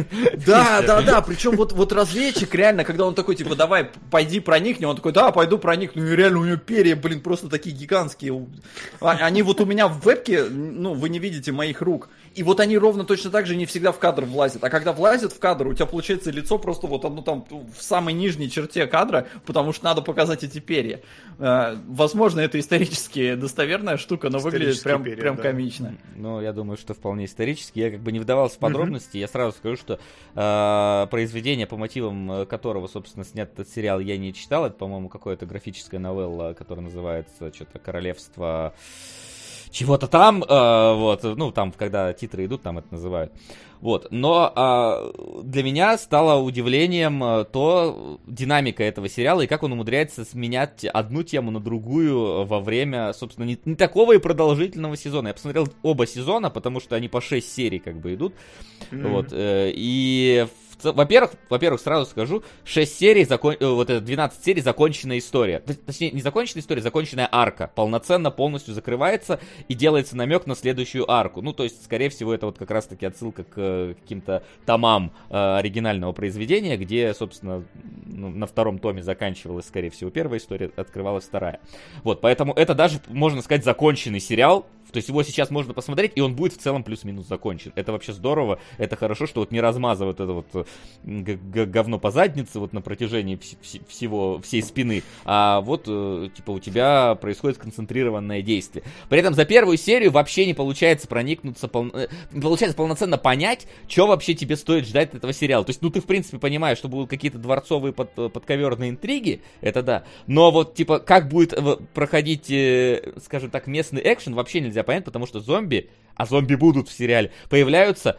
S2: Да. Причем вот разведчик реально, когда он такой, типа, давай, пойди проникни, он такой, да, пойду проникну. И реально у него перья, блин, просто такие гигантские. Они вот у меня в вебке, вы не видите моих рук. И вот они ровно точно так же не всегда в кадр влазят. А когда влазят в кадр, у тебя получается лицо просто вот оно там в самой нижней черте кадра, потому что надо показать эти перья. Возможно, это исторически достоверная штука, но выглядит прям комично.
S1: Ну, я думаю, что вполне исторически. Я как бы не вдавался в подробности. Я сразу скажу, что произведение, по мотивам которого, собственно, снят этот сериал, я не читал. Это, по-моему, какое-то графическая новелла, которая называется что-то «Королевство...» чего-то там, там, когда титры идут, там это называют. Вот, но для меня стало удивлением динамика этого сериала и как он умудряется сменять одну тему на другую во время, собственно, не такого и продолжительного сезона. Я посмотрел оба сезона, потому что они по 6 серий как бы идут. Вот, и во-первых, сразу скажу, 6 серий, 12 серий законченная история. Точнее, не законченная история, законченная арка. Полноценно, полностью закрывается и делается намек на следующую арку. Ну, то есть, скорее всего, это вот как раз-таки отсылка к каким-то томам оригинального произведения, где, собственно, на втором томе заканчивалась, скорее всего, первая история, открывалась вторая. Вот, поэтому это даже, можно сказать, законченный сериал. То есть его сейчас можно посмотреть, и он будет в целом плюс-минус закончен. Это вообще здорово, это хорошо, что вот не размазывают это вот говно по заднице вот на протяжении всей спины, а вот типа у тебя происходит концентрированное действие. При этом за первую серию вообще не получается проникнуться, не получается полноценно понять, что вообще тебе стоит ждать от этого сериала. То есть, ты в принципе понимаешь, что будут какие-то дворцовые подковерные интриги, это да, но вот типа как будет проходить, скажем так, местный экшен, вообще нельзя понять, потому что зомби, а зомби будут в сериале, появляются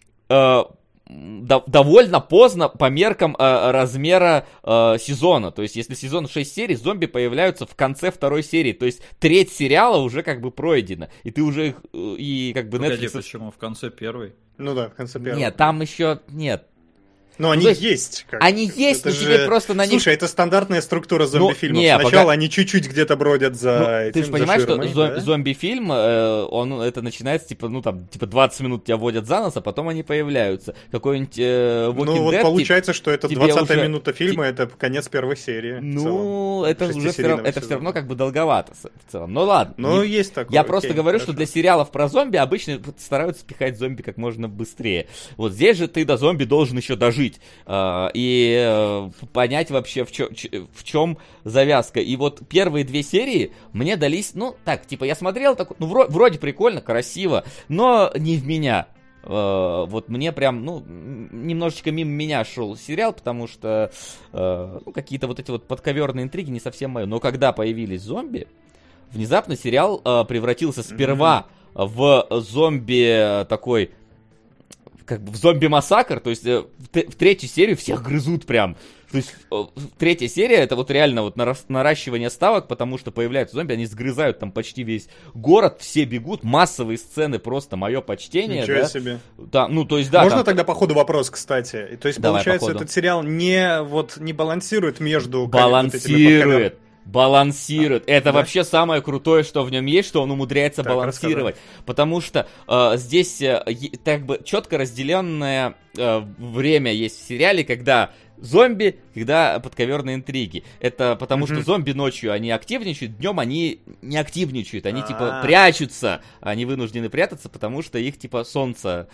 S1: довольно поздно по меркам размера сезона. То есть, если сезон 6 серий, зомби появляются в конце второй серии. То есть, треть сериала уже как бы пройдена. И ты уже их, и как бы
S2: Погоди,
S1: Netflix...
S2: почему? В конце первой?
S3: Ну да, в конце первой.
S1: Нет, там еще нет.
S3: Но они есть.
S1: Они есть, но тебе просто на них...
S3: Слушай, это стандартная структура зомби-фильмов. Сначала они чуть-чуть где-то бродят за этим,
S1: ты же понимаешь,
S3: ширмой,
S1: что зомби-фильм, это начинается, типа 20 минут тебя водят за нос, а потом они появляются. Какой-нибудь Walking Dead...
S3: Ну, вот получается, что это 20-я минута фильма, это конец первой серии.
S1: Ну, это уже все равно как бы долговато в целом. Ну, ладно.
S3: Ну, есть такое.
S1: Я просто говорю, что для сериалов про зомби обычно стараются пихать зомби как можно быстрее. Вот здесь же ты до зомби должен еще дожить. И понять вообще, в чем завязка. И вот первые 2 серии мне дались, я смотрел, вроде прикольно, красиво, но не в меня. Вот мне прям, немножечко мимо меня шел сериал, потому что какие-то вот эти вот подковерные интриги не совсем мои. Но когда появились зомби, внезапно сериал превратился сперва в зомби такой... как бы в зомби-массакр, то есть в третью серию всех грызут прям. То есть третья серия это вот реально вот наращивание ставок, потому что появляются зомби, они сгрызают там почти весь город, все бегут, массовые сцены, просто мое почтение.
S3: Ничего себе.
S1: Да, то есть, да.
S3: Можно тогда по ходу вопрос, кстати? То есть,
S1: давай,
S3: получается, этот сериал не балансирует между...
S1: Балансирует. Это вообще самое крутое, что в нем есть, что он умудряется балансировать. Потому что здесь как бы четко разделенное время есть в сериале, когда зомби, когда подковерные интриги. Это потому что зомби ночью они активничают, днем они не активничают, они типа прячутся, они вынуждены прятаться, потому что их типа солнце,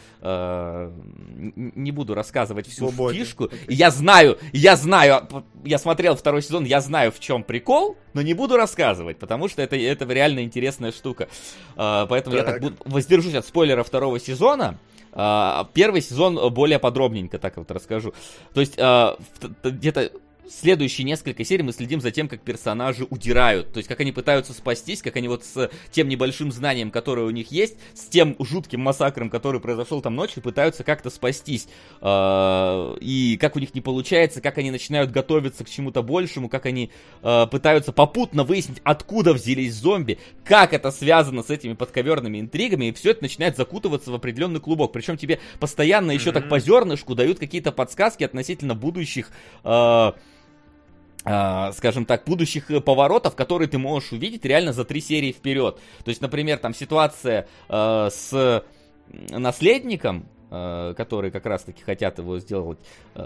S1: не буду рассказывать всю фишку. Я знаю, я смотрел второй сезон, я знаю в чем прикол, но не буду рассказывать, потому что это реально интересная штука. Поэтому я так воздержусь от спойлера второго сезона. Первый сезон более подробненько так вот расскажу. То есть где-то следующие несколько серий мы следим за тем, как персонажи удирают. То есть как они пытаются спастись, как они вот с тем небольшим знанием, которое у них есть, с тем жутким массакром, который произошел там ночью, пытаются как-то спастись. И как у них не получается, как они начинают готовиться к чему-то большему, как они пытаются попутно выяснить, откуда взялись зомби, как это связано с этими подковерными интригами, и все это начинает закутываться в определенный клубок. Причем тебе постоянно еще так по зернышку дают какие-то подсказки относительно будущих скажем так, будущих поворотов, которые ты можешь увидеть реально за 3 серии вперед. То есть, например, там ситуация с наследником, которые как раз-таки хотят его сделать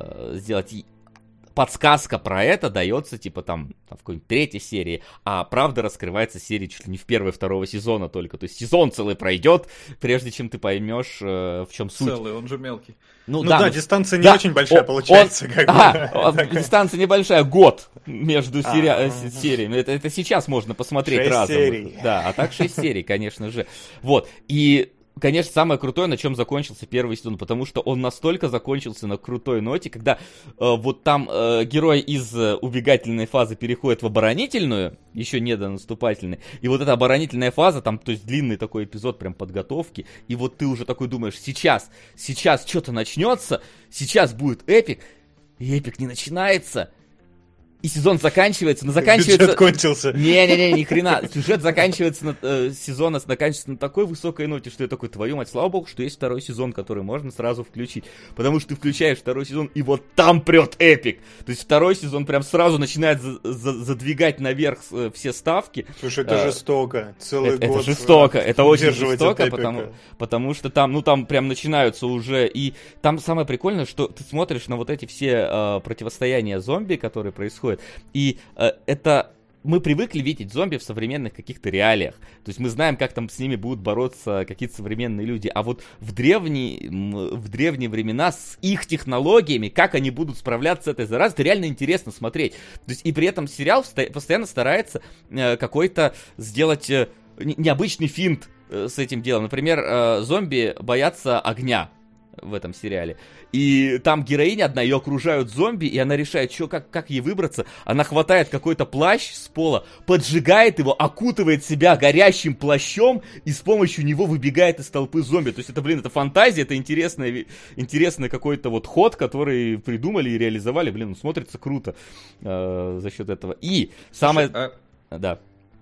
S1: подсказка про это дается, типа, там в какой-нибудь 3 серии, а правда раскрывается серии чуть ли не в 1-2 сезона только. То есть сезон целый пройдет, прежде чем ты поймешь, в чем суть.
S2: Целый, он же мелкий.
S3: Ну да, дистанция не очень большая получается.
S1: Дистанция небольшая, год между сериями. Это сейчас можно посмотреть
S3: 6
S1: разом.
S3: серий.
S1: Да, а так 6 серий, конечно же. Вот, и... Конечно, самое крутое, на чем закончился первый сезон, потому что он настолько закончился на крутой ноте, когда вот там герой из убегательной фазы переходит в оборонительную, еще не до наступательной, и вот эта оборонительная фаза, там, то есть длинный такой эпизод прям подготовки, и вот ты уже такой думаешь, сейчас что-то начнется, сейчас будет эпик, и эпик не начинается. И сезон заканчивается, но заканчивается...
S3: Бюджет кончился.
S1: Не-не-не, ни хрена. Сюжет заканчивается, сезон заканчивается на такой высокой ноте, что я такой, твою мать, слава богу, что есть 2 сезон, который можно сразу включить. Потому что ты включаешь 2 сезон, и вот там прет эпик. То есть 2 сезон прям сразу начинает задвигать наверх все ставки.
S3: Слушай, это жестоко. Целый год.
S1: Это жестоко, это очень
S3: жестоко,
S1: потому что там прям начинаются уже... И там самое прикольное, что ты смотришь на вот эти все противостояния зомби, которые происходят, и это мы привыкли видеть зомби в современных каких-то реалиях. То есть мы знаем, как там с ними будут бороться какие-то современные люди. А вот в древние времена с их технологиями, как они будут справляться с этой заразой, это реально интересно смотреть. То есть и при этом сериал постоянно старается какой-то сделать необычный финт с этим делом. Например, зомби боятся огня в этом сериале. И там героиня одна, ее окружают зомби, и она решает, как ей выбраться. Она хватает какой-то плащ с пола, поджигает его, окутывает себя горящим плащом, и с помощью него выбегает из толпы зомби. То есть это, это фантазия, это интересный какой-то вот ход, который придумали и реализовали. Смотрится круто за счет этого. И самое... Да.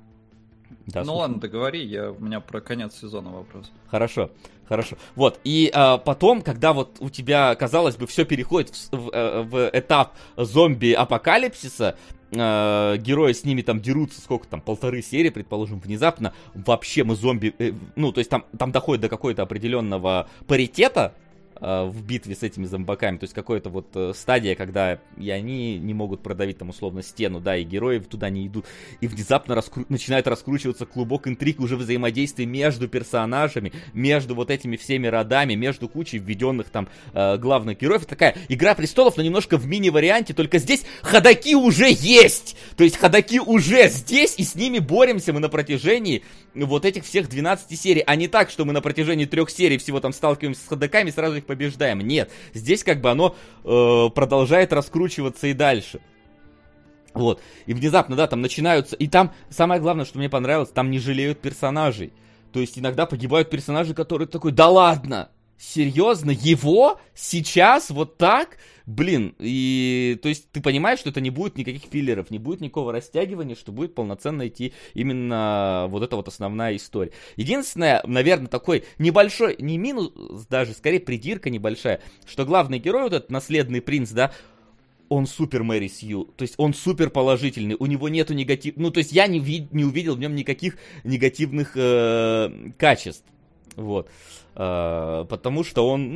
S2: Ну ладно, договори, у меня про конец сезона вопрос.
S1: Хорошо. Вот, и потом, когда вот у тебя, казалось бы, все переходит в этап зомби-апокалипсиса, герои с ними там дерутся, сколько там, 1,5 серии, предположим, внезапно, вообще мы зомби, то есть там доходит до какой-то определенного паритета, в битве с этими зомбаками, то есть какая-то вот стадия, когда и они не могут продавить там условно стену, да, и герои туда не идут, и внезапно начинает раскручиваться клубок интриг, уже взаимодействие между персонажами, между вот этими всеми родами, между кучей введенных там главных героев. Такая Игра престолов, но немножко в мини-варианте, только здесь ходаки уже есть, то есть ходаки уже здесь, и с ними боремся мы на протяжении вот этих всех 12 серий, а не так, что мы на протяжении 3 серий всего там сталкиваемся с ходаками и сразу их побеждаем. Нет, здесь как бы оно продолжает раскручиваться и дальше. Вот. И внезапно, да, там начинаются... И там самое главное, что мне понравилось, там не жалеют персонажей. То есть иногда погибают персонажи, которые такой, да ладно, серьезно, его сейчас вот так? И то есть ты понимаешь, что это не будет никаких филлеров, не будет никакого растягивания, что будет полноценно идти именно вот эта вот основная история. Единственное, наверное, такой небольшой, не минус даже, скорее придирка небольшая, что главный герой, вот этот наследный принц, да, он супер Мэри Сью, то есть он супер положительный, у него нету то есть я не увидел в нем никаких негативных качеств, вот, потому что он,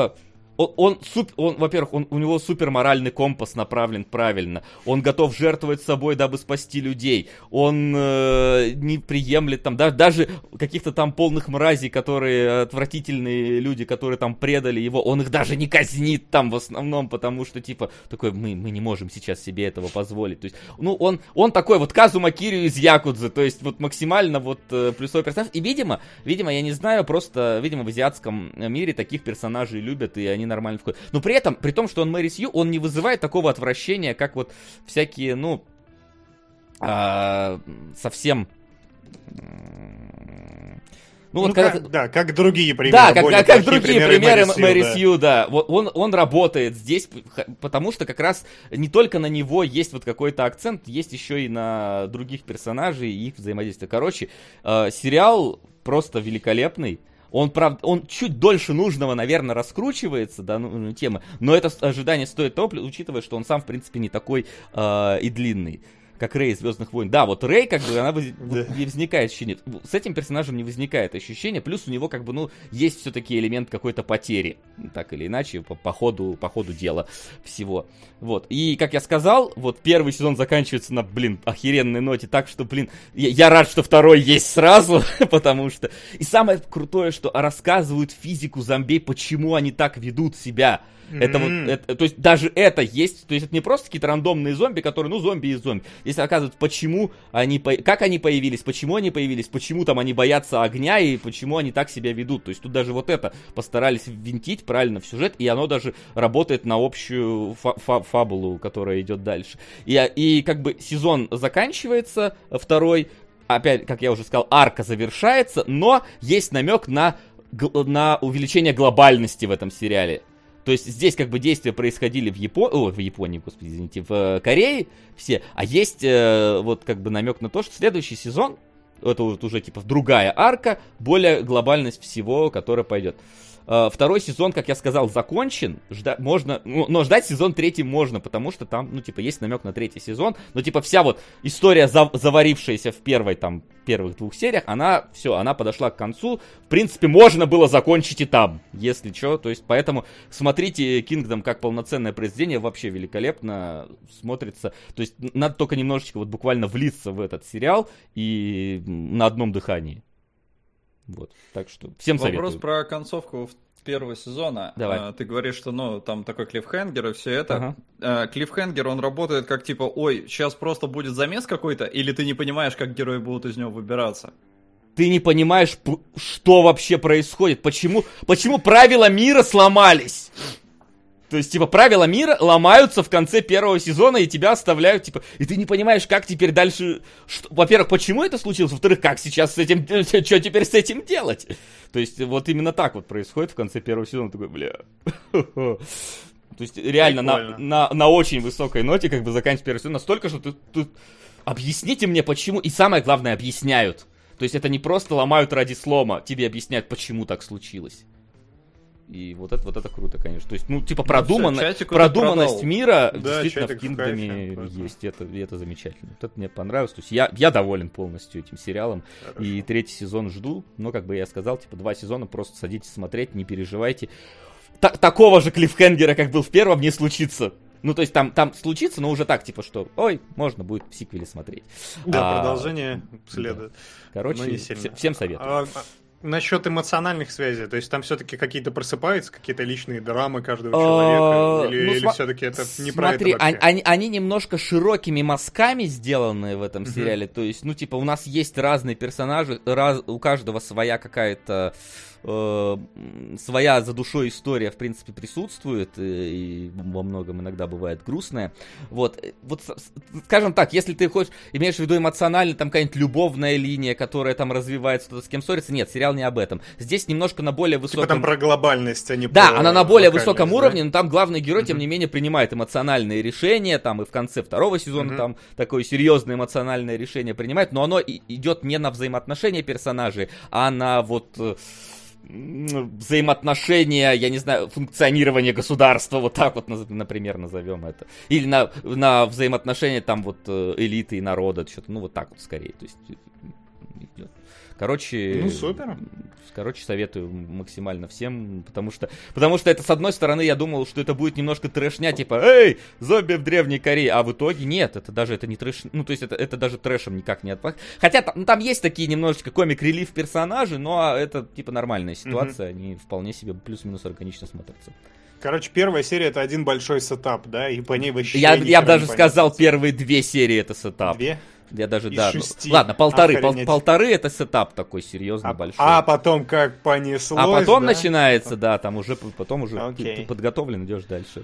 S1: во-первых, у него супер моральный компас направлен правильно. Он готов жертвовать собой, дабы спасти людей. Он не приемлет там даже каких-то там полных мразей, которые отвратительные люди, которые там предали его. Он их даже не казнит там в основном, потому что такой мы не можем сейчас себе этого позволить. То есть, он такой вот Казума Кирью из Якудзы, то есть вот максимально вот плюсовой персонаж. И видимо, я не знаю, просто, видимо, в азиатском мире таких персонажей любят, и они нормально входят. Но при том, что он Мэри Сью, он не вызывает такого отвращения, как вот всякие, совсем...
S3: как другие примеры.
S1: Да, как другие примеры Мэри Сью, да. Вот он работает здесь, потому что как раз не только на него есть вот какой-то акцент, есть еще и на других персонажей и их взаимодействие. Короче, сериал просто великолепный. Он, правда, он чуть дольше нужного, наверное, раскручивается, да, тема, но это ожидание стоит того, учитывая, что он сам, в принципе, не такой и длинный, как Рэй из «Звездных войн». Да, вот Рэй, как бы, она не возникает ощущение. С этим персонажем не возникает ощущение, плюс у него, как бы, ну, есть все-таки элемент какой-то потери, так или иначе, по ходу дела всего. Вот, и, как я сказал, вот первый сезон заканчивается на, охеренной ноте, так что, я рад, что второй есть сразу, потому что... И самое крутое, что рассказывают физику зомбей, почему они так ведут себя. Это вот, то есть даже это есть, то есть это не просто какие-то рандомные зомби, которые, ну, зомби и зомби. Если оказывается, почему они, как они появились, почему там они боятся огня и почему они так себя ведут. То есть тут даже вот это постарались ввинтить правильно в сюжет, и оно даже работает на общую фабулу, которая идет дальше. И как бы сезон заканчивается, второй, опять, как я уже сказал, арка завершается, но есть намек на увеличение глобальности в этом сериале. То есть здесь как бы действия происходили в Корее все, а есть вот как бы намек на то, что следующий сезон, это вот уже типа другая арка, более глобальность всего, которая пойдет. Второй сезон, как я сказал, закончен, можно, но ждать сезон третий можно, потому что там, ну, типа, есть намек на третий сезон, но, типа, вся вот история, заварившаяся в первых 2 сериях, она подошла к концу, в принципе, можно было закончить и там, если что, то есть, поэтому смотрите Kingdom как полноценное произведение, вообще великолепно смотрится, то есть, надо только немножечко вот буквально влиться в этот сериал и на одном дыхании. Вот, так что всем советую.
S2: Вопрос про концовку первого сезона.
S1: Давай.
S2: Ты говоришь, что, ну, там такой клиффхенгер и все это. Клиффхенгер, он работает как типа, ой, сейчас просто будет замес какой-то, или ты не понимаешь, как герои будут из него выбираться?
S1: Ты не понимаешь, что вообще происходит, почему правила мира сломались. То есть, типа, правила мира ломаются в конце первого сезона, и тебя оставляют, типа, и ты не понимаешь, как теперь дальше... Во-первых, почему это случилось? Во-вторых, как сейчас с этим... Что теперь с этим делать? То есть, вот именно так вот происходит в конце первого сезона. Такой, бля... То есть, реально, на очень высокой ноте, как бы, заканчивается первый сезон. Настолько, что ты... Объясните мне, почему... И самое главное, объясняют. То есть, это не просто ломают ради слома. Тебе объясняют, почему так случилось. И вот это круто, конечно. То есть, ну, типа, продуманность мира действительно в Кингдоме есть. Это замечательно. Вот это мне понравилось. То есть я доволен полностью этим сериалом. Хорошо. И третий сезон жду. Но, как бы я сказал, типа, 2 сезона просто садитесь смотреть, не переживайте. Такого же клиффхенгера, как был в первом, не случится. Ну, то есть там случится, но уже так, типа, что, ой, можно будет в сиквеле смотреть.
S3: Да, продолжение следует.
S1: Да. Короче, всем советую.
S3: Насчет эмоциональных связей, то есть там все-таки какие-то просыпаются, какие-то личные драмы каждого человека, или все-таки это не про это вообще?
S1: Смотри, они немножко широкими мазками сделаны в этом сериале, то есть, ну, типа, у нас есть разные персонажи, у каждого своя какая-то... своя за душой история, в принципе, присутствует, и во многом иногда бывает грустная. Вот, скажем так, если ты имеешь в виду эмоционально, там какая-нибудь любовная линия, которая там развивается, кто-то с кем ссорится, нет, сериал не об этом. Здесь немножко на более высоком...
S3: Типа там про глобальность, а не про...
S1: Да, она на более высоком уровне, но там главный герой, тем не менее, принимает эмоциональные решения, там и в конце второго сезона там такое серьезное эмоциональное решение принимает, но оно идет не на взаимоотношения персонажей, а на вот... взаимоотношения, я не знаю, функционирование государства, вот так вот, например, назовем это. Или на взаимоотношения там вот элиты и народа, что-то, ну вот так вот скорее, то есть идет. Короче,
S3: ну супер.
S1: Короче, советую максимально всем, потому что это, с одной стороны, я думал, что это будет немножко трэшня, типа, эй, зомби в Древней Корее, а в итоге нет, это не трэш, ну, то есть это даже трэшем никак не отпахивает. Хотя там есть такие немножечко комик-релив персонажи, но это, типа, нормальная ситуация, они вполне себе плюс-минус органично смотрятся.
S3: Короче, первая серия — это один большой сетап, да, и по ней вообще...
S1: Я бы даже сказал, первые 2 серии — это сетап. 2? Я даже,
S3: из
S1: да.
S3: 6.
S1: Ладно, полторы это сетап такой серьезный, большой.
S3: А потом как понеслось,
S1: а потом
S3: да?
S1: начинается, да, там уже, потом уже ты подготовлен, идешь дальше.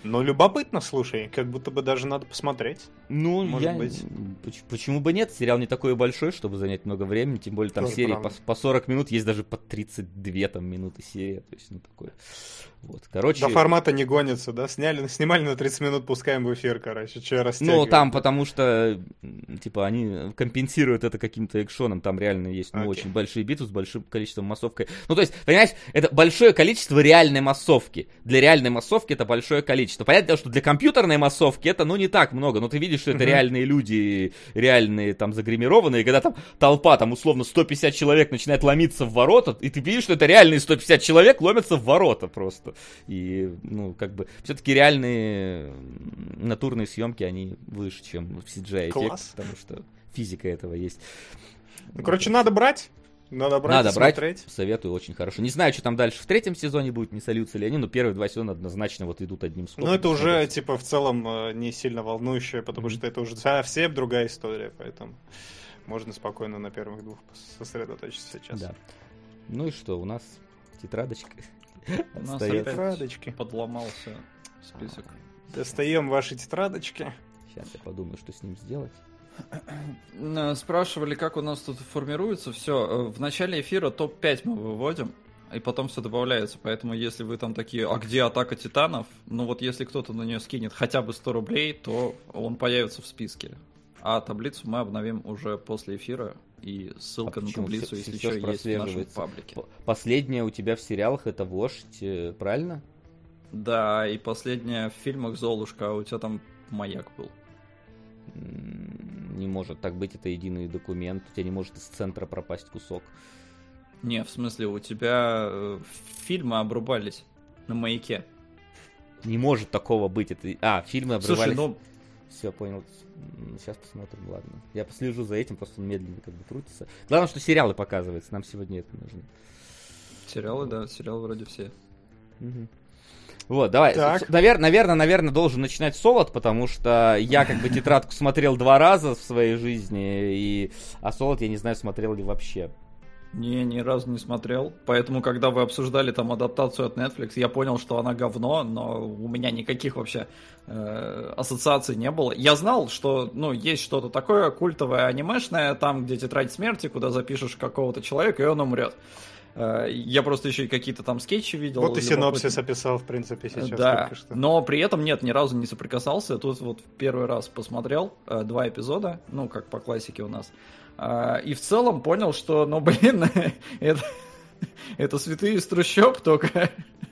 S3: Ну, любопытно, слушай, как будто бы даже надо посмотреть.
S1: Ну,
S3: Может быть.
S1: Почему бы нет? Сериал не такой большой, чтобы занять много времени, тем более там
S3: Тоже
S1: серии
S3: правда.
S1: по 40 минут, есть даже по 32 там минуты серия, то есть, ну, такое. Вот, короче...
S3: До формата не гонится, да? Снимали на 30 минут, пускаем в эфир, короче. Че
S1: Ну,
S3: растягивать?
S1: там, потому что, типа, они компенсируют это каким-то экшоном, там реально есть, ну,
S3: Окей.
S1: очень большие битвы с большим количеством массовки. Ну, то есть, понимаешь, это большое количество реальной массовки. Для реальной массовки это большое количество. Понятное дело, что для компьютерной массовки это, ну, не так много, но ты видишь, что это реальные люди, реальные, там, загримированные, и когда там толпа, там, условно, 150 человек начинает ломиться в ворота, и ты видишь, что это реальные 150 человек ломятся в ворота просто. И, ну, как бы, все-таки реальные натурные съемки, они выше, чем в CGI-эффекте,
S3: Класс.
S1: потому что физика этого есть.
S3: Ну, короче, надо брать. Надо брать
S1: Надо
S3: и
S1: брать,
S3: смотреть.
S1: советую, очень хорошо. Не знаю, что там дальше в третьем сезоне будет, не сольются ли они, но первые 2 сезона однозначно вот идут одним скопом.
S3: Ну, это уже,
S1: Смотрятся.
S3: типа, в целом не сильно волнующее, потому что это уже совсем другая история, поэтому можно спокойно на первых 2 сосредоточиться сейчас.
S1: Да. Ну и что, у нас тетрадочка
S2: У нас
S1: остается.
S2: опять
S3: Тетрадочки.
S2: подломался список.
S3: Достаем ваши тетрадочки.
S1: Сейчас я подумаю, что с ним сделать.
S2: Спрашивали, как у нас тут формируется все. В начале эфира топ-5 мы выводим, и потом все добавляется. Поэтому, если вы там такие, а где атака титанов? Ну вот если кто-то на нее скинет хотя бы 100 рублей, то он появится в списке. А таблицу мы обновим уже после эфира. И ссылка на
S1: почему?
S2: таблицу,
S1: Всё-
S2: если
S1: всё
S2: что,
S1: ж
S2: есть в нашем
S1: прослеживается.
S2: паблике.
S1: Последнее у тебя в сериалах это «Вождь», правильно?
S2: Да, и последняя в фильмах «Золушка», а у тебя там «Маяк» был.
S1: Не может так быть, это единый документ. У тебя не может из центра пропасть кусок.
S2: Не, в смысле, у тебя фильмы обрубались на «Маяке».
S1: Не может такого быть. Это... фильмы
S2: Слушай,
S1: обрывались.
S2: ну,
S1: Все, понял. Сейчас посмотрим, ладно. Я послежу за этим, просто он медленно как бы крутится. Главное, что сериалы показываются, нам сегодня это нужно.
S2: сериалы, да, сериалы вроде все.
S1: Мгм. Вот, давай.
S3: Так.
S1: Наверное, должен начинать Солод, потому что я как бы тетрадку смотрел 2 раза в своей жизни, а Солод, я не знаю, смотрел ли вообще.
S2: Не, ни разу не смотрел. Поэтому, когда вы обсуждали там адаптацию от Netflix, я понял, что она говно, но у меня никаких вообще ассоциаций не было. Я знал, что, ну, есть что-то такое культовое анимешное, там, где тетрадь смерти, куда запишешь какого-то человека, и он умрет. Я просто еще и какие-то там скетчи видел.
S3: Вот и синопсис
S2: любопытные.
S3: описал, в принципе, сейчас
S2: Да,
S3: только что.
S2: но при этом нет, ни разу не соприкасался. Тут вот первый раз посмотрел 2 эпизода, ну, как по классике у нас. И в целом понял, что, ну, блин, это святые из трущоб, только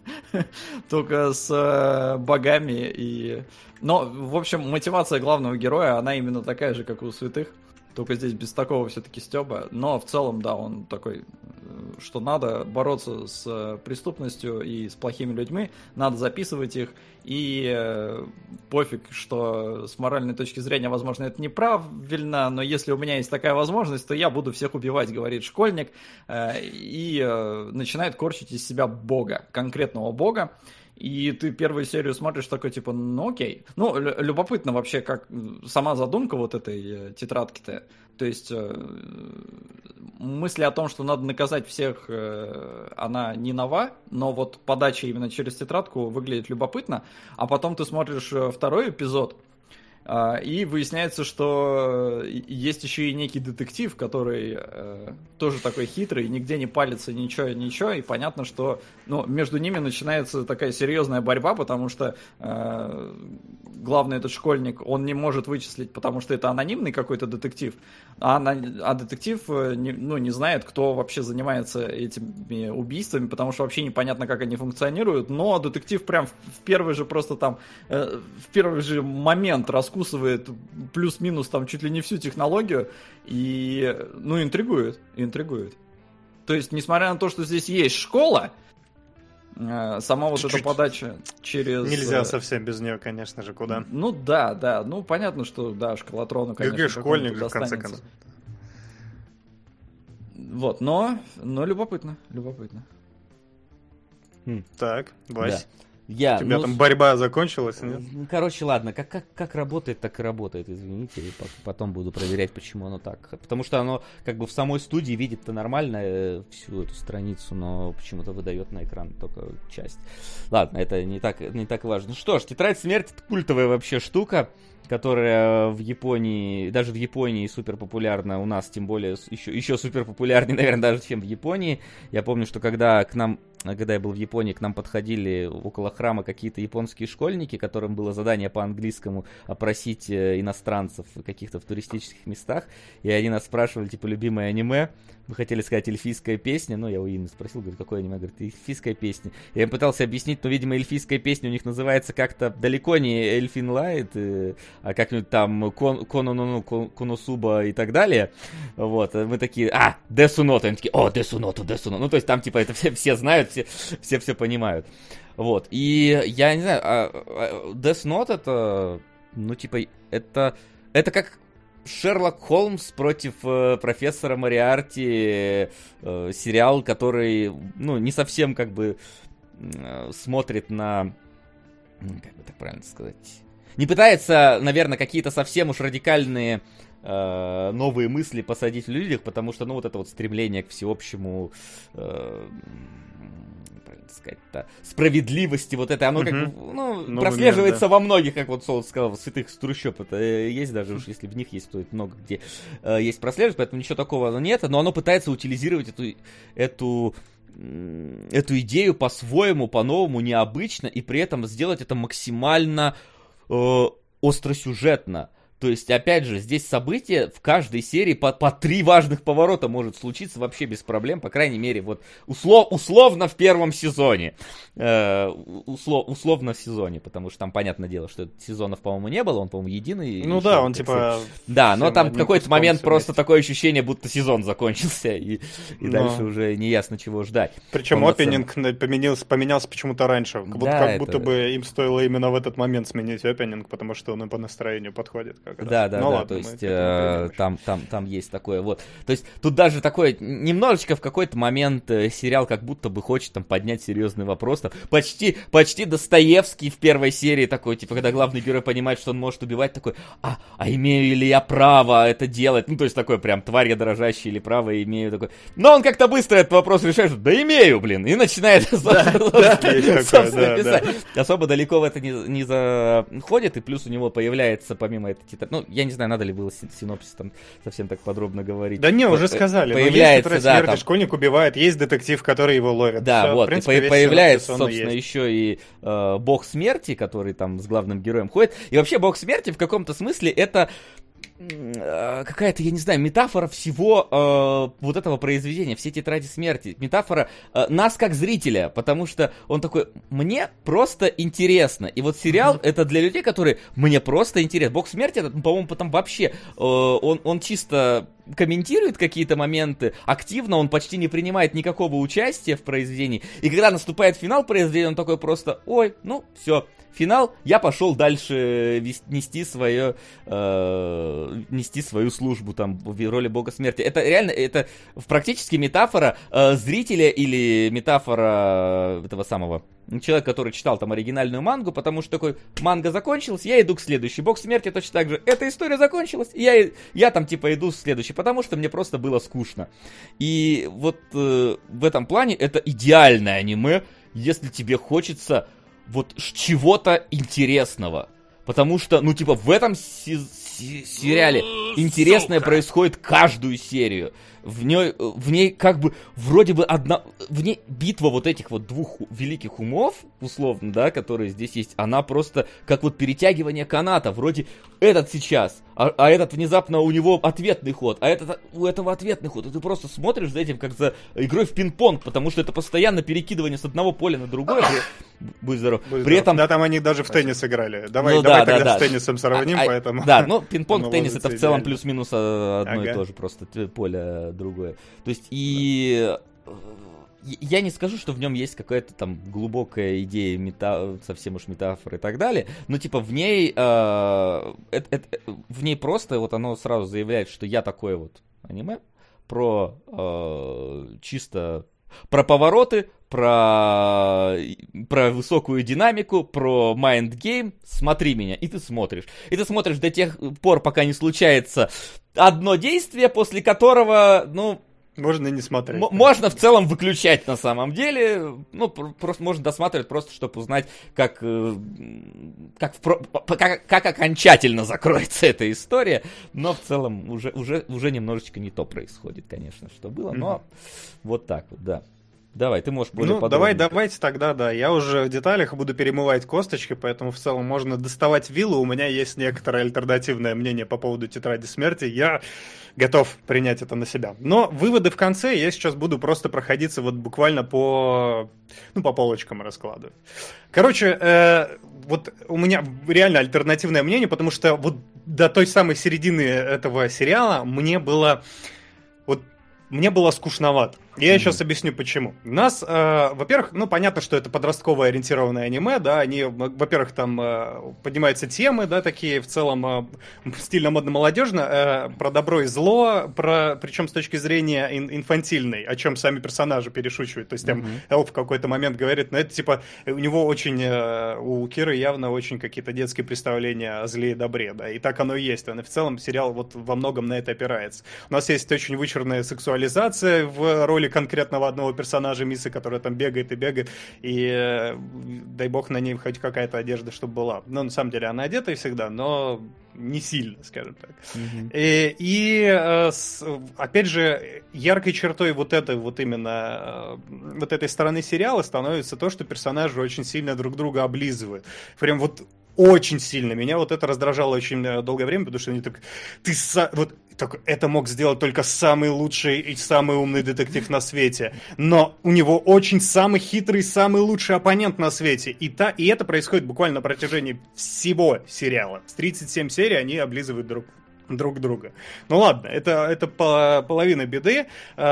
S2: с богами. Но, в общем, мотивация главного героя, она именно такая же, как у святых. Только здесь без такого все-таки стёба. Но в целом, да, он такой, что надо бороться с преступностью и с плохими людьми, надо записывать их, и пофиг, что с моральной точки зрения, возможно, это неправильно, но если у меня есть такая возможность, то я буду всех убивать, говорит школьник, и начинает корчить из себя бога, конкретного бога. И ты первую серию смотришь такой, типа, ну окей. Ну, любопытно вообще, как сама задумка вот этой тетрадки-то. То есть мысли о том, что надо наказать всех, она не нова, но вот подача именно через тетрадку выглядит любопытно. А потом ты смотришь второй эпизод, и выясняется, что есть еще и некий детектив, который тоже такой хитрый, нигде не палится, ничего, и понятно, что между ними начинается такая серьезная борьба, потому что главный этот школьник, он не может вычислить, потому что это анонимный какой-то детектив, а детектив не знает, кто вообще занимается этими убийствами, потому что вообще непонятно, как они функционируют, но детектив прям в первый же просто там, в первый же момент раскусывает плюс-минус там чуть ли не всю технологию и, интригует. То есть, несмотря на то, что здесь есть школа, сама вот
S3: Чуть-чуть.
S2: эта подача через...
S3: Нельзя совсем без нее, конечно же, куда.
S2: Ну да, понятно, что, да, школотрону, конечно,
S3: ГГ школьник
S2: какому-то
S3: же, в конце
S2: достанется.
S3: концов.
S2: Вот, но любопытно.
S3: Так, Вась. У тебя
S1: ну,
S3: там борьба закончилась, нет?
S1: Короче, ладно, как работает, так и работает, извините, и потом буду проверять, почему оно так. Потому что оно как бы в самой студии видит-то нормально всю эту страницу, но почему-то выдает на экран только часть. Ладно, это не так важно. Ну что ж, «Тетрадь смерти» — это культовая вообще штука, которая в Японии, даже в Японии супер популярна, у нас тем более еще супер популярнее, наверное, даже чем в Японии. Я помню, что когда я был в Японии, к нам подходили около храма какие-то японские школьники, которым было задание по английскому опросить иностранцев каких-то в туристических местах, и они нас спрашивали, типа, любимое аниме. Мы хотели сказать «Эльфийская песня», я у Инны спросил, говорю, какое аниме? Говорит, «Эльфийская песня». Я им пытался объяснить, но, видимо, «Эльфийская песня» у них называется как-то далеко не «Эльфин Лайт», а как-нибудь там «Коносуба» и так далее. Вот, мы такие, «Десу Нота», они такие, «Десу Ноту». Ну, то есть там, типа, это все знают, все понимают. Вот, и я не знаю, Death Note это, это как Шерлок Холмс против профессора Мориарти, сериал, который, не совсем как бы смотрит на, как бы так правильно сказать, не пытается, наверное, какие-то совсем уж радикальные новые мысли посадить в людях, потому что, вот это вот стремление к всеобщему, сказать-то, справедливости, вот это, оно как бы, прослеживается во многих, как вот Солод сказал, святых с трущоб, это есть даже уж, если в них есть, то это много где есть прослеживать, поэтому ничего такого нет, но оно пытается утилизировать эту идею по-своему, по-новому, необычно, и при этом сделать это максимально остросюжетно. То есть, опять же, здесь события в каждой серии по 3 важных поворота может случиться вообще без проблем, по крайней мере, вот условно в первом сезоне. Условно в сезоне, потому что там, понятное дело, что сезонов, по-моему, не было, он, по-моему, единый.
S3: Ну да, он типа...
S1: Да, но там в какой-то момент просто такое ощущение, будто сезон закончился, и дальше уже не ясно, чего ждать.
S3: Причем опенинг поменялся почему-то раньше, как будто бы им стоило именно в этот момент сменить опенинг, потому что он и по настроению подходит.
S1: Да, то есть там есть такое вот. То есть тут даже такое, немножечко в какой-то момент сериал как будто бы хочет там поднять серьезный вопрос. Там, почти Достоевский в первой серии такой, типа, когда главный герой понимает, что он может убивать, такой, а имею ли я право это делать? Ну, то есть такой прям, тварь я дрожащий или право имею такой. Но он как-то быстро этот вопрос решает, что да имею, блин, и начинает писать. Особо далеко в это не заходит, и плюс у него появляется, помимо этой я не знаю, надо ли было синопсис там совсем так подробно говорить.
S3: Да не, уже сказали.
S1: Появляется,
S3: есть тетрадь смерти, школьник убивает, есть детектив, который его ловит.
S1: Да,
S3: все,
S1: вот,
S3: принципе,
S1: и появляется, собственно, еще и бог смерти, который там с главным героем ходит. И вообще бог смерти в каком-то смысле это какая-то, я не знаю, метафора всего вот этого произведения, все тетради смерти, метафора нас как зрителя, потому что он такой, мне просто интересно, и вот сериал это для людей, которые, мне просто интересно, бог смерти, это, по-моему, потом вообще, он чисто комментирует какие-то моменты, активно, он почти не принимает никакого участия в произведении, и когда наступает финал произведения, он такой просто, все, финал, я пошел дальше нести свою службу там в роли бога смерти. Это реально, это практически метафора зрителя или метафора этого самого человека, который читал там оригинальную мангу, потому что такой, манга закончилась, я иду к следующей. Бог смерти точно так же, эта история закончилась, и я там типа иду к следующей, потому что мне просто было скучно. И вот в этом плане это идеальное аниме, если тебе хочется вот чего-то интересного. Потому что, в этом сериале интересное происходит каждую серию. В ней как бы вроде бы в ней битва вот этих вот двух великих умов, условно, да, которые здесь есть, она просто как вот перетягивание каната. Вроде этот сейчас, а этот внезапно у него ответный ход, а у этого ответный ход. И ты просто смотришь за этим, как за игрой в пинг-понг, потому что это постоянно перекидывание с одного поля на другое. Будь здоров. При этом...
S3: Да, там они даже в теннис играли. Давай тогда с теннисом сравним, поэтому...
S1: Да, пинг-понг, теннис это в целом плюс-минус одно и то же, просто поле другое. То есть, и я не скажу, что в нем есть какая-то там глубокая идея, совсем уж метафоры и так далее, но в ней просто вот оно сразу заявляет, что я такое вот аниме про чисто Про повороты, про высокую динамику, про майндгейм. Смотри меня. И ты смотришь. И ты смотришь до тех пор, пока не случается одно действие, после которого,
S3: можно и не смотреть.
S1: Можно в целом выключать на самом деле. Просто можно досматривать, просто чтобы узнать, как окончательно закроется эта история. Но в целом уже немножечко не то происходит, конечно, что было. Но вот так вот, да. Давай, ты можешь более подробно.
S3: Давайте тогда, да. Я уже в деталях буду перемывать косточки, поэтому в целом можно доставать виллу. У меня есть некоторое альтернативное мнение по поводу Тетради Смерти. Я готов принять это на себя. Но выводы в конце я сейчас буду просто проходиться вот буквально по полочкам раскладывать. Короче, вот у меня реально альтернативное мнение, потому что вот до той самой середины этого сериала мне было скучновато. Я сейчас объясню, почему. У нас, во-первых, понятно, что это подростковое ориентированное аниме, да, они, во-первых, там поднимаются темы, да, такие в целом стильно-модно-молодежно, про добро и зло, причем с точки зрения инфантильной, о чем сами персонажи перешучивают. То есть там Эл в какой-то момент говорит, это типа, у него у Киры явно очень какие-то детские представления о зле и добре, да, и так оно и есть. И в целом сериал вот во многом на это опирается. У нас есть очень вычурная сексуализация в роли конкретного одного персонажа Мисы, которая там бегает, и дай бог на ней хоть какая-то одежда, чтобы была. На самом деле она одета всегда, но не сильно, скажем так. Опять же, яркой чертой вот этой стороны сериала становится то, что персонажи очень сильно друг друга облизывают. Прям вот очень сильно. Меня вот это раздражало очень долгое время, потому что они так... это мог сделать только самый лучший и самый умный детектив на свете. Но у него очень самый хитрый, самый лучший оппонент на свете. И это происходит буквально на протяжении всего сериала. С 37 серий они облизывают друг друга. Ну ладно, это половина беды.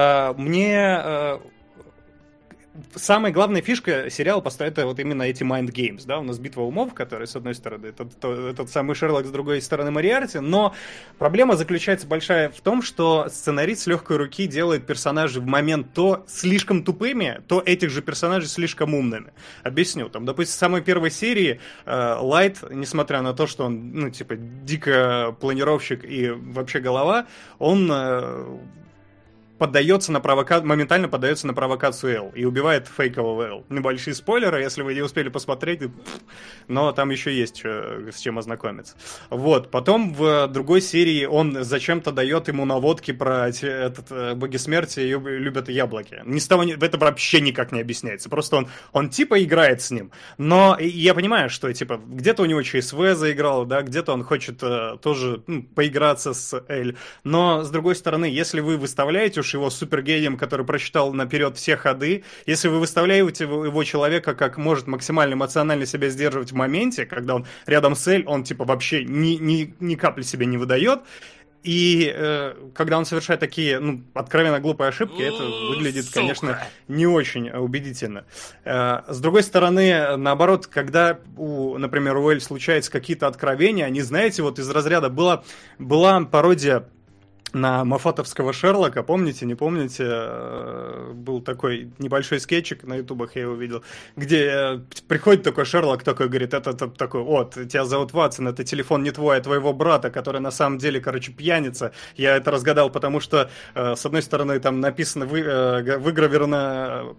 S3: Самая главная фишка сериала поставит вот именно эти mind games, да, у нас битва умов, которая, с одной стороны, этот самый Шерлок, с другой стороны, Мориарти, но проблема заключается большая в том, что сценарист с легкой руки делает персонажей в момент то слишком тупыми, то этих же персонажей слишком умными. Объясню, там, допустим, в самой первой серии Лайт, несмотря на то, что он, дико планировщик и вообще голова, он... моментально поддается на провокацию Эл и убивает фейкового Эл. Небольшие спойлеры, если вы не успели посмотреть, но там еще есть с чем ознакомиться. Вот, потом в другой серии он зачем-то дает ему наводки про боги смерти любят яблоки. Это вообще никак не объясняется. Просто он типа играет с ним. Но я понимаю, что типа где-то у него ЧСВ заиграл, да, где-то он хочет тоже поиграться с Эль. Но, с другой стороны, если вы выставляете уж его супергением, который просчитал наперед все ходы, если вы выставляете его человека, как может максимально эмоционально себя сдерживать в моменте, когда он рядом с Эль, он типа вообще ни капли себе не выдает, и когда он совершает такие, откровенно глупые ошибки, это выглядит, конечно, не очень убедительно. С другой стороны, наоборот, когда, например, у Эль случаются какие-то откровения, они, знаете, вот из разряда была пародия на мафатовского Шерлока, помните, не помните, был такой небольшой скетчик на ютубах, я его видел, где приходит такой Шерлок, такой говорит, это такой, тебя зовут Ватсон, это телефон не твой, а твоего брата, который на самом деле, пьяница. Я это разгадал, потому что, с одной стороны, там написано, выгравировано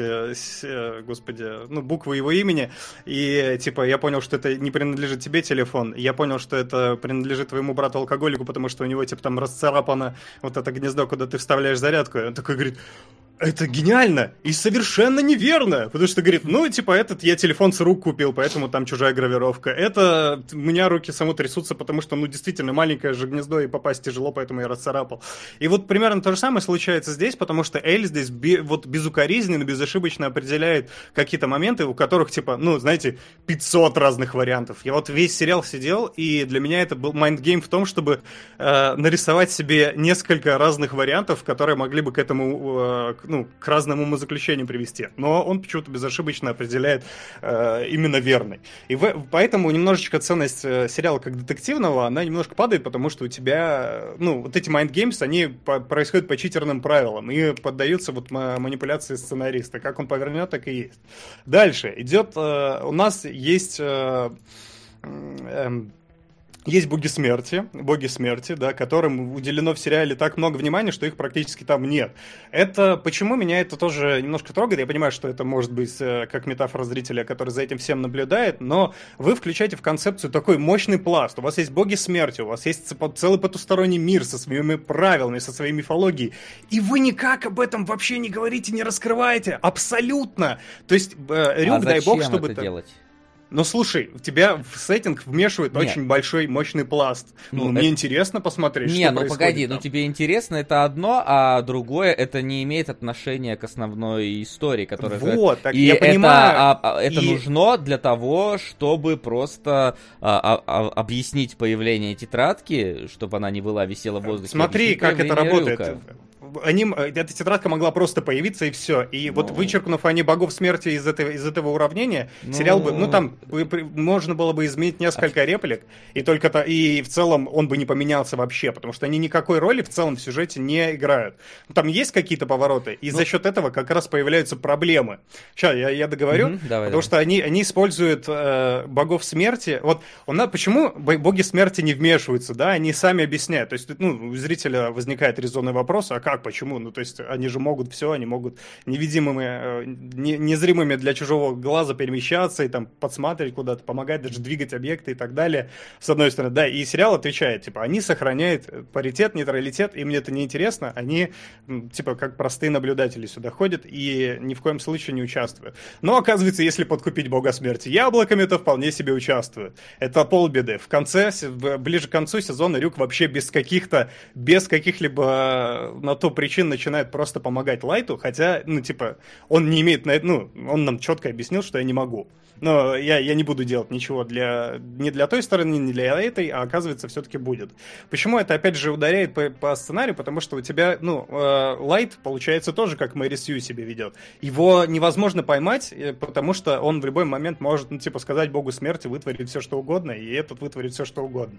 S3: буквы его имени, и, я понял, что это не принадлежит тебе телефон, я понял, что это принадлежит твоему брату-алкоголику, потому что у него, там расцарапано вот это гнездо, куда ты вставляешь зарядку. Он такой говорит, это гениально и совершенно неверно. Потому что говорит, этот я телефон с рук купил, поэтому там чужая гравировка. Это у меня руки само трясутся, потому что, действительно, маленькое же гнездо и попасть тяжело, поэтому я расцарапал. И вот примерно то же самое случается здесь, потому что Эль здесь безукоризненно, безошибочно определяет какие-то моменты, у которых, 500 разных вариантов. Я вот весь сериал сидел, и для меня это был майндгейм в том, чтобы нарисовать себе несколько разных вариантов, которые могли бы к этому к разному умозаключению привести. Но он почему-то безошибочно определяет именно верный. И поэтому немножечко ценность сериала как детективного, она немножко падает, потому что у тебя, вот эти mind games, они происходят по читерным правилам и поддаются вот манипуляции сценариста. Как он повернет, так и есть. Дальше идет, у нас есть боги смерти, да, которым уделено в сериале так много внимания, что их практически там нет. Почему меня это тоже немножко трогает? Я понимаю, что это может быть как метафора зрителя, который за этим всем наблюдает, но вы включаете в концепцию такой мощный пласт. У вас есть боги смерти, у вас есть целый потусторонний мир со своими правилами, со своей мифологией, и вы никак об этом вообще не говорите, не раскрываете. Абсолютно! То есть, Рюк, дай бог, чтобы
S1: это делать?
S3: Ну, слушай, тебя в сеттинг вмешивает очень большой, мощный пласт. Мне интересно посмотреть, что происходит.
S1: Погоди,
S3: там.
S1: Тебе интересно, это одно, а другое, это не имеет отношения к основной истории, которая...
S3: Вот, так
S1: и
S3: я понимаю.
S1: Это нужно для того, чтобы просто объяснить появление тетрадки, чтобы она не была висела в воздухе.
S3: Смотри, как это работает. Эта тетрадка могла просто появиться, и все. И вот вычеркнув они богов смерти из этого уравнения, сериал бы, там можно было бы изменить несколько реплик, и в целом он бы не поменялся вообще, потому что они никакой роли в целом в сюжете не играют. Там есть какие-то повороты, и за счет этого как раз появляются проблемы. Сейчас я договорю, потому что они используют богов смерти. Вот почему боги смерти не вмешиваются, да? Они сами объясняют. То есть, у зрителя возникает резонный вопрос, а как? Почему? То есть они же могут все, они могут невидимыми, незримыми для чужого глаза перемещаться и там подсматривать куда-то, помогать даже двигать объекты и так далее. С одной стороны, да, и сериал отвечает, они сохраняют паритет, нейтралитет, им это не интересно, они, как простые наблюдатели сюда ходят и ни в коем случае не участвуют. Но, оказывается, если подкупить бога смерти яблоками, то вполне себе участвуют. Это полбеды. В конце, ближе к концу сезона Рюк вообще без каких-либо на то причин начинает просто помогать Лайту, хотя, он не имеет на это, он нам четко объяснил, что я не могу. Но я не буду делать ничего ни для той стороны, ни для этой, а оказывается, все-таки будет. Почему это, опять же, ударяет по сценарию? Потому что у тебя, Лайт, получается, тоже как Мэри Сью себя ведет. Его невозможно поймать, потому что он в любой момент может, сказать богу смерти, вытворить все, что угодно, и этот вытворит все, что угодно.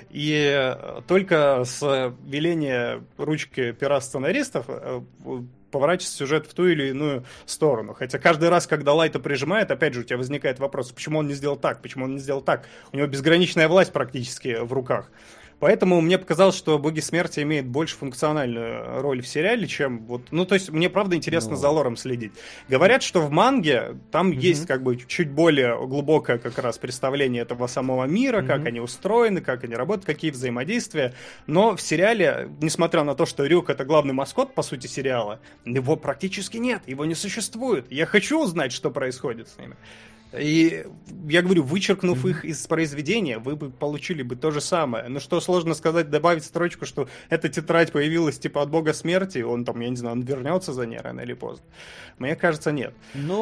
S3: И только с веления ручки пера сценаристов поворачивается сюжет в ту или иную сторону. Хотя каждый раз, когда Лайта прижимает, опять же, у тебя возникает вопрос, почему он не сделал так, почему он не сделал так. У него безграничная власть практически в руках. Поэтому мне показалось, что боги смерти имеют больше функциональную роль в сериале, чем то есть мне правда интересно за лором следить. Говорят, что в манге там есть чуть более глубокое как раз представление этого самого мира, как они устроены, как они работают, какие взаимодействия. Но в сериале, несмотря на то, что Рюк это главный маскот, по сути, сериала, его практически нет, его не существует. Я хочу узнать, что происходит с ними. И я говорю, вычеркнув их из произведения, вы бы получили бы то же самое. Ну что, сложно сказать, добавить строчку, что эта тетрадь появилась от бога смерти, он там, я не знаю, он вернется за ней рано или поздно. Мне кажется, нет.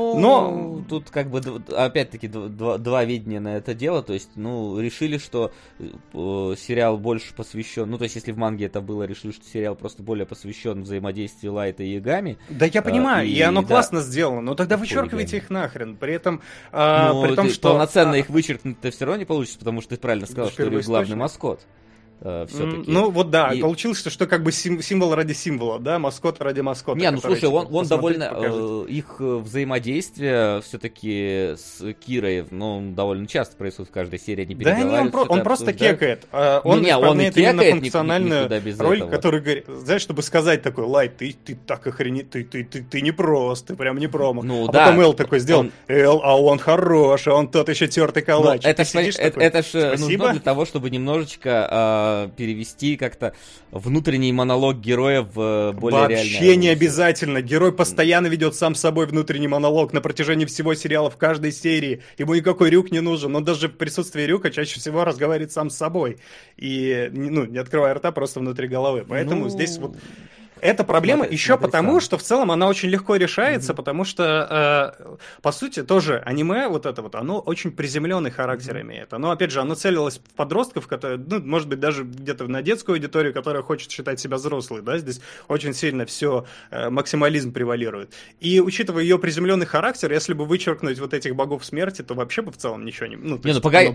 S1: Но тут опять-таки два видения на это дело, то есть, решили, что сериал больше посвящен, то есть, если в манге это было, решили, что сериал просто более посвящен взаимодействию Лайта и Ягами.
S3: Да, я понимаю, и оно классно сделано, но тогда вычеркивайте их нахрен, при этом... при том, что
S1: полноценно их вычеркнуть-то все равно не получится, потому что ты правильно сказал, что Рюк главный маскот. Все-таки.
S3: Получилось, что символ ради символа, да, маскот ради маскота.
S1: Слушай, он довольно... Их взаимодействие все-таки с Кирой, довольно часто происходит в каждой серии, они переговариваются.
S3: Да, он просто кекает. Он исполняет именно функциональную роль, которая говорит, знаешь, чтобы сказать такой, Лайт, ты так охренеть, ты не прост, ты прям не промах. Потом Эл такой сделал, а он хороший, он тот еще тертый калач.
S1: Это же нужно для того, чтобы немножечко перевести как-то внутренний монолог героя в более реальное.
S3: Вообще не обязательно. Герой постоянно ведет сам с собой внутренний монолог на протяжении всего сериала, в каждой серии. Ему никакой Рюк не нужен. Он даже в присутствии Рюка чаще всего разговаривает сам с собой. И, не открывая рта, просто внутри головы. Поэтому здесь Это проблема еще
S1: смотри
S3: потому,
S1: сам.
S3: что в целом она очень легко решается, потому что, по сути, тоже аниме вот это вот, оно очень приземленный характер имеет. Оно, опять же, оно целилось в подростков, которые, ну, может быть, даже где-то на детскую аудиторию, которая хочет считать себя взрослой, да, здесь очень сильно все, максимализм превалирует. И учитывая ее приземленный характер, если бы вычеркнуть вот этих богов смерти, то вообще бы в целом ничего не... Ну,
S1: Не, ну погоди,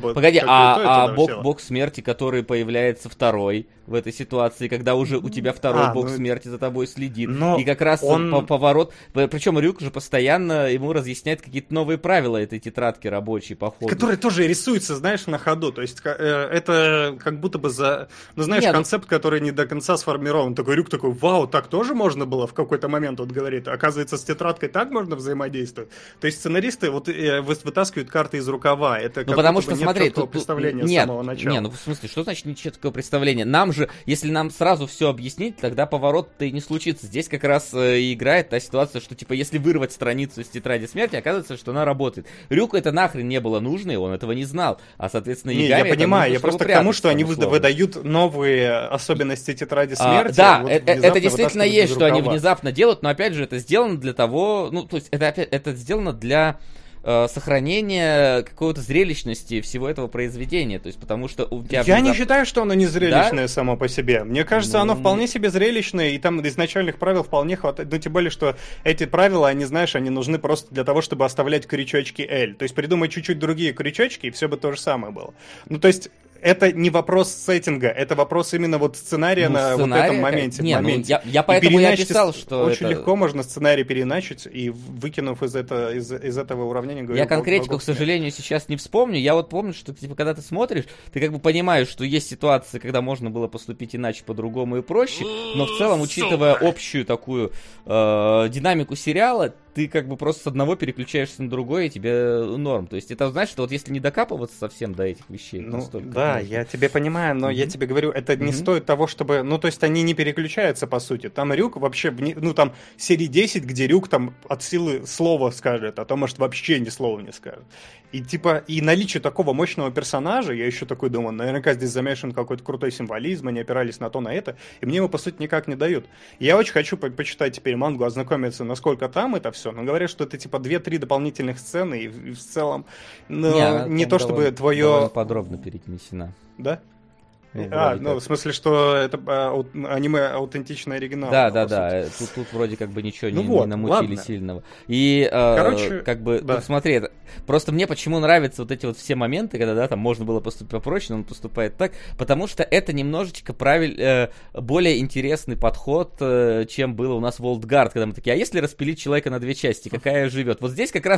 S3: бог
S1: бог смерти, который появляется второй в этой ситуации, когда уже у тебя второй бог смерти за тобой следит. И как раз поворот... Причем Рюк же постоянно ему разъясняет какие-то новые правила этой тетрадки рабочей по ходу.
S3: Которые тоже рисуются, знаешь, на ходу. То есть это как будто бы ну, знаешь, концепт, который не до конца сформирован. Такой Рюк такой, вау, так тоже можно было в какой-то момент, вот говорит. Оказывается, с тетрадкой так можно взаимодействовать. То есть сценаристы вот вытаскивают карты из рукава. Это как
S1: потому
S3: будто
S1: что,
S3: бы нет
S1: смотри,
S3: четкого представления с самого начала.
S1: Ну в смысле, что значит нет четкого представления? Нам же, если нам сразу все объяснить, тогда поворот-то и не случится. Здесь как раз и играет та ситуация, что типа если вырвать страницу из тетради смерти, оказывается, что она работает. Рюку это нахрен не было нужно, и он этого не знал. А соответственно,
S3: я понимаю, я просто к тому, что они выдают новые особенности тетради смерти.
S1: Да, это действительно есть, что они внезапно делают, но опять же это сделано для того, ну то есть это сделано для сохранение какой-то зрелищности всего этого произведения, то есть потому что у тебя...
S3: Я не считаю, что оно не зрелищное само по себе. Мне кажется, оно вполне себе зрелищное, и там изначальных правил вполне хватает. Ну, тем более, что эти правила, они, знаешь, они нужны просто для того, чтобы оставлять крючочки L. То есть придумать чуть-чуть другие крючочки, и все бы то же самое было. Ну, то есть... Это не вопрос сеттинга, это вопрос именно вот сценария на вот этом моменте.
S1: Я поэтому и описал, что
S3: очень легко можно сценарий переиначить, и выкинув из этого уравнения...
S1: Я конкретику, к сожалению, сейчас не вспомню. Я вот помню, что типа, когда ты смотришь, ты как бы понимаешь, что есть ситуации, когда можно было поступить иначе, по-другому и проще, но в целом, учитывая общую такую динамику сериала, ты как бы просто с одного переключаешься на другое, и тебе норм. То есть это, знаешь, что вот если не докапываться совсем до этих вещей...
S3: Ну, да, я тебя понимаю, но я тебе говорю, это не стоит того, чтобы... Ну, то есть они не переключаются, по сути. Там Рюк вообще... Ну, там серии 10, где Рюк там от силы слова скажет, а то, может, вообще ни слова не скажет. И типа, и наличие такого мощного персонажа, я еще такой думаю, наверняка здесь замешан какой-то крутой символизм, они опирались на то, на это, и мне его, по сути, никак не дают. Я очень хочу почитать теперь мангу, ознакомиться, насколько там это все, но говорят, что это типа 2-3 дополнительных сцены, и в целом, ну, не то чтобы твое...
S1: Довольно подробно перенесена.
S3: Да? В смысле, что это аниме аутентичный оригинал.
S1: Да. Тут вроде как бы ничего не намутили сильного. И,
S3: короче,
S1: как бы, тут смотри, просто мне почему нравятся вот эти вот все моменты, когда, да, там можно было поступить попроще, но он поступает так, потому что это немножечко более интересный подход, чем было у нас в Old Guard, когда мы такие, а если распилить человека на две части, какая живет? Вот здесь как раз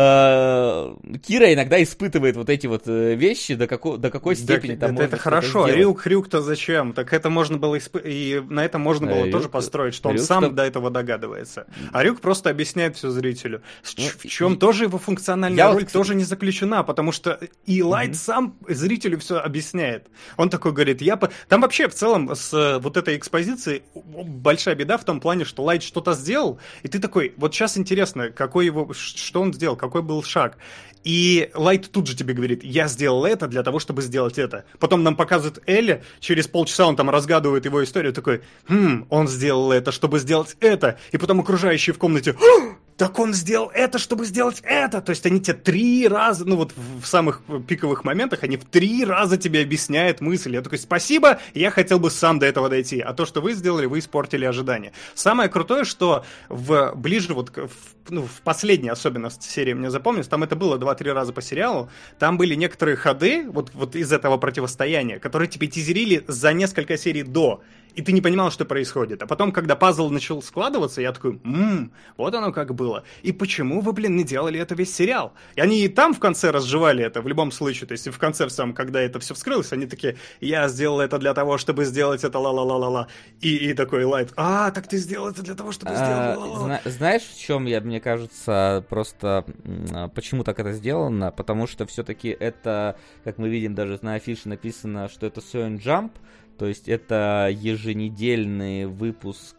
S1: Кира иногда испытывает вот эти вот вещи, до какой степени там можно
S3: это хорошо. Рюк-то зачем? Так это можно было и на этом можно было тоже построить, что он сам до этого догадывается. А Рюк просто объясняет все зрителю. В чем тоже его функциональная роль тоже не заключена, потому что и Лайт сам зрителю все объясняет. Он такой говорит, там вообще в целом с вот этой экспозицией большая беда в том плане, что Лайт что-то сделал, и ты такой, вот сейчас интересно, что он сделал, какой был шаг. И Лайт тут же тебе говорит, я сделал это для того, чтобы сделать это. Потом нам показывают Элли, через полчаса он там разгадывает его историю, такой, он сделал это, чтобы сделать это. И потом окружающие в комнате, так он сделал это, чтобы сделать это. То есть они тебе 3 раза, ну вот в самых пиковых моментах, они в 3 раза тебе объясняют мысль. Я такой, спасибо, я хотел бы сам до этого дойти. А то, что вы сделали, вы испортили ожидания. Самое крутое, что ближе вот в последней особенно серии мне запомнилось, там это было 2-3 раза по сериалу, там были некоторые ходы вот из этого противостояния, которые тебе тизерили за несколько серий до. И ты не понимал, что происходит. А потом, когда пазл начал складываться, я такой, вот оно как было. И почему вы, не делали это весь сериал? И они и там в конце разжевали это, в любом случае. То есть и в конце, когда это все вскрылось, они такие, я сделал это для того, чтобы сделать это ла-ла-ла-ла-ла. И такой Лайт, так ты сделал это для того, чтобы сделать ла-ла-ла.
S1: Знаешь, в чем мне кажется, просто почему так это сделано? Потому что все-таки это, как мы видим, даже на афише написано, что это Shonen Jump. То есть это еженедельный выпуск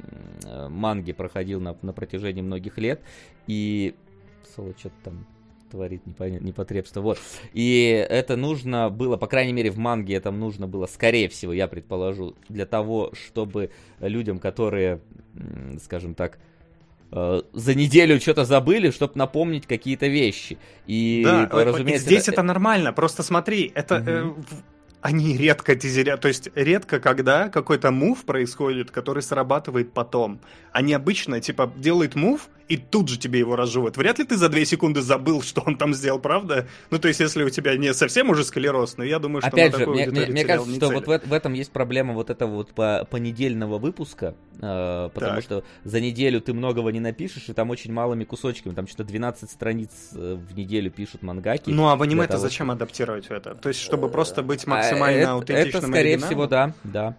S1: манги проходил на протяжении многих лет. И... Соло, что-то там творит непотребство. Вот. И это нужно было, по крайней мере, в манге это нужно было, скорее всего, я предположу, для того, чтобы людям, которые, скажем так, за неделю что-то забыли, чтобы напомнить какие-то вещи. И,
S3: да,
S1: разумеется,
S3: здесь это нормально. Просто смотри, это... Они редко тизерят, то есть редко, когда какой-то мув происходит, который срабатывает потом. Они обычно, типа, делают мув, и тут же тебе его разжевывают. Вряд ли ты за 2 секунды забыл, что он там сделал, правда? Ну, то есть, если у тебя не совсем уже склероз, но я думаю, что
S1: опять
S3: на
S1: же,
S3: такой
S1: мне кажется,
S3: не
S1: что
S3: целит.
S1: вот в этом есть проблема вот этого вот понедельного выпуска, потому что за неделю ты многого не напишешь, и там очень малыми кусочками, там что-то 12 страниц в неделю пишут мангаки.
S3: Ну, а в аниме-то зачем адаптировать это? То есть, чтобы просто быть максимально аутентичным
S1: это, скорее
S3: оригиналом?
S1: всего, да.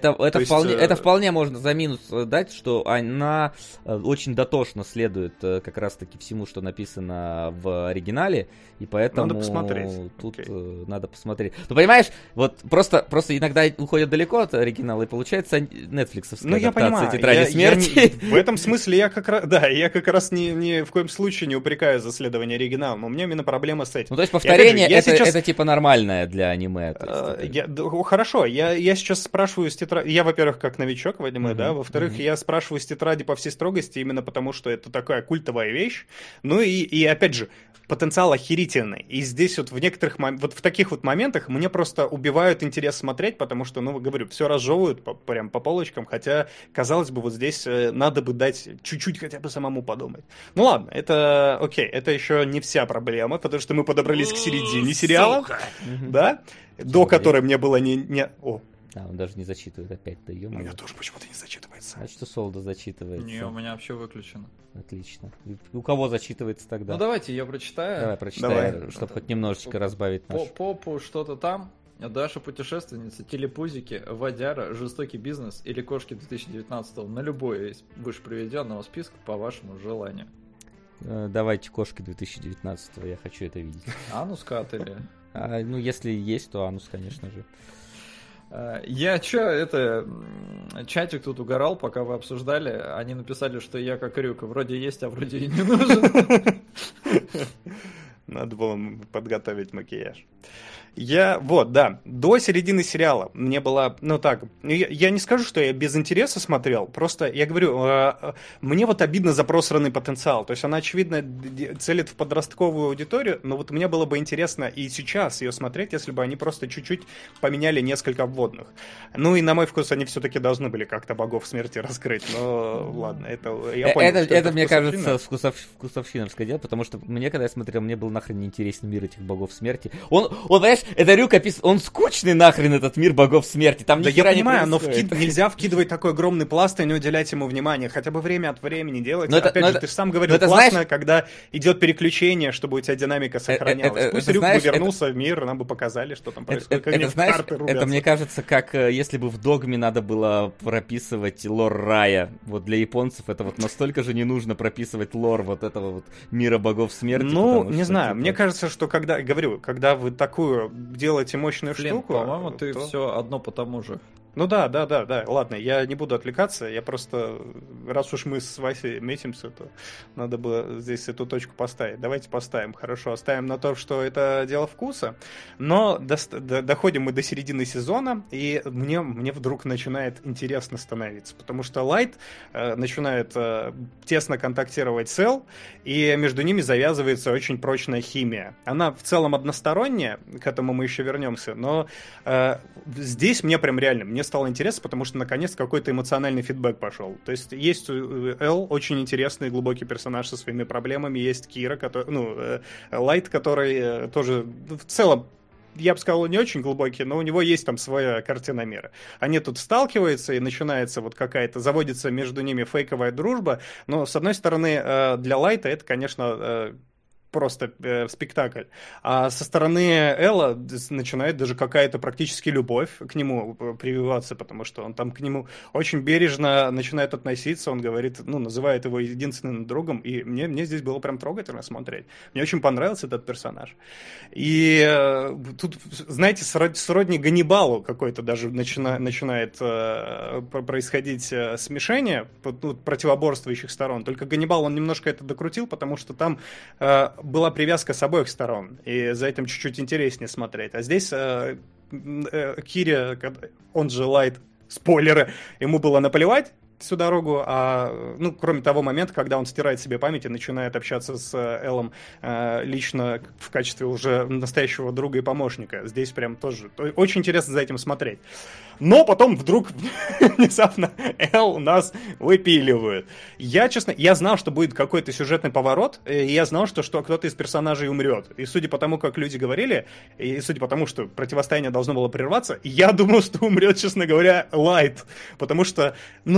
S1: Это вполне можно за минус дать, что она очень дотошно следует как раз-таки всему, что написано в оригинале, и поэтому
S3: надо посмотреть.
S1: Тут надо посмотреть. Ну, понимаешь, вот просто иногда уходят далеко от оригинала, и получается Netflix-овская адаптация «Тетради смерти».
S3: В этом смысле я как раз ни в коем случае не упрекаю за следование оригиналом, но у меня именно проблема с этим.
S1: Ну, то есть повторение это типа нормальное для аниме.
S3: Хорошо, я сейчас спрашиваю с тетради. Я, во-первых, как новичок в аниме, да. Во-вторых, я спрашиваю с тетради по всей строгости именно потому, что это такая культовая вещь. Ну и опять же, потенциал охерительный. И здесь вот в некоторых вот в таких вот моментах мне просто убивают интерес смотреть, потому что, ну, говорю, все разжевывают прям по полочкам, хотя, казалось бы, вот здесь надо бы дать чуть-чуть хотя бы самому подумать. Ну ладно, это окей, это еще не вся проблема, потому что мы подобрались к середине сериала, да, до которой мне было
S1: Да, он даже не зачитывает опять, да, ё-моё.
S3: У меня тоже почему-то не зачитывается.
S1: А что Солда зачитывается?
S2: Не, у меня вообще выключено.
S1: Отлично. И у кого зачитывается тогда?
S2: Ну давайте я прочитаю.
S1: Давай, прочитай, чтобы хоть немножечко разбавить наш.
S2: Попу что-то там. Даша путешественница, телепузики, водяра, жестокий бизнес или кошки 2019 на любой из выше приведенного списка по вашему желанию.
S1: Давайте кошки 2019, я хочу это видеть.
S2: Анус кат или...
S1: Ну, если есть, то анус, конечно же.
S2: Я чатик тут угорал, пока вы обсуждали. Они написали, что я как Рюка. Вроде есть, а вроде и не нужен.
S3: Надо было подготовить макияж. До середины сериала мне было, я не скажу, что я без интереса смотрел, просто я говорю, мне вот обидно за просранный потенциал, то есть она, очевидно, целит в подростковую аудиторию, но вот мне было бы интересно и сейчас ее смотреть, если бы они просто чуть-чуть поменяли несколько вводных. Ну и на мой вкус они все-таки должны были как-то богов смерти раскрыть, но ладно, это я понял.
S1: Это мне кажется, вкусовщиновское дело, потому что мне, когда я смотрел, мне был нахрен неинтересен мир этих богов смерти. Он, понимаешь, это Рюк описывает, он скучный нахрен, этот мир богов смерти. Там
S3: я понимаю, но нельзя вкидывать такой огромный пласт и не уделять ему внимания. Хотя бы время от времени делать. Ты же сам говорил, классно, когда идет переключение, чтобы у тебя динамика сохранялась. Пусть Рюк бы вернулся в мир, нам бы показали, что там происходит.
S1: Это, мне кажется, как если бы в Догме надо было прописывать лор рая. Вот для японцев это вот настолько же не нужно прописывать лор вот этого вот мира богов смерти.
S3: Ну, не знаю, мне кажется, что когда вы такую делаете мощную штуку...
S2: По-моему, ты все одно по тому же.
S3: Ну да, ладно, я не буду отвлекаться, я просто, раз уж мы с Васей метимся, то надо было здесь эту точку поставить. Давайте поставим, хорошо, оставим на то, что это дело вкуса, но доходим мы до середины сезона, и мне вдруг начинает интересно становиться, потому что Лайт начинает тесно контактировать с Эл, и между ними завязывается очень прочная химия. Она в целом односторонняя, к этому мы еще вернемся, но здесь мне прям реально, мне стало интересно, потому что наконец какой-то эмоциональный фидбэк пошел. То есть есть у Эл очень интересный глубокий персонаж со своими проблемами, есть Кира, Лайт, который тоже в целом, я бы сказал, не очень глубокий, но у него есть там своя картина мира. Они тут сталкиваются, и начинается вот какая-то, заводится между ними фейковая дружба, но, с одной стороны, для Лайта это, конечно, просто спектакль. А со стороны Элла начинает даже какая-то практически любовь к нему прививаться, потому что он там к нему очень бережно начинает относиться, он говорит, называет его единственным другом, и мне здесь было прям трогательно смотреть. Мне очень понравился этот персонаж. И тут, знаете, сродни Ганнибалу какой-то даже начинает происходить смешение противоборствующих сторон. Только Ганнибал, он немножко это докрутил, потому что там была привязка с обоих сторон, и за этим чуть-чуть интереснее смотреть. А здесь Кири, он же Лайт, спойлеры, ему было наплевать всю дорогу, кроме того момента, когда он стирает себе память и начинает общаться с Эллом лично в качестве уже настоящего друга и помощника. Здесь прям тоже очень интересно за этим смотреть. Но потом вдруг внезапно Эл нас выпиливают. Я знал, что будет какой-то сюжетный поворот, и я знал, что кто-то из персонажей умрет. И судя по тому, как люди говорили, и судя по тому, что противостояние должно было прерваться, я думал, что умрет, честно говоря, Лайт. Потому что,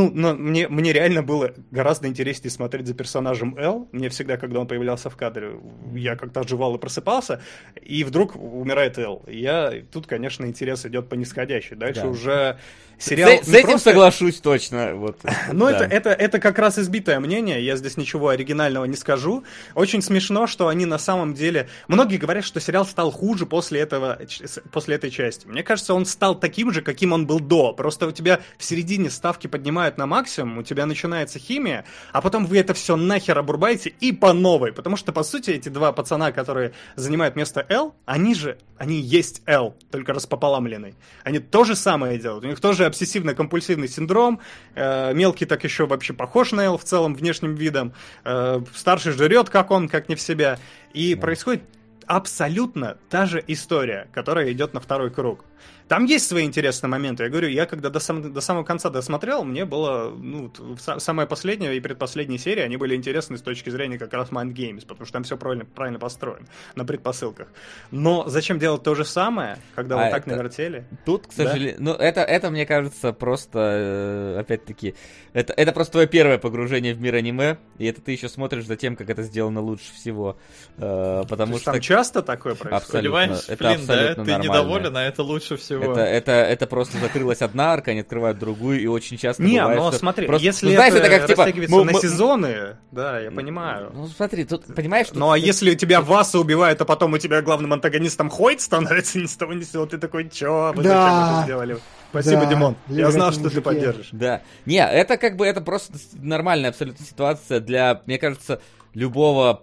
S3: мне реально было гораздо интереснее смотреть за персонажем Эл. Мне всегда, когда он появлялся в кадре, я как-то оживал и просыпался, и вдруг умирает Эл. Тут, конечно, интерес идет по нисходящей. Дальше уже сериал...
S1: С этим соглашусь точно. Вот.
S3: Это как раз избитое мнение, я здесь ничего оригинального не скажу. Очень смешно, что они на самом деле... Многие говорят, что сериал стал хуже после этой части. Мне кажется, он стал таким же, каким он был до. Просто у тебя в середине ставки поднимают на максимум, у тебя начинается химия, а потом вы это все нахер обрубаете и по новой. Потому что, по сути, эти два пацана, которые занимают место Эл, они есть Эл, только распополамленный. Они то же самое делают. У них тоже обсессивно-компульсивный синдром. Мелкий так еще вообще похож на Эл в целом внешним видом. Старший жрет, как он, как не в себя. И происходит абсолютно та же история, которая идет на второй круг. Там есть свои интересные моменты. Я говорю, я когда до самого конца досмотрел, мне было, самая последняя и предпоследняя серия, они были интересны с точки зрения как раз Mind Games, потому что там все правильно построено, на предпосылках. Но зачем делать то же самое, когда вот так навертели?
S1: Тут, к сожалению, это, мне кажется, просто, опять-таки, это просто твое первое погружение в мир аниме, и это ты еще смотришь за тем, как это сделано лучше всего. Потому что
S3: там часто такое происходит?
S2: Понимаешь,
S1: это абсолютно
S2: ты
S1: нормально.
S2: недоволен, а это лучше всего.
S1: Это просто закрылась одна арка, они открывают другую, и очень часто бывает,
S3: но
S1: что
S3: смотри,
S1: просто,
S3: если
S1: знаешь,
S3: это
S1: как, типа,
S3: растягивается на сезоны, да, я понимаю.
S1: Смотри, тут, понимаешь...
S3: Ну, а если у тебя Васа убивают, а потом у тебя главным антагонистом Хойт становится ни с того ни с сего, ты такой, чё, вы зачем это сделали? Спасибо, Димон. Я знал, что ты поддержишь.
S1: Да. Не, это это просто нормальная абсолютно ситуация для, мне кажется, любого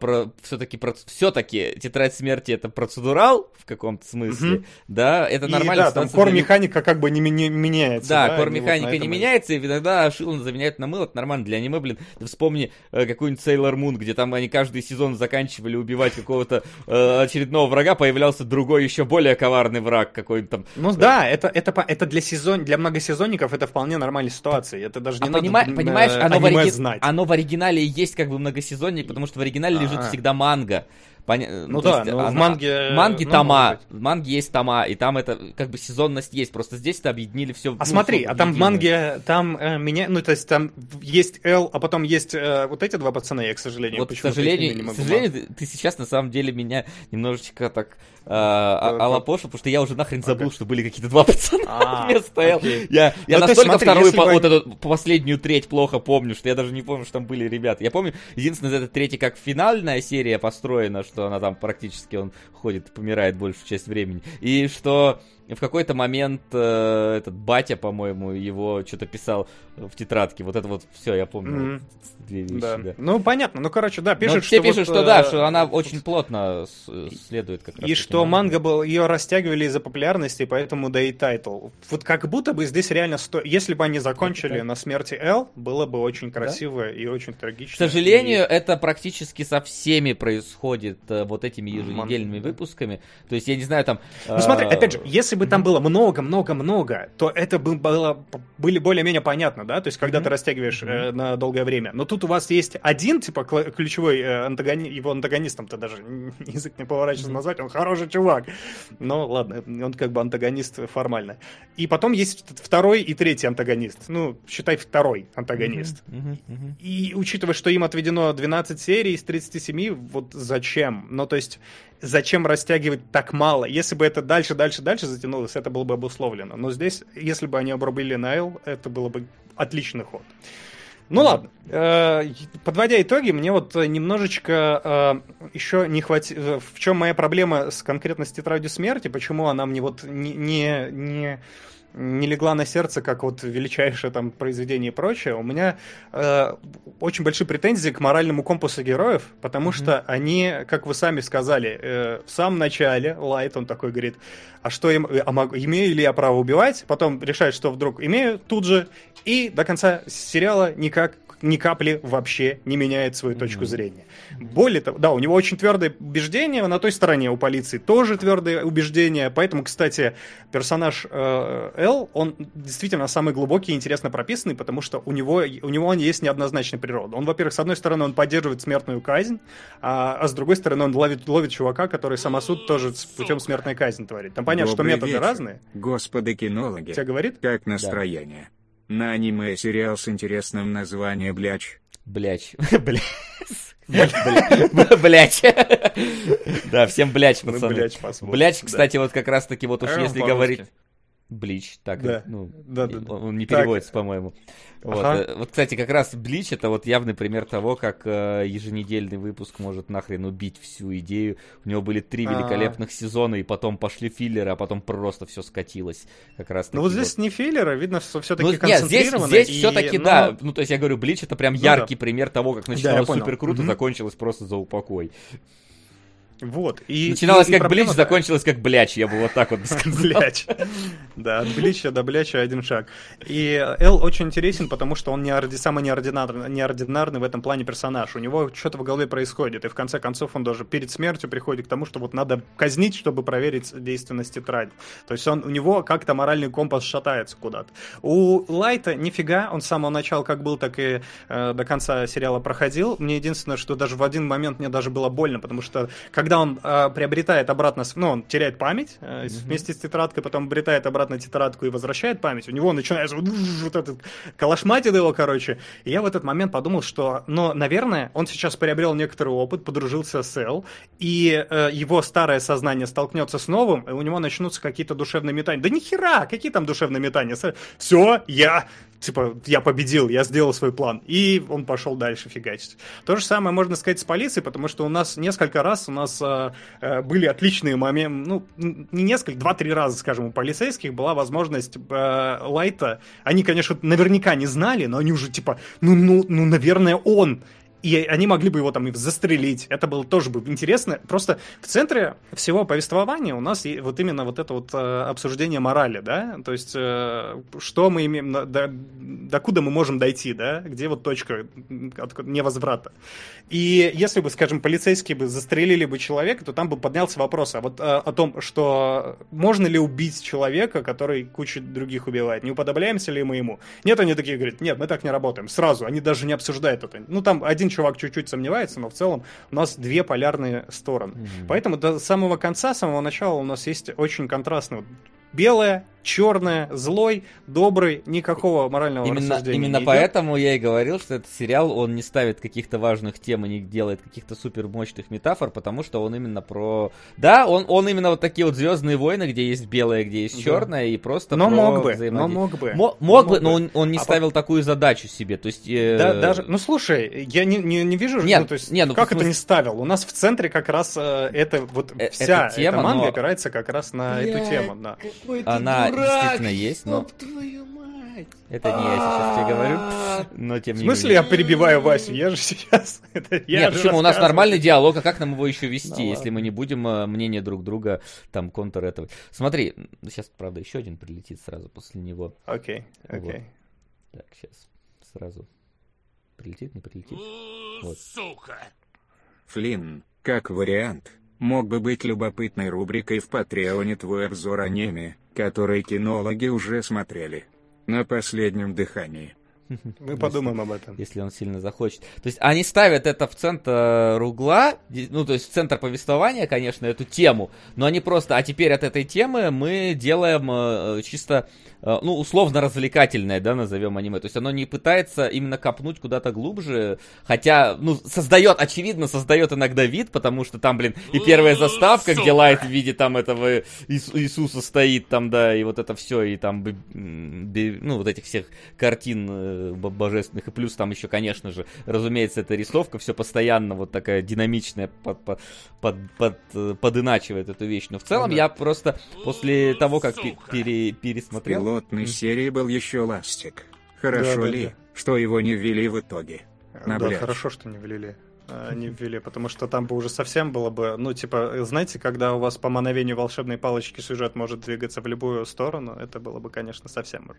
S1: все-таки тетрадь смерти это процедурал в каком-то смысле, да, это нормально.
S3: Да, там кор-механика как бы не меняется.
S1: Да, кор-механика не меняется, и иногда Шилан заменяют на мыло, это нормально для аниме, блин. Ты вспомни какую-нибудь Sailor Moon, где там они каждый сезон заканчивали убивать какого-то очередного врага, появлялся другой еще более коварный враг какой-то там.
S3: Ну да, это для многосезонников это вполне нормальная ситуация. Это даже не надо
S1: понимаешь,
S3: знать.
S1: Оно в оригинале есть как бы многосезонник, потому что в оригинале лежит всегда манга.
S3: В манге...
S1: В манге есть тома, и там это как бы сезонность есть, просто здесь это объединили все.
S3: Смотри, там в манге, там то есть там есть Эл, а потом есть вот эти два пацана, я, к сожалению,
S1: вот, к сожалению, ты сейчас на самом деле меня немножечко так алапошил, потому что я уже нахрен забыл, что были какие-то два пацана вместо Эл. Я настолько вторую, вот эту последнюю треть плохо помню, что я даже не помню, что там были ребята. Я помню, единственное, эта третья как финальная серия построена, что она там практически, он ходит, помирает большую часть времени. И что в какой-то момент этот батя, по-моему, его что-то писал в тетрадке. Вот это вот все, я помню. Две вещи, да.
S3: Ну, понятно. Ну, короче, да,
S1: пишут, что... Все пишут, что да, что она очень плотно следует как раз.
S3: И что манга ее растягивали из-за популярности, поэтому да и тайтл. Вот как будто бы здесь реально если бы они закончили на смерти Эл, было бы очень красиво и очень трагично.
S1: К сожалению, это практически со всеми происходит вот этими еженедельными выпусками. То есть, я не знаю, там...
S3: Ну, смотри, опять же, если бы там было много-много-много, то это были более-менее понятно, да? То есть, когда ты растягиваешь на долгое время. Но тут у вас есть один, типа, ключевой его антагонистом-то даже язык не поворачивается назвать, он хороший чувак. Но ладно, он как бы антагонист формально. И потом есть второй и третий антагонист. Ну, считай, второй антагонист. И учитывая, что им отведено 12 серий из 37, вот зачем? Ну, то есть, зачем растягивать так мало? Если бы это дальше затянулось, это было бы обусловлено. Но здесь, если бы они обрубили Найл, это было бы отличный ход. Ну ладно, подводя итоги, мне вот немножечко еще не хватило... В чем моя проблема конкретно с Тетрадью Смерти, почему она мне вот не не легла на сердце, как вот величайшее там произведение и прочее, у меня очень большие претензии к моральному компасу героев, потому что они, как вы сами сказали, в самом начале Лайт, он такой говорит, а что имею ли я право убивать? Потом решает, что вдруг имею тут же, и до конца сериала ни капли вообще не меняет свою точку зрения. Более того, да, у него очень твердые убеждения, на той стороне у полиции тоже твердые убеждения, поэтому, кстати, персонаж Эл, он действительно самый глубокий и интересно прописанный, потому что у него есть неоднозначная природа. Он, во-первых, с одной стороны, он поддерживает смертную казнь, а с другой стороны, он ловит чувака, который самосуд тоже путем смертной казни творит. Там понятно, что методы разные.
S4: Господи, кинологи.
S3: Тебя говорит?
S4: Как настроение? Да. На аниме сериал с интересным названием «Бляч».
S1: Бляч. Бляч. Да, всем бляч, пацаны. Бляч, кстати, вот как раз-таки, вот уж если говорить... Блич, так, он не переводится, по-моему. Вот, кстати, как раз Блич — это вот явный пример того, как еженедельный выпуск может нахрен убить всю идею. У него были 3 великолепных сезона, и потом пошли филлеры, а потом просто все скатилось. Как раз.
S3: Ну вот здесь не филлеры, видно, что все-таки концентрировано.
S1: Здесь все-таки, да. Ну, то есть я говорю, Блич — это прям яркий пример того, как начиналось супер круто, закончилось просто за упокой.
S3: Вот.
S1: Начиналось как Блич, закончилось как Бляч, я бы вот так вот сказал.
S3: Бляч. Да, от Блича до Бляча один шаг. И Эл очень интересен, потому что он самый неординарный в этом плане персонаж. У него что-то в голове происходит, и в конце концов он даже перед смертью приходит к тому, что вот надо казнить, чтобы проверить действенность тетради. То есть у него как-то моральный компас шатается куда-то. У Лайта нифига, он с самого начала как был, так и до конца сериала проходил. Мне единственное, что даже в один момент мне даже было больно, потому что когда он приобретает обратно, он теряет память вместе с тетрадкой, потом обретает обратно тетрадку и возвращает память, у него начинается вот этот калашматит его, короче. И я в этот момент подумал, что, наверное, он сейчас приобрел некоторый опыт, подружился с Эл, и его старое сознание столкнется с новым, и у него начнутся какие-то душевные метания. Да нихера, какие там душевные метания? Все, я победил, я сделал свой план. И он пошел дальше фигачить. То же самое можно сказать с полицией, потому что у нас несколько раз были отличные моменты, не несколько, 2-3 раза, скажем, у полицейских была возможность Лайта, они, конечно, наверняка не знали, но они уже наверное, он. И они могли бы его там и застрелить. Это было тоже бы интересно. Просто в центре всего повествования у нас вот именно вот это вот обсуждение морали, да? То есть, что мы имеем, докуда мы можем дойти, да? Где вот точка невозврата. И если бы, скажем, полицейские бы застрелили бы человека, то там бы поднялся вопрос о том, что можно ли убить человека, который кучу других убивает. Не уподобляемся ли мы ему? Нет, они такие говорят, нет, мы так не работаем. Сразу, они даже не обсуждают это. Там один чувак чуть-чуть сомневается, но в целом у нас 2 полярные стороны. Поэтому до самого конца, самого начала у нас есть очень контрастный белое, черное, злой, добрый, никакого морального рассуждения.
S1: Именно поэтому я и говорил, что этот сериал, он не ставит каких-то важных тем и не делает каких-то супер мощных метафор, потому что он именно про... Да, он именно вот такие вот «Звездные войны», где есть белое, где есть черное, и просто
S3: но
S1: про
S3: мог бы,
S1: но он не ставил такую задачу себе, то есть...
S3: даже, слушай, я не вижу, как это не ставил? У нас в центре как раз вся эта манга опирается как раз на эту тему, да.
S1: Она действительно есть, но...
S5: Твою мать!
S1: Это не я сейчас тебе говорю, но тем не менее.
S3: В смысле я перебиваю Васю? Я же сейчас...
S1: Нет, почему? У нас нормальный диалог, а как нам его еще вести, если мы не будем мнение друг друга там контр этого... Смотри, сейчас, правда, еще один прилетит сразу после него.
S3: Окей.
S1: Так, сейчас сразу. Прилетит, не прилетит? Вот.
S5: Сука!
S4: Флинн, как вариант, мог бы быть любопытной рубрикой в Патреоне твой обзор аниме, который кинологи уже смотрели. На последнем дыхании.
S3: Мы подумаем об этом.
S1: Если он сильно захочет. То есть они ставят это в центр угла, то есть в центр повествования, конечно, эту тему, но они просто, а теперь от этой темы мы делаем чисто, условно развлекательное, да, назовем аниме. То есть оно не пытается именно копнуть куда-то глубже, хотя, очевидно, создает иногда вид, потому что там, и первая заставка, где Лайт в виде там этого Иисуса стоит там, да, и вот это все, и там, вот этих всех картин божественных. И плюс там еще, конечно же, разумеется, эта рисовка все постоянно вот такая динамичная, подиначивает эту вещь. Но в целом я просто после того, как пересмотрел...
S4: В пилотной серии был еще Ластик. Хорошо ли, что его не ввели в итоге?
S3: Да, хорошо, что не ввели, потому что там бы уже совсем было бы, ну, типа, знаете, когда у вас по мановению волшебной палочки сюжет может двигаться в любую сторону, это было бы, конечно, совсем уже.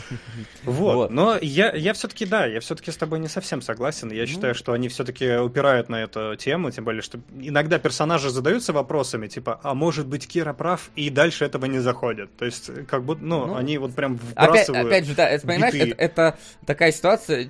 S3: Вот, но я все-таки с тобой не совсем согласен, я считаю, что они все-таки упирают на эту тему, тем более, что иногда персонажи задаются вопросами, типа, а может быть Кира прав, и дальше этого не заходят, то есть, как будто, они вот прям вбрасывают.
S1: Опять же, да, понимаешь, это такая ситуация,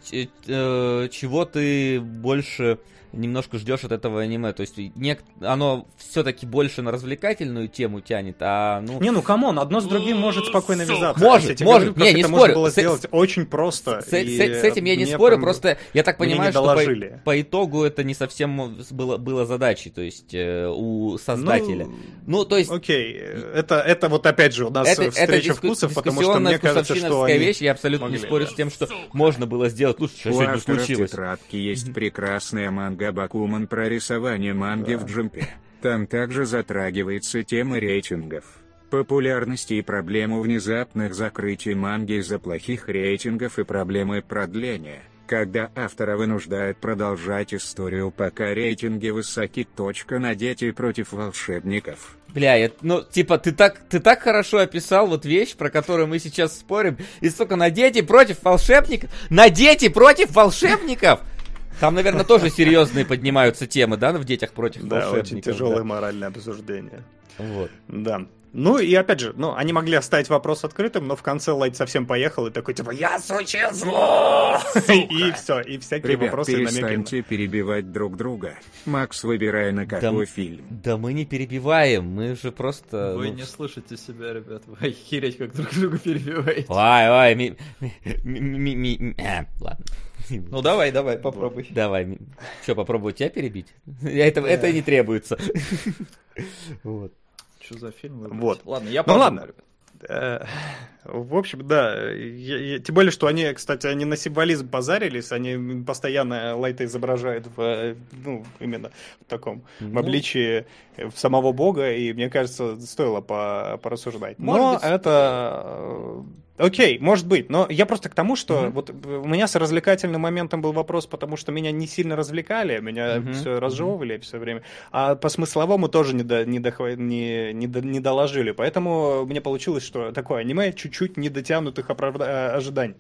S1: чего ты больше... немножко ждешь от этого аниме, то есть оно все-таки больше на развлекательную тему тянет,
S3: камон, одно с другим может спокойно вязаться.
S1: Может, не спорю.
S3: Было сделать очень просто.
S1: С этим я не спорю, просто я так понимаю, что по итогу это не совсем было задачей, то есть у создателя. То есть...
S3: Окей, это вот опять же у нас встреча вкусов, потому что мне кажется, что они
S1: вещь, я абсолютно не спорю с тем, что можно было сделать лучше, что сегодня случилось.
S4: В тетрадке есть прекрасная манга Бакуман про рисование манги в Джумпе. Там также затрагивается тема рейтингов, популярности и проблему внезапных закрытий манги из-за плохих рейтингов и проблемы продления, когда автора вынуждают продолжать историю, пока рейтинги высоки. На дети против волшебников.
S1: Бля, ты так хорошо описал вот вещь, про которую мы сейчас спорим, и сука, на дети против волшебников? На дети против волшебников? Там, наверное, тоже серьезные поднимаются темы, да, в «Детях против волшебников».
S3: Да, очень тяжелое моральное обсуждение.
S1: Вот.
S3: Да. Ну и опять же, они могли оставить вопрос открытым, но в конце Лайт совсем поехал и такой, типа, я сучье зло! И все, и всякие вопросы и намеки.
S4: Перестаньте перебивать друг друга. Макс, выбирай на какой фильм.
S1: Да мы не перебиваем, мы же просто...
S2: Вы не слушайте себя, ребят, вы охереть, как друг друга перебиваете.
S1: Ой, ладно.
S2: Ну давай, попробуй.
S1: Давай. Что, попробую тебя перебить? Это не требуется. Вот.
S2: Что за фильм?
S3: Вот.
S2: Ладно, я подумаю,
S3: ребят. В общем, да. Тем более, что они, кстати, на символизм позарились, они постоянно Лайта изображают именно в таком в обличии самого бога, и мне кажется, стоило порассуждать. Но это... Окей, может быть, но я просто к тому, что вот у меня с развлекательным моментом был вопрос, потому что меня не сильно развлекали, меня все разжевывали все время, а по смысловому тоже не доложили, поэтому мне получилось, что такое аниме чуть-чуть недотянутых ожиданий.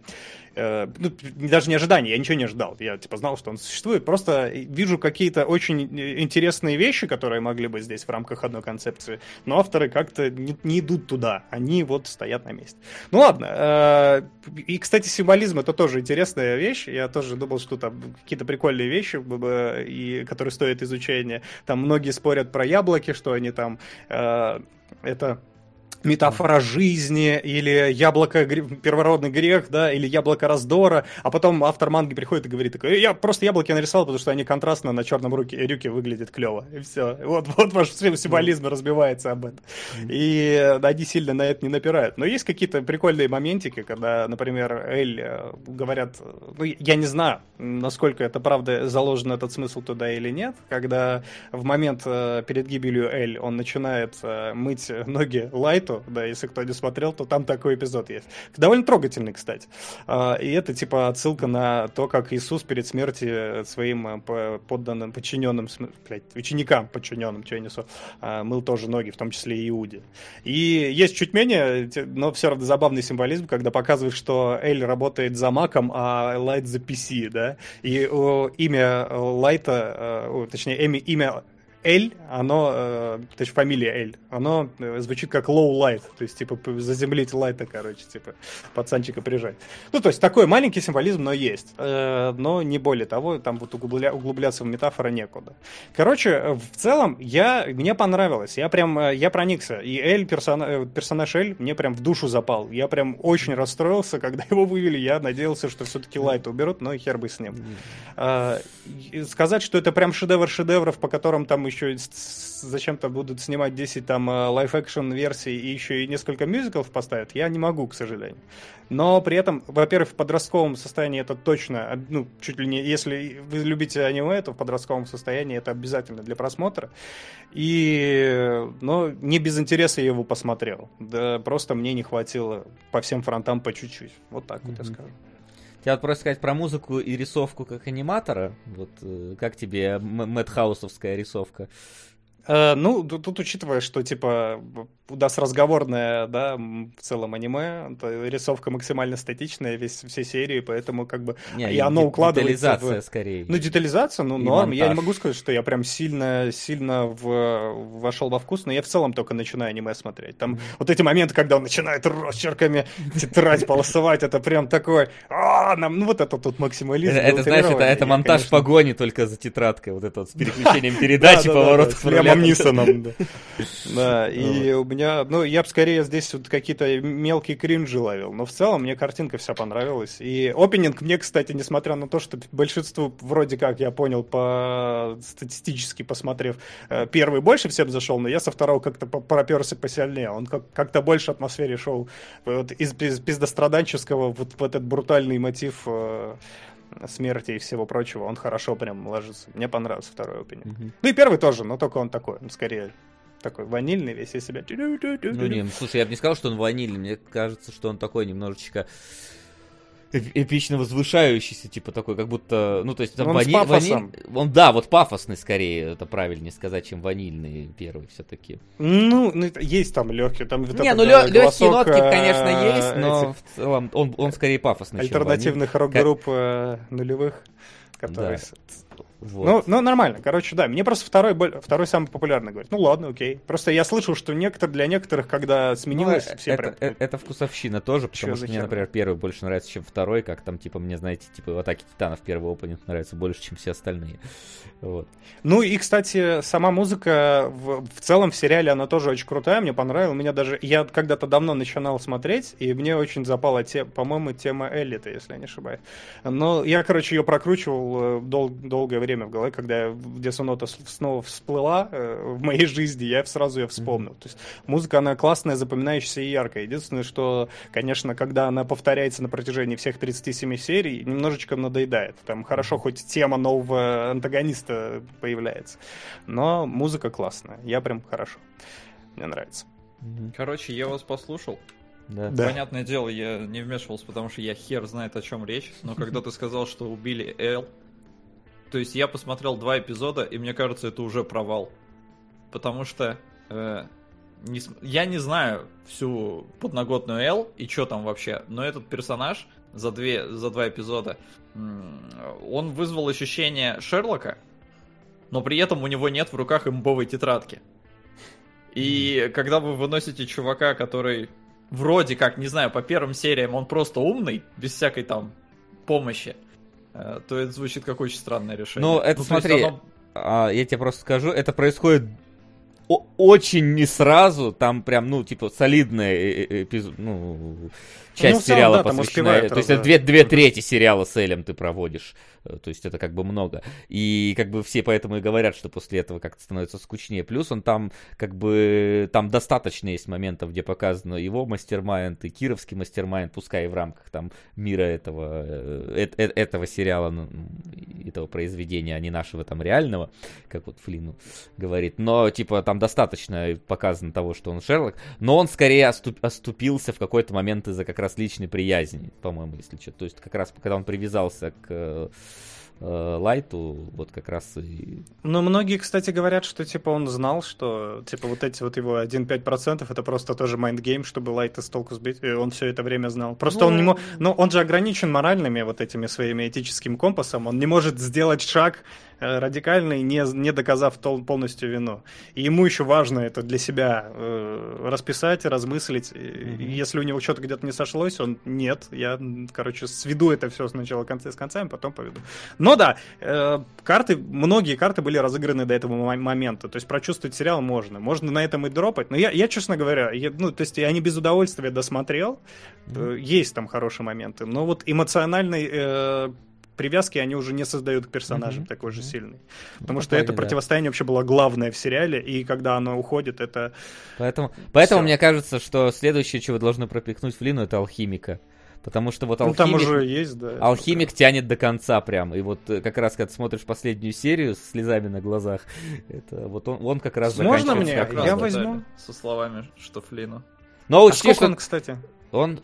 S3: Даже не ожиданий, я ничего не ожидал, я знал, что он существует, просто вижу какие-то очень интересные вещи, которые могли быть здесь в рамках одной концепции, но авторы как-то не идут туда, они вот стоят на месте. Ну ладно, и, кстати, символизм — это тоже интересная вещь, я тоже думал, что там какие-то прикольные вещи, которые стоят изучения, там многие спорят про яблоки, что они там, это... метафора жизни, или яблоко первородный грех, да, или яблоко раздора, а потом автор манги приходит и говорит такой, я просто яблоки нарисовал, потому что они контрастно на черном рюке выглядят клево, и все. Вот ваш символизм разбивается об этом. И они сильно на это не напирают. Но есть какие-то прикольные моментики, когда, например, Эль говорят, я не знаю, насколько это правда заложен этот смысл туда или нет, когда в момент перед гибелью Эль он начинает мыть ноги Лайту, да, если кто не смотрел, то там такой эпизод есть. Довольно трогательный, кстати. И это типа отсылка на то, как Иисус перед смертью своим подданным, подчиненным, ученикам подчиненным, что я несу, мыл тоже ноги, в том числе и Иуде. И есть чуть менее, но все равно забавный символизм, когда показывают, что Эль работает за Маком, а Лайт за PC, да, и имя Лайта, точнее, имя Эль, оно, точнее, фамилия Эль, оно звучит как low light, то есть, типа, заземлить Лайта, короче, типа, пацанчика прижать. Ну, то есть, такой маленький символизм, но есть, но не более того, там вот углубляться в метафоры некуда. Короче, в целом, мне понравилось, я проникся, и Эль, персонаж Эль, мне прям в душу запал, я прям очень расстроился, когда его вывели, я надеялся, что все-таки Лайта уберут, но хер бы с ним. Сказать, что это прям шедевр шедевров, по которым там еще зачем-то будут снимать 10 там лайф-экшн версий и еще и несколько мюзиклов поставят, я не могу, к сожалению. Но при этом, во-первых, в подростковом состоянии это точно, ну, чуть ли не, если вы любите аниме, то в подростковом состоянии это обязательно для просмотра. Но не без интереса я его посмотрел. Да, просто мне не хватило по всем фронтам по чуть-чуть. Вот так вот я скажу.
S1: Тебя вот просто сказать про музыку и рисовку как аниматора. Вот как тебе Мэтхаусовская рисовка?
S3: Ну, тут учитывая, что, типа, у нас разговорное, да, в целом аниме, рисовка максимально статичная, все серии, поэтому, как бы, и оно укладывается
S1: детализация скорее.
S3: Ну, детализация, ну, норм. Я не могу сказать, что я прям сильно вошел во вкус, но я в целом только начинаю аниме смотреть. Там вот эти моменты, когда он начинает росчерками тетрадь полосовать, это прям такой, ну, вот это тут максимализм.
S1: Это, знаешь, это монтаж погони только за тетрадкой, вот это вот с переключением передачи, поворотов руля.
S3: Нисоном, да. И у меня, ну, я бы скорее здесь вот какие-то мелкие кринжи ловил, но в целом мне картинка вся понравилась. И опенинг мне, кстати, несмотря на то, что большинству, вроде как, я понял, статистически посмотрев, первый больше всем зашел, но я со второго как-то проперся посильнее. Он как-то больше атмосфере шел вот, из пиздостраданческого вот в этот брутальный мотив смерти и всего прочего, он хорошо прям ложится. Мне понравился второй опенинг. Ну и первый тоже, но только он такой, он скорее такой ванильный, весь из себя.
S1: Ну не, слушай, я бы не сказал, что он ванильный, мне кажется, что он такой немножечко эпично возвышающийся, типа такой, как будто, ну то есть там
S3: он с пафосом.
S1: Он, да, вот пафосный скорее, это правильнее сказать, чем ванильный первый все-таки.
S3: Ну есть там легкий, там
S1: не, ну легкие нотки, конечно, есть, но в целом он скорее пафосный,
S3: альтернативных рок-групп нулевых, которые... Вот. Ну, нормально. Короче, да. Мне просто второй самый популярный говорит. Ну ладно, окей. Просто я слышал, что для некоторых, когда сменилось, все прям...
S1: Это вкусовщина тоже, потому что мне, например, первый больше нравится, чем второй, как там, типа, мне, знаете, типа, в «Атаке Титанов» первый опенинг нравится больше, чем все остальные. Вот.
S3: Ну и, кстати, сама музыка в целом в сериале, она тоже очень крутая, мне понравилась. Меня даже... Я когда-то давно начинал смотреть, и мне очень запала, по-моему, тема Эллита, если я не ошибаюсь. Но я, короче, ее прокручивал долгое время в голове, когда Десунота снова всплыла в моей жизни, я сразу ее вспомнил. То есть музыка, она классная, запоминающаяся и яркая. Единственное, что, конечно, когда она повторяется на протяжении всех 37 серий, немножечко надоедает. Там хорошо, хоть тема нового антагониста появляется. Но музыка классная. Я прям хорошо. Мне нравится.
S2: Короче, я вас послушал.
S1: Да.
S2: Понятное дело, я не вмешивался, потому что я хер знает, о чем речь. Но когда ты сказал, что убили Эл, то есть я посмотрел 2 эпизода, и мне кажется, это уже провал. Потому что я не знаю всю подноготную Эл и что там вообще, но этот персонаж за 2 эпизода, он вызвал ощущение Шерлока, но при этом у него нет в руках имбовой тетрадки. И когда вы выносите чувака, который вроде как, не знаю, по первым сериям он просто умный, без всякой там помощи, то это звучит как очень странное решение.
S1: Ну, это смотри, я тебе просто скажу, это происходит очень не сразу, там прям, ну, типа, солидная часть сериала посвящена. То есть это 2/3 сериала с Элем ты проводишь. То есть это как бы много. И как бы все поэтому и говорят, что после этого как-то становится скучнее. Плюс он там, как бы, там достаточно есть моментов, где показано его мастермайнд и кировский мастермайнд, пускай и в рамках там мира этого сериала, этого произведения, а не нашего там реального, как вот Флину говорит. Но, типа, там достаточно показано того, что он Шерлок, но он скорее оступился в какой-то момент из-за как раз личной приязни, по-моему, если что. То есть как раз, когда он привязался к Лайту, вот как раз и...
S3: Ну, многие, кстати, говорят, что, типа, он знал, что, типа, вот эти вот его 1-5% это просто тоже майндгейм, чтобы Лайта с толку сбить, и он все это время знал. Просто он не мог... Ну, он же ограничен моральными вот этими своими этическим компасом, он не может сделать шаг радикальный, не доказав полностью вину. И ему еще важно это для себя расписать, размыслить. Если у него что-то где-то не сошлось, он нет, я, короче, сведу это все сначала с концами, потом поведу. Но да, многие карты были разыграны до этого момента. То есть прочувствовать сериал можно. Можно на этом и дропать. Но я честно говоря, то есть я не без удовольствия досмотрел. Есть там хорошие моменты. Но вот эмоциональный привязки они уже не создают к персонажам такой же сильный. Потому что
S1: плане,
S3: это
S1: да.
S3: противостояние вообще было главное в сериале, и когда оно уходит, это...
S1: Поэтому
S3: Всё.
S1: мне кажется, что следующее, чего вы должны пропихнуть Флину, это Алхимика. Потому что вот
S3: Ну, там
S1: Алхимик...
S3: уже есть, да.
S1: Алхимик тянет до конца прям. И вот как раз, когда ты смотришь последнюю серию с слезами на глазах, это вот он как раз
S3: Можно
S1: заканчивается
S3: мне?
S1: как
S2: Как
S1: раз.
S2: раз
S3: Я
S2: додали
S3: возьму.
S2: со словами, что Флину.
S1: Но
S3: А
S1: учти,
S3: сколько
S1: что
S3: он, кстати?
S1: он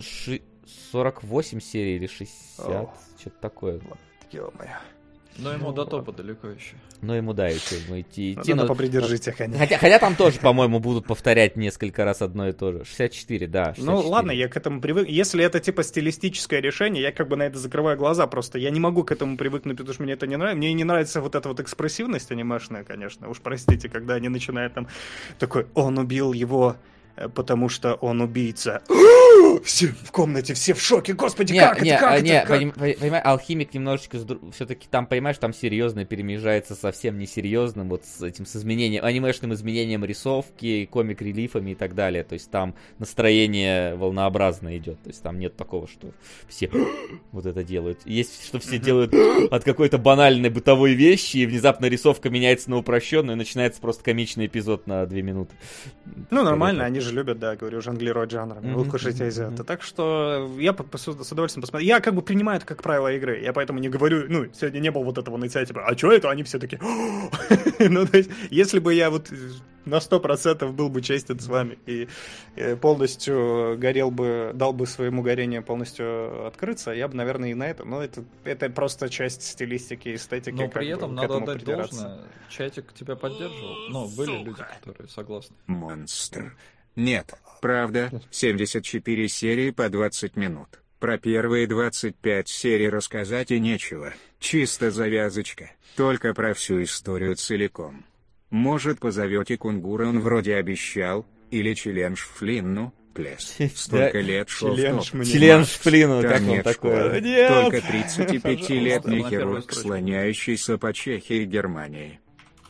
S1: 48 серий или 60,
S3: О.
S1: что-то такое.
S3: Ё-моё.
S2: Но ему до топа далеко еще.
S1: Но ему, да, еще ему идти.
S3: Надо попридержите, конечно.
S1: Хотя там тоже, по-моему, будут повторять несколько раз одно и то же. 64, да. 64.
S3: Ну ладно, я к этому привык. Если это типа стилистическое решение, я как бы на это закрываю глаза просто. Я не могу к этому привыкнуть, потому что мне это не нравится. Мне не нравится вот эта вот экспрессивность анимешная, конечно. Уж простите, когда они начинают там такой, он убил его, потому что он убийца. Все в комнате, все в шоке. Господи, как это? Как это? Как?
S1: Понимаешь, Алхимик немножечко все-таки там, понимаешь, там серьезно перемежается совсем несерьезным, вот с этим, с изменением, анимешным изменением рисовки, комик-релифами и так далее. То есть там настроение волнообразно идет. То есть там нет такого, что все вот это делают. Есть, что все делают от какой-то банальной бытовой вещи, и внезапно рисовка меняется на упрощенную, и начинается просто комичный эпизод на 2 минуты.
S3: Ну, нормально, они же любят, да, говорю, жонглировать жанрами, укушать азиата. Так что я с удовольствием посмотрю. Я как бы принимаю это как правило игры. Я поэтому не говорю, ну, сегодня не было вот этого нытья, типа, а что это? Они все такие... Ну, то есть, если бы я вот на 100% был бы честен с вами и полностью горел бы, дал бы своему горению полностью открыться, я бы, наверное, и на это. Но это просто часть стилистики, эстетики.
S2: Но при этом надо отдать
S3: придираться.
S2: должное. Чатик тебя поддерживал. Ну, были люди, которые согласны.
S4: Монстр. Нет, правда, 74 серии по 20 минут. Про первые 25 серий рассказать и нечего. Чисто завязочка. Только про всю историю целиком. Может, позовете Кунгура, он вроде обещал, или Челендж Флинну, плес. Столько лет шел в
S3: Челендж
S4: топ.
S3: мне.
S1: Челендж Флину,
S4: Там
S1: как он
S4: нет
S1: такое?
S4: школы.
S3: Нет!
S4: Только 35-летний
S2: Пожалуйста, на первую
S4: хирург,
S2: строчку.
S4: слоняющийся по Чехии и Германии.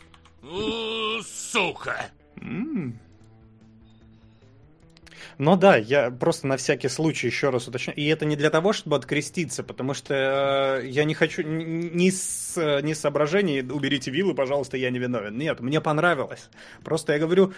S5: Сука!
S3: Ну да, я просто на всякий случай еще раз уточню. И это не для того, чтобы откреститься, потому что я не хочу ни с соображений «уберите виллы, пожалуйста, я не виновен». Нет, мне понравилось. Просто я говорю,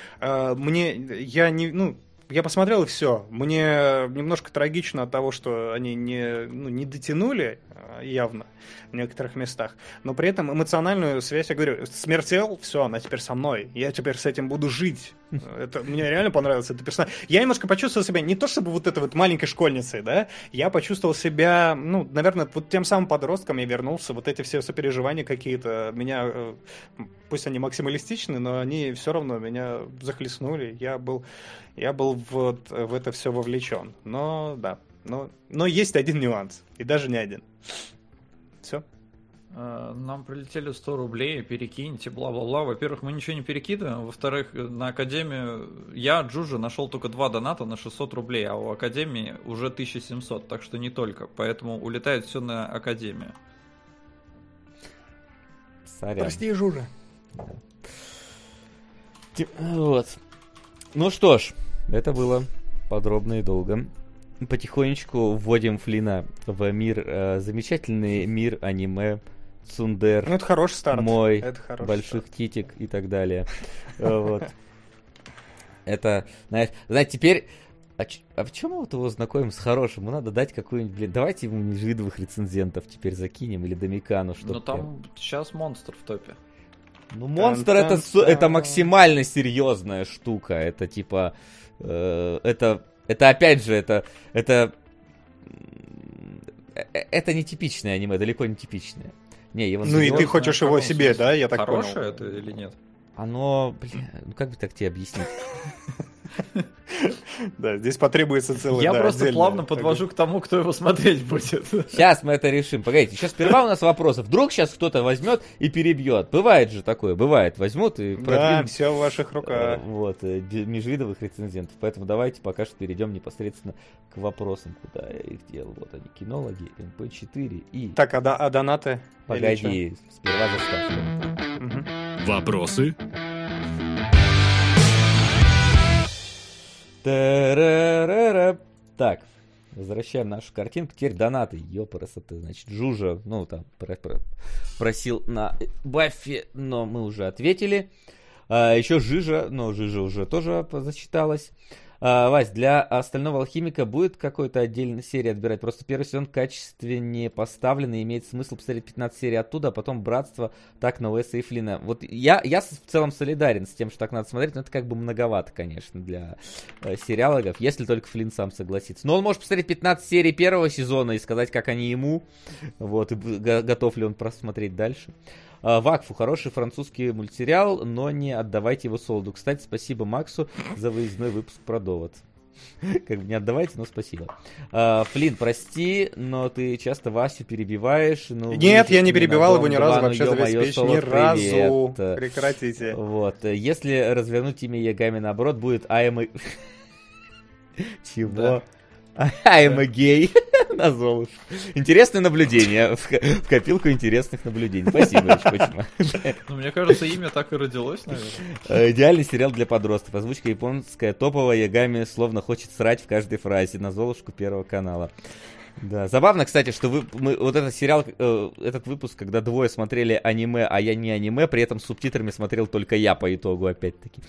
S3: я посмотрел и все. Мне немножко трагично от того, что они не дотянули явно в некоторых местах. Но при этом эмоциональную связь, я говорю, смертел, все, она теперь со мной. Я теперь с этим буду жить. Это, мне реально понравился этот персонаж. Я немножко почувствовал себя не то чтобы вот этой вот маленькой школьницей, да, я почувствовал себя, ну, наверное, вот тем самым подростком я вернулся. Вот эти все сопереживания какие-то меня, пусть они максималистичны, но они все равно меня захлестнули. Я был вот в это все вовлечен. Но да, но есть один нюанс, и даже не один. Все.
S2: Нам прилетели 100 рублей, перекиньте, бла-бла-бла. Во-первых, мы ничего не перекидываем. Во-вторых, на Академию я, Джужи, нашел только 2 доната на 600 рублей, а у Академии уже 1700, так что не только. Поэтому улетает все на Академию.
S1: Сорян.
S3: Прости, Жужа.
S1: Вот. Ну что ж, это было подробно и долго. Потихонечку вводим Флина в мир, замечательный мир аниме, цундер,
S3: Ну, это хороший старт.
S1: мой,
S3: Это хороший
S1: больших
S3: старт.
S1: титик и так далее. Вот. Это, знаешь, теперь... А почему мы вот его знакомим с хорошим? Ему надо дать какую-нибудь, блин, давайте ему межвидовых рецензентов теперь закинем, или Домикану, чтобы...
S2: Но там сейчас монстр в топе.
S1: Ну, монстр это максимально серьезная штука. Это типа... Это опять же, это нетипичное аниме, далеко не типичное. Не, его
S3: Ну и ты
S2: Серьезно,
S3: хочешь
S2: в
S3: его
S2: каком
S3: себе,
S2: смысле?
S3: да, я так понял?
S2: Хорошее это или нет?
S1: Оно, блин, ну как бы так тебе объяснить?
S3: Да, здесь потребуется целый...
S2: Я
S3: да,
S2: просто
S3: отдельный
S2: плавно подвожу к тому, кто его смотреть будет.
S1: Сейчас мы это решим. Погодите, сейчас сперва у нас вопросы. Вдруг сейчас кто-то возьмет и перебьет. Бывает же такое, бывает. Возьмут и
S3: Да,
S1: продвинут.
S3: все в ваших руках.
S1: Вот, межвидовых рецензентов. Поэтому давайте пока что перейдем непосредственно к вопросам, куда я их делал. Вот они, кинологи, МП4 и...
S3: Так, а донаты?
S1: Погоди, сперва заставка.
S3: Мгм.
S5: Вопросы?
S1: Та-ра-ра-ра. Так, Возвращаем нашу картинку. Теперь донаты. Ёпарасоты. Значит, Жужа, ну, там, просил на Баффи, но мы уже ответили. Еще Жижа, но Жижа уже тоже зачиталась. Вась, для остального алхимика будет какой-то отдельной серии отбирать? Просто первый сезон качественнее поставлен, и имеет смысл посмотреть 15 серий оттуда, а потом Братство, так на Уэса и Флина. Вот я в целом солидарен с тем, что так надо смотреть, но это как бы многовато, конечно, для сериалогов, если только Флин сам согласится. Но он может посмотреть 15 серий первого сезона и сказать, как они ему, вот, и готов ли он просмотреть дальше. Вакфу, хороший французский мультсериал, но не отдавайте его Солоду. Кстати, спасибо Максу за выездной выпуск про Довод. Как бы не отдавайте, но спасибо. Флин, прости, но ты часто Васю перебиваешь.
S3: Нет, я не перебивал его ни разу, вообще за весь спич, ни разу. Прекратите.
S1: Вот, если развернуть имя Ягами наоборот, будет I'm a... Чего? I'm a gay. На Золушку. Интересное наблюдение. В копилку интересных наблюдений. Спасибо, Почему.
S2: Ну, мне кажется, имя так и родилось, наверное.
S1: Идеальный сериал для подростков. Озвучка японская топовая, Ягами словно хочет срать в каждой фразе. На Золушку Первого канала. Да, забавно, кстати, что мы вот этот сериал, этот выпуск, когда двое смотрели аниме, а я не аниме, при этом с субтитрами смотрел только я по итогу, опять-таки.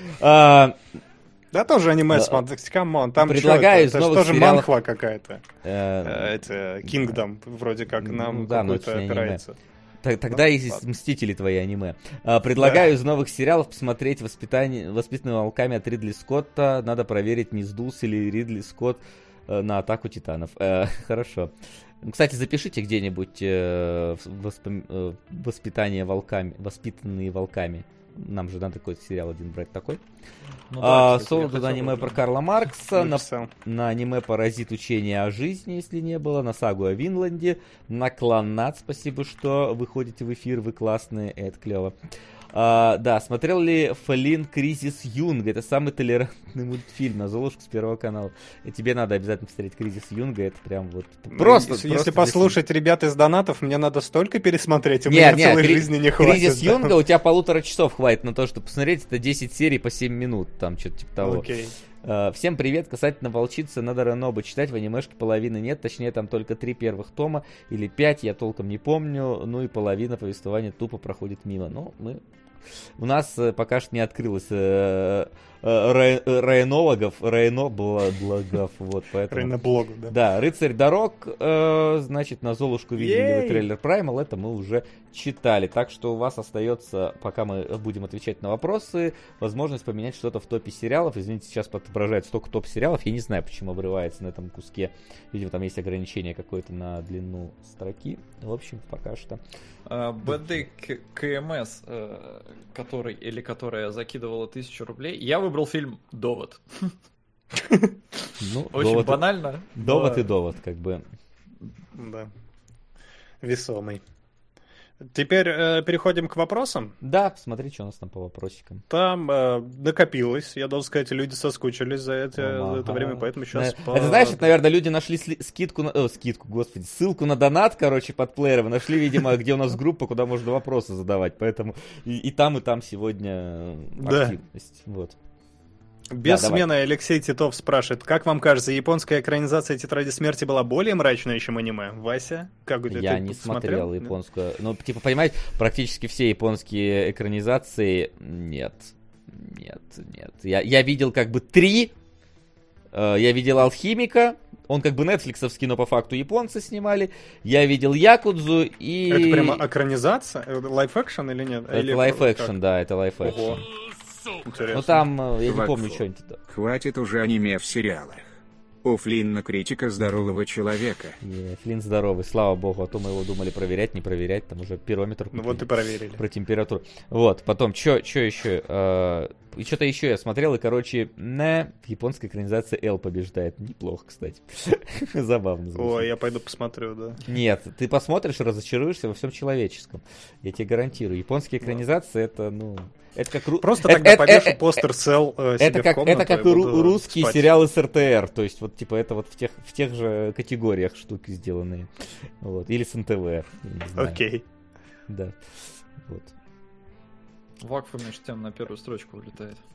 S3: Да тоже аниме смотрите, камон, там
S1: предлагаю
S3: что, это же тоже манхва какая-то. Это Kingdom, вроде как, нам какой-то опирается.
S1: Тогда и Мстители твои аниме. Предлагаю из новых сериалов посмотреть «Воспитанные волками» от Ридли Скотта. Надо проверить, не сдулся ли Ридли Скотт на «Атаку титанов». Хорошо. Кстати, запишите где-нибудь «Воспитанные волками». Нам же надо какой-то сериал один брать такой. Солоду на аниме про Карла Маркса, на аниме «Паразит. Учение о жизни», если не было, на сагу о Винланде, на Кланнад, спасибо, что выходите в эфир, вы классные, это клево. Да, смотрел ли Флин «Кризис Юнга»? Это самый толерантный мультфильм на Золушку с Первого канала. И тебе надо обязательно посмотреть «Кризис Юнга», это прям вот...
S3: Просто если послушать ребят из донатов, мне надо столько пересмотреть, у меня целой жизни не хватит.
S1: «Кризис Юнга» у тебя 1,5 часов хватит на то, чтобы посмотреть, это 10 серий по 7 минут, там что-то типа того.
S3: Окей.
S1: Всем привет, касательно «Волчицы» надо Ранобу читать, в анимешке половины нет, точнее там только 3 первых тома или 5, я толком не помню, ну и половина повествования тупо проходит мимо, но у нас пока что не открылось районологов, вот, поэтому...
S3: Районоблогов, да.
S1: Да, «Рыцарь дорог», значит, на Золушку видели вы трейлер Primal, это мы уже читали, так что у вас остается, пока мы будем отвечать на вопросы, возможность поменять что-то в топе сериалов. Извините, сейчас отображает столько топ-сериалов, я не знаю, почему обрывается на этом куске, видимо, там есть ограничение какое-то на длину строки, в общем, пока что.
S2: БД КМС, которая закидывала 1000 рублей, я выбрал фильм «Довод». Очень банально.
S1: Довод и довод, как бы.
S3: Да. Весомый. Теперь переходим к вопросам.
S1: Да, посмотри, что у нас там по вопросикам.
S3: Там накопилось, я должен сказать, люди соскучились за это время, поэтому сейчас...
S1: Это знаешь, это, наверное, люди нашли ссылку на донат, короче, под плеером, нашли, видимо, где у нас группа, куда можно вопросы задавать, поэтому и там сегодня активность, вот.
S3: Без смены Алексей Титов спрашивает, как вам кажется, японская экранизация «Тетради смерти» была более мрачной, чем аниме? Вася, как у тебя?
S1: Я не смотрел японскую. Ну, типа, понимаете, практически все японские экранизации... Нет. Я видел как бы 3. Я видел «Алхимика». Он как бы нетфликсовский, но по факту японцы снимали. Я видел «Якудзу» и...
S3: Это прямо экранизация? Лайф-экшн или нет?
S1: Это лайф-экшн, да, это лайф-экшн.
S3: Интересно.
S1: Ну там, я не помню, что-нибудь.
S4: Хватит уже аниме в сериалах. У Флинна критика здорового человека.
S1: Флинн здоровый, слава богу, а то мы его думали проверять, не проверять, там уже пирометр купили.
S3: Ну вот и проверили.
S1: Про температуру. Вот, потом, что еще? И что-то еще я смотрел, и, короче, в японской экранизации Эл побеждает. Неплохо, кстати. Забавно звучит.
S3: Ой, я пойду посмотрю, да.
S1: Нет, ты посмотришь и разочаруешься во всем человеческом. Я тебе гарантирую. Японские экранизации, это, это как...
S3: Просто тогда повешу постер Cell себе в комнату.
S1: Это как русские сериалы с РТР. То есть, вот, типа, это вот в тех же категориях штуки сделанные. Вот. Или с НТВ.
S3: Окей.
S1: Да. Вот.
S2: Вакфу между тем на первую строчку улетает.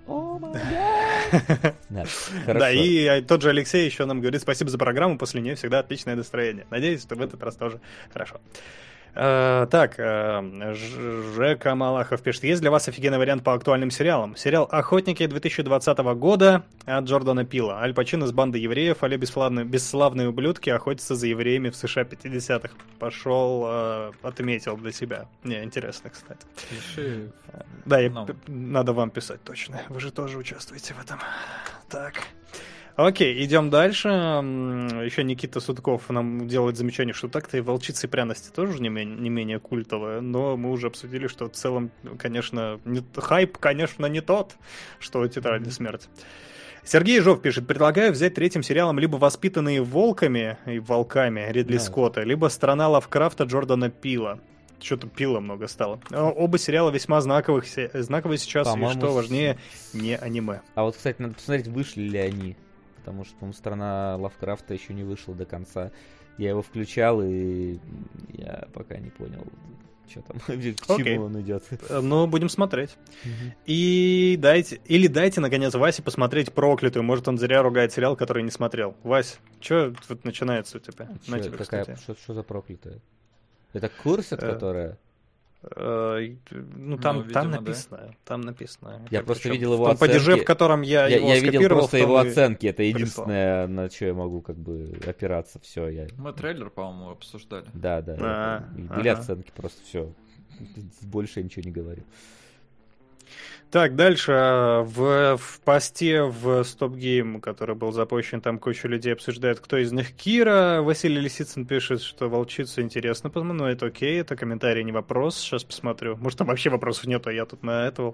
S1: Да,
S3: Да,
S1: хорошо.
S3: и тот же Алексей еще нам говорит: спасибо за программу, после нее всегда отличное настроение. Надеюсь, что в этот раз тоже хорошо. Так, Жека Малахов пишет: есть для вас офигенный вариант по актуальным сериалам? Сериал «Охотники» 2020 года от Джордана Пила. Аль Пачино с бандой евреев, але бесславные ублюдки охотятся за евреями в США 50-х. Пошел, отметил для себя. Не, интересно, кстати.
S2: Пиши.
S3: Да,
S2: Ну.
S3: надо вам писать точно. Вы же тоже участвуете в этом. Так. Окей, идем дальше. Еще Никита Судков нам делает замечание, что так-то и «Волчица и пряности» тоже не менее культовая, но мы уже обсудили, что в целом, конечно, хайп, конечно, не тот, что «Тетради смерти». Сергей Жов пишет: предлагаю взять третьим сериалом либо «Воспитанные волками» и волками Ридли Скотта, либо «Страна Лавкрафта» Джордана Пила. Что-то Пила много стало. Оба сериала весьма знаковые сейчас, и что важнее, не аниме.
S1: А вот, кстати, надо посмотреть, вышли ли они. Потому что, по-моему, «Страна Лавкрафта» еще не вышла до конца. Я его включал, и я пока не понял, что там, к чему он идет.
S3: Ну, будем смотреть. И дайте, наконец, Васе посмотреть «Проклятую». Может, он зря ругает сериал, который не смотрел. Вась, что тут начинается у тебя?
S1: Что за «Проклятая»? Это Курсет, которая...
S3: Ну, там написано.
S2: Да.
S3: Там написано.
S1: Я просто видел его
S3: оценки. В том падеже, в котором я его
S1: видел
S3: скопировал,
S1: просто его
S3: и
S1: оценки. Это единственное, на что я могу как бы опираться. Все, я...
S2: Мы трейлер, по-моему, обсуждали.
S1: Да. Были оценки, просто все. Больше я ничего не говорю.
S3: Так, дальше. В посте в Stop Game, который был запущен, там куча людей обсуждает, кто из них Кира. Василий Лисицын пишет, что «Волчицу» интересно посмотреть. Ну, это окей, это комментарий, не вопрос. Сейчас посмотрю. Может, там вообще вопросов нету, а я тут на этого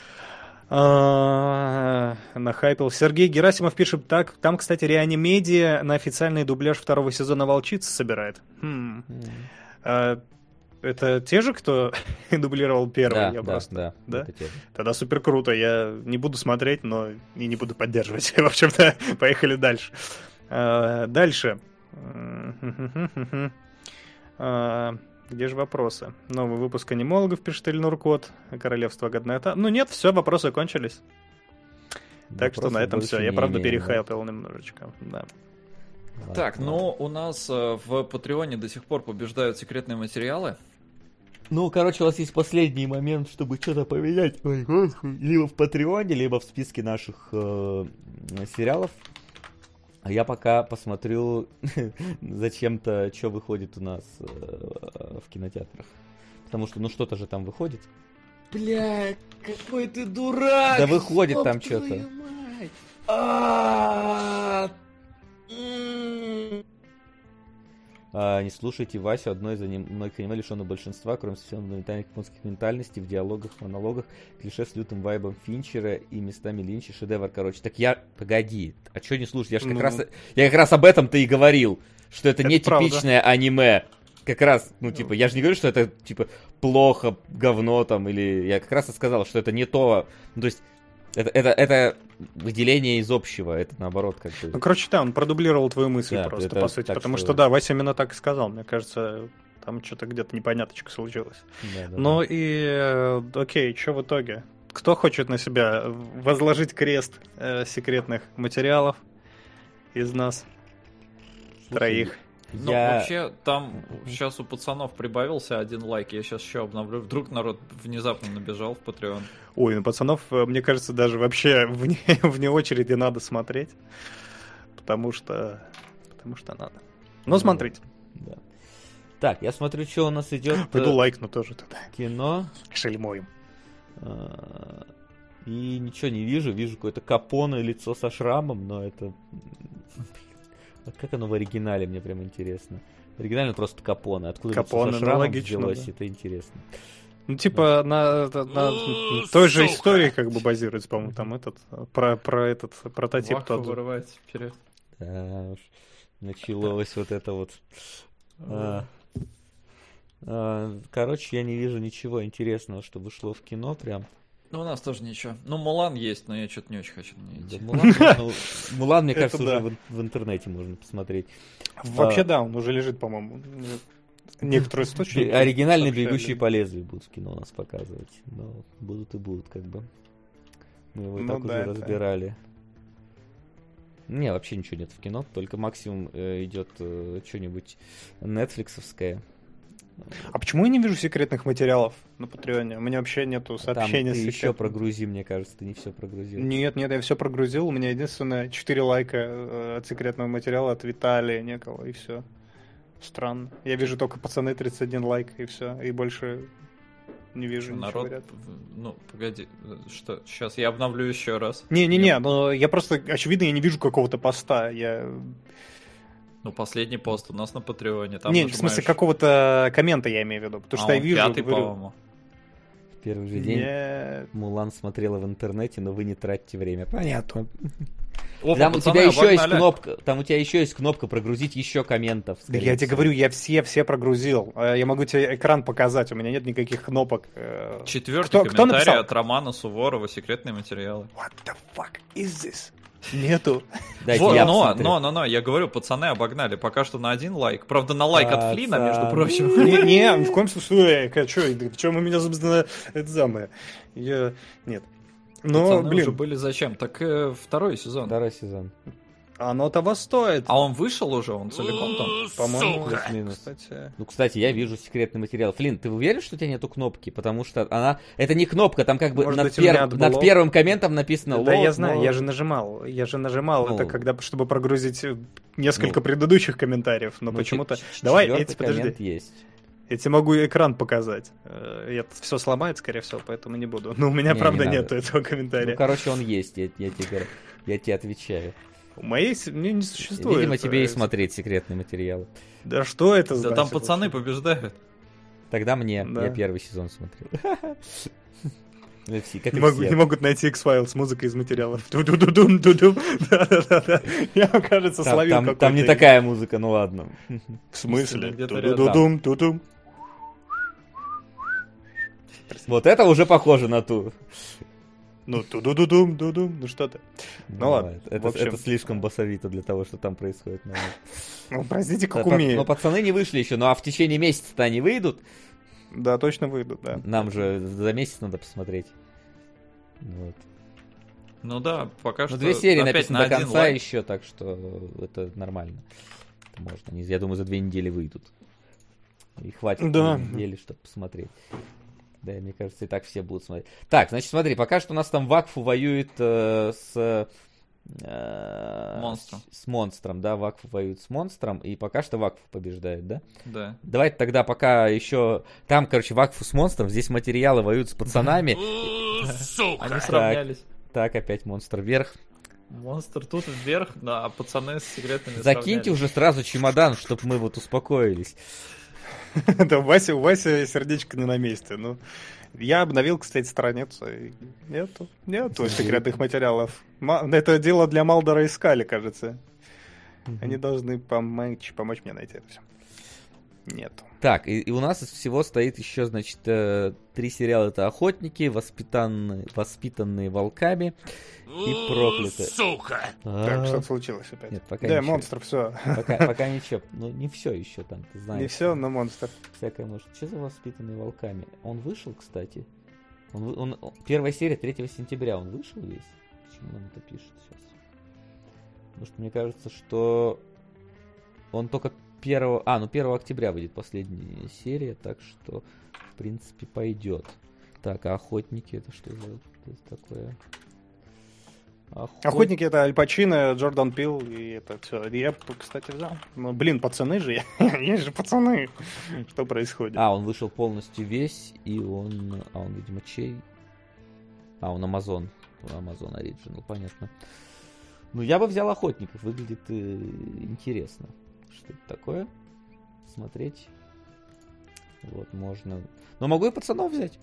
S3: нахайпил. Сергей Герасимов пишет: так, там, кстати, Реанимедиа на официальный дубляж второго сезона «Волчицы» собирает. Это те же, кто дублировал первый?
S1: Да.
S3: Тогда супер круто. Я не буду смотреть, но и не буду поддерживать. В общем-то, поехали дальше. Дальше. Где же вопросы? Новый выпуск анимологов, пишет Эльнур Кот. Королевство Гадната. Ну нет, все, вопросы кончились. Так что на этом все. Я, правда, перехайпил немножечко. Да.
S2: Так, ну у нас в Патреоне до сих пор побеждают секретные материалы.
S1: Ну, короче, у вас есть последний момент, чтобы что-то поменять. Ой, господи. Либо в Патреоне, либо в списке наших сериалов. А я пока посмотрю зачем-то, что выходит у нас в кинотеатрах. Потому что, ну, что-то же там выходит.
S5: Блядь, какой ты дурак!
S1: Да выходит там что-то. Не слушайте Васю, одно из многих аниме лишено большинства, кроме совсем фундаментальных японских ментальностей, в диалогах, монологах, клише с лютым вайбом Финчера и местами Линча, шедевр, короче. Так погоди, а что не слушать? Я как раз об этом-то и говорил, что это не типичное аниме. Как раз, я же не говорю, что это, плохо, говно там, или... Я как раз и сказал, что это не то, то есть... Это выделение из общего, это наоборот как бы...
S3: Ну, короче, да, он продублировал твою мысль просто, по сути. Потому что, да, Вася именно так и сказал. Мне кажется, там что-то где-то непоняточка случилось. Ну и, окей, что в итоге? Кто хочет на себя возложить крест секретных материалов из нас? Троих.
S2: Ну, вообще, там сейчас у пацанов прибавился 1 лайк, я сейчас еще обновлю. Вдруг народ внезапно набежал в Patreon.
S3: Ой, ну пацанов, мне кажется, даже вообще вне очереди надо смотреть. Потому что надо. Но смотрите.
S1: Да. Так, я смотрю, что у нас идет.
S3: Пойду лайкну тоже тогда.
S1: Кино.
S3: Шельмоем.
S1: И ничего не вижу. Вижу какое-то капоне лицо со шрамом, но это... Вот как оно в оригинале, мне прям интересно. В оригинале просто Капоне. Откуда лицо со шрамом взялось, это интересно.
S3: Ну, типа, на той же истории как бы базируется, по-моему, там про этот прототип.
S2: Ваху вырывается вперед.
S1: Да уж, началось вот это вот. Короче, я не вижу ничего интересного, что вышло в кино прям.
S2: Ну, у нас тоже ничего. Ну, Мулан есть, но я что-то не очень хочу на нее идти.
S1: Мулан, мне кажется, уже в интернете можно посмотреть.
S3: Вообще, да, он уже лежит, по-моему. Некоторые источники.
S1: Оригинальные «Бегущие по лезвию» будут в кино у нас показывать. Но будут и будут, как бы. Мы его и
S3: Ну
S1: так
S3: да,
S1: уже
S3: это-
S1: разбирали. Не, вообще ничего нет в кино, только максимум идет что-нибудь нетфликсовское.
S3: А почему я не вижу секретных материалов на Патреоне? У меня вообще нету
S1: Там
S3: сообщений
S1: ты
S3: с
S1: еще
S3: секретными.
S1: прогрузи, мне кажется, ты не все прогрузил.
S3: Нет, я все прогрузил. У меня единственное 4 лайка от секретного материала от Виталия некого, и все. Странно. Я вижу только пацаны 31 лайк, и все. И больше не вижу ничего
S2: Народ,
S3: рядом.
S2: ну, погоди, что, сейчас я обновлю еще раз.
S3: Не-не-не, но я просто, очевидно, я не вижу какого-то поста. Я...
S2: Ну, последний пост у нас на Патреоне. Там
S3: Не, в смысле,
S2: нажимаешь-
S3: какого-то коммента я имею в виду. Потому
S2: А
S3: что я
S2: он
S3: вижу...
S2: пятый,
S3: говорю,
S2: по-моему.
S1: В первый же день
S3: Нет.
S1: Мулан смотрела в интернете, но вы не тратите время. Понятно.
S2: Опа,
S1: Там у
S2: пацаны,
S1: тебя еще есть
S2: обогнали.
S1: кнопка. Там у тебя еще есть кнопка прогрузить еще комментов.
S3: Да
S1: скорее
S3: я тебе
S1: всего.
S3: говорю, я все прогрузил. Я могу тебе экран показать, у меня нет никаких кнопок.
S2: Четвертый
S3: Кто
S2: комментарий
S3: написал?
S2: от Романа Суворова, секретные материалы.
S3: What the fuck is this? Нету.
S1: Дайте
S2: Вот,
S1: я
S2: но,
S1: посмотрю.
S2: я говорю, пацаны обогнали. Пока что на 1 лайк. Правда, на лайк от Флина, между
S1: Пацаны.
S2: прочим.
S3: Не, ни в коем случае. Что вы меня, собственно, это самое? Я... Нет. Но,
S2: Пацаны уже
S3: блин,
S2: были зачем? Так второй сезон.
S1: Второй сезон.
S3: оно того стоит.
S2: А он вышел уже? Он целиком там?
S3: По-моему,
S1: Плюс-минус.
S3: кстати.
S1: Ну, кстати, я вижу секретный материал. Флинн, ты уверен, что у тебя нету кнопки? Потому что она... Это не кнопка, там как бы
S3: Может
S1: над,
S3: быть, у меня
S1: над
S3: отблок?
S1: первым комментом написано
S3: Да,
S1: лог,
S3: я знаю,
S1: но-
S3: я же нажимал.
S1: Ну.
S3: Это когда, чтобы прогрузить несколько
S1: Ну.
S3: предыдущих комментариев, но
S1: Ну,
S3: почему-то...
S1: ч- ч-
S3: Давай,
S1: четвертый
S3: подожди.
S1: коммент есть.
S3: Я тебе могу экран показать. Это все сломает, скорее всего, поэтому не буду. Но у меня,
S1: Не,
S3: правда,
S1: не надо.
S3: нету этого
S1: Ну,
S3: комментария.
S1: короче, он есть, я тебе говорю. Я тебе отвечаю.
S3: У моей не существует.
S1: Видимо, тебе и смотреть секретные материалы.
S3: Да что это
S2: Да
S3: значит?
S2: там пацаны
S3: вообще?
S2: побеждают.
S1: Тогда мне.
S3: Да.
S1: Я первый сезон смотрел. Ну, как и
S3: Не
S1: все.
S3: могут найти X-файл с музыкой из материалов. Ту-ду-ду-дум, ду-дум. Да-да-да. Я, кажется,
S1: Там-
S3: словил
S1: там
S3: какой-то.
S1: не такая музыка, ну ладно.
S3: В смысле?
S2: Где-то
S3: Ту-ду-ду-дум, ту-дум.
S1: Вот это уже похоже на ту.
S3: Ну, ту-ду-ду-дум, ду-дум. Ну что ты. Ну ладно.
S1: Это,
S3: В общем.
S1: это слишком басовито для того, что там происходит. Ну,
S3: Ну, простите, как
S1: да, но
S3: умею.
S1: пацаны не вышли еще, ну а в течение месяца-то они выйдут.
S3: Да, точно выйдут, да.
S1: Нам же за месяц надо посмотреть. Вот.
S2: Ну да, пока
S1: Ну,
S2: что
S1: 2 серии
S2: опять
S1: написано
S2: на
S1: до
S2: 1
S1: конца
S2: лайк.
S1: еще, так что это нормально. Это можно. Они, я думаю, за 2 недели выйдут. И хватит
S3: Да.
S1: 2 недели, чтобы посмотреть. Да, мне кажется, и так все будут смотреть. Так, значит, смотри, пока что у нас там Вакфу воюет с
S2: Монстром.
S1: С монстром, да, Вакфу воюет с монстром, и пока что Вакфу побеждает, да?
S2: Да.
S1: Давайте тогда пока еще... Там, короче, Вакфу с монстром, здесь материалы воюют с пацанами.
S2: Они сравнялись.
S1: Так, опять монстр вверх.
S2: Монстр тут вверх, да, а пацаны с секретными
S1: Закиньте
S2: сравнялись.
S1: уже сразу чемодан, чтобы мы вот успокоились.
S3: Да, у Вася сердечко не на месте. Ну, я обновил, кстати, страницу. И нету секретных материалов. Это дело для Малдора и Скали, кажется. Они должны помочь мне найти это все. Нету.
S1: Так, и у нас из всего стоит еще, значит, 3 сериала. Это «Охотники», «Воспитанные волками» и «Проклятые».
S5: Сука!
S3: Так, что случилось опять?
S1: Нет, пока
S3: Да,
S1: ничего.
S3: монстр, все.
S1: Пока ничего. Ну, не все еще там, ты знаешь.
S3: Не все, но монстр.
S1: Всякое может. Что за «Воспитанные волками»? Он вышел, кстати? Первая серия 3 сентября. Он вышел весь? Почему он это пишет сейчас? Потому что мне кажется, что он только 1 октября выйдет последняя серия, так что, в принципе, пойдет. Так, а «Охотники» это что за такое?
S3: Охотники — это Аль Пачино, Джордан Пил, и это все. Я, кстати, взял. Ну, блин, пацаны же. Есть же пацаны. Что происходит?
S1: Он вышел полностью весь, и он, видимо, чей? Он Amazon. Amazon Original, понятно. Ну, я бы взял «Охотников», выглядит интересно. Что это такое? Смотреть. Вот, можно. Но могу и пацанов взять.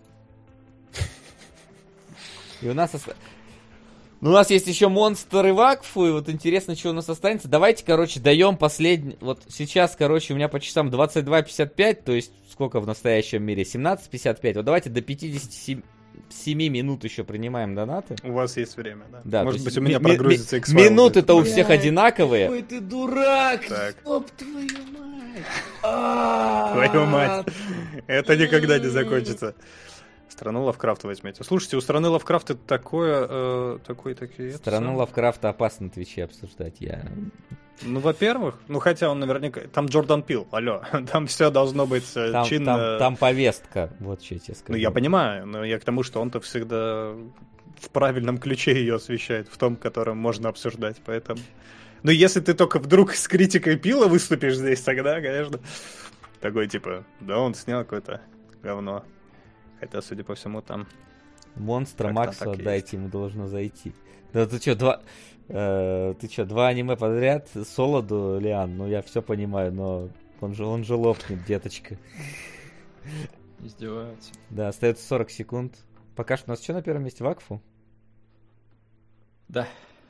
S1: И у нас... Ну, у нас есть еще Монстр и Вакфу, и вот интересно, что у нас останется. Давайте, короче, даем последний... Вот сейчас, короче, у меня по часам 22:55, то есть сколько в настоящем мире? 17:55. Вот давайте до 57 минут еще принимаем донаты.
S3: У вас есть время, да?
S1: Да,
S3: Может
S1: то
S3: быть,
S1: есть
S3: у меня
S1: ми-
S3: прогрузится
S1: ми-
S3: X-файл.
S1: Минуты-то у
S5: Блядь.
S1: всех одинаковые.
S5: Ой, ты дурак!
S3: Так.
S5: Стоп, твою мать!
S3: Твою мать. Это никогда не закончится. Страну Лавкрафта возьмете. Слушайте, у Страны Лавкрафта такие...
S1: Страну Лавкрафта опасно на Твиче обсуждать.
S3: Ну, во-первых, хотя он наверняка... Там Джордан Пил, алло. Там все должно быть чинно...
S1: Там повестка, вот что я тебе скажу.
S3: Ну, я понимаю, но я к тому, что он-то всегда в правильном ключе ее освещает, в том, которым можно обсуждать, поэтому... Ну, если ты только вдруг с критикой Пила выступишь здесь, тогда, конечно, такой, типа, да, он снял какое-то говно. Хотя, судя по всему, там...
S1: Монстра Максу отдайте, ему должно зайти. Да ты что, два аниме подряд? Солоду, Лиан, ну я все понимаю, но он же лопнет, деточка.
S2: Издеваются.
S1: Да, остается 40 секунд. Пока что у нас что на первом месте? Вакфу?
S2: Да.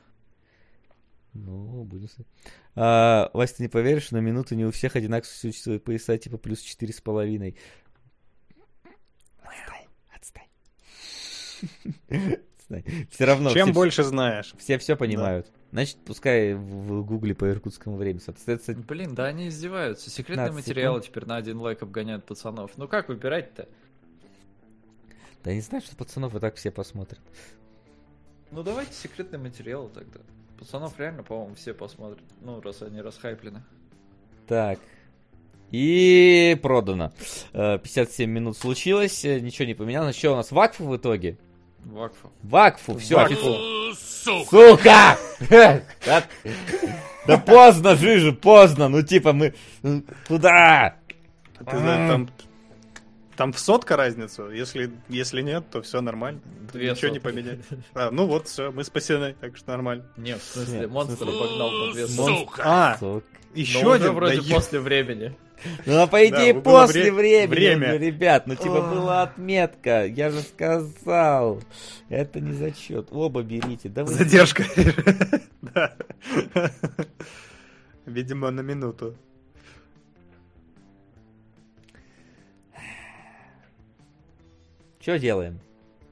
S1: Ну, будем смотреть. Вася, ты не поверишь, на минуту не у всех одинаковые свои пояса, типа плюс 4,5. Отстань. Все равно.
S3: Чем больше знаешь.
S1: Все понимают. Да. Значит, пускай в гугле по иркутскому времени. Соответственно...
S2: Блин, да они издеваются. Секретные материалы теперь на 1 лайк обгоняют пацанов. Ну как выбирать-то?
S1: Да не знаю, что пацанов и так все посмотрят.
S2: Ну давайте секретные материалы тогда. Пацанов реально, по-моему, все посмотрят. Ну, раз они расхайплены.
S1: Так. И продано. 57 минут случилось, ничего не поменялось. Что у нас, Вакфу в итоге? Вакфу, все. Сука! Да поздно, Жижа, поздно. Ну типа мы... Куда?
S3: Там в сотка разница. Если нет, то все нормально. Ничего не поменять. Ну вот, все, мы спасены, так что нормально.
S2: Нет, в смысле, монстр обогнал на 2 сотки.
S3: Еще один.
S2: Вроде после времени.
S1: Ну, по идее, после времени, ребят. Ну, типа, была отметка. Я же сказал. Это не зачет. Оба берите.
S3: Задержка. Да. Видимо, на минуту.
S1: Что делаем?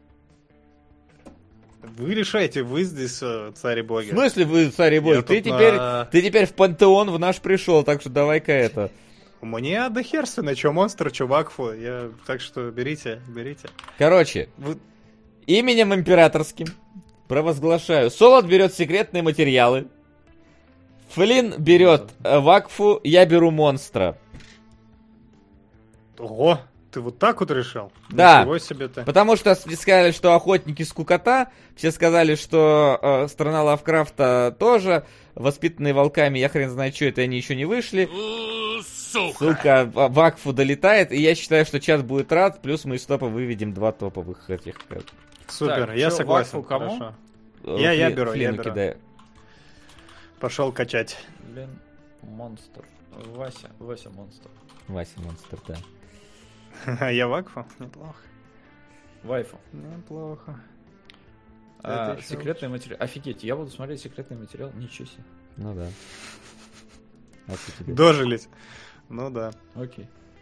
S3: Вы решаете, вы здесь царь и боги.
S1: В смысле вы царь и боги? Ты теперь в пантеон в наш пришел, так что давай-ка это...
S3: Мне до херсона, что монстр, что Вакфу. Так что берите.
S1: Короче, именем императорским провозглашаю. Солод берет секретные материалы. Флинн берет Вакфу, я беру монстра.
S3: Ого, ты вот так вот решил?
S1: Да,
S3: Ничего себе-то.
S1: Потому что сказали, что охотники скукота, все сказали, что страна Лавкрафта тоже, воспитанные волками, я хрен знает, что это, они еще не вышли. Сука, Вакфу долетает, и я считаю, что чат будет рад, плюс мы из топа выведем 2 топовых этих.
S3: Супер,
S2: так,
S3: я согласен.
S2: Вакфу кому?
S3: Хорошо. Я беру.
S1: Кидаю.
S3: Пошел качать.
S2: Блин, монстр. Вася монстр.
S1: Вася монстр, да.
S3: Я Вакфу? Неплохо.
S2: Вайфу.
S3: Неплохо.
S2: Секретный материал. Офигеть, я буду смотреть секретный материал. Ничего себе.
S1: Ну да.
S3: Дожились. Ну да.
S2: Окей.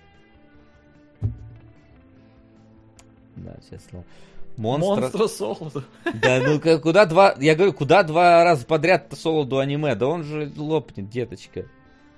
S1: Да, сейчас слово.
S2: Монстра Солода.
S1: Да, ну куда два... Я говорю, куда 2 раза подряд Солоду аниме? Да он же лопнет, деточка.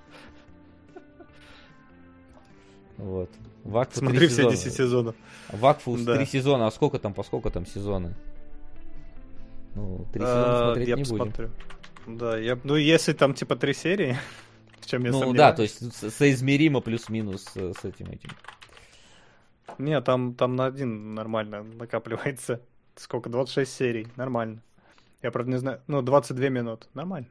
S1: Вот. Вакфу
S3: смотри все 10 сезонов.
S1: Вакфу 3 сезона, а сколько там, по сколько там сезоны? Ну, 3 сезона смотреть не будем.
S3: Посмотрю. Да, ну если там типа 3 серии, в чем я сомневаюсь.
S1: Ну да, то есть соизмеримо плюс-минус с этим.
S3: Не, там на 1 нормально накапливается. Сколько? 26 серий. Нормально. Я, правда, не знаю. Ну, 22 минуты. Нормально.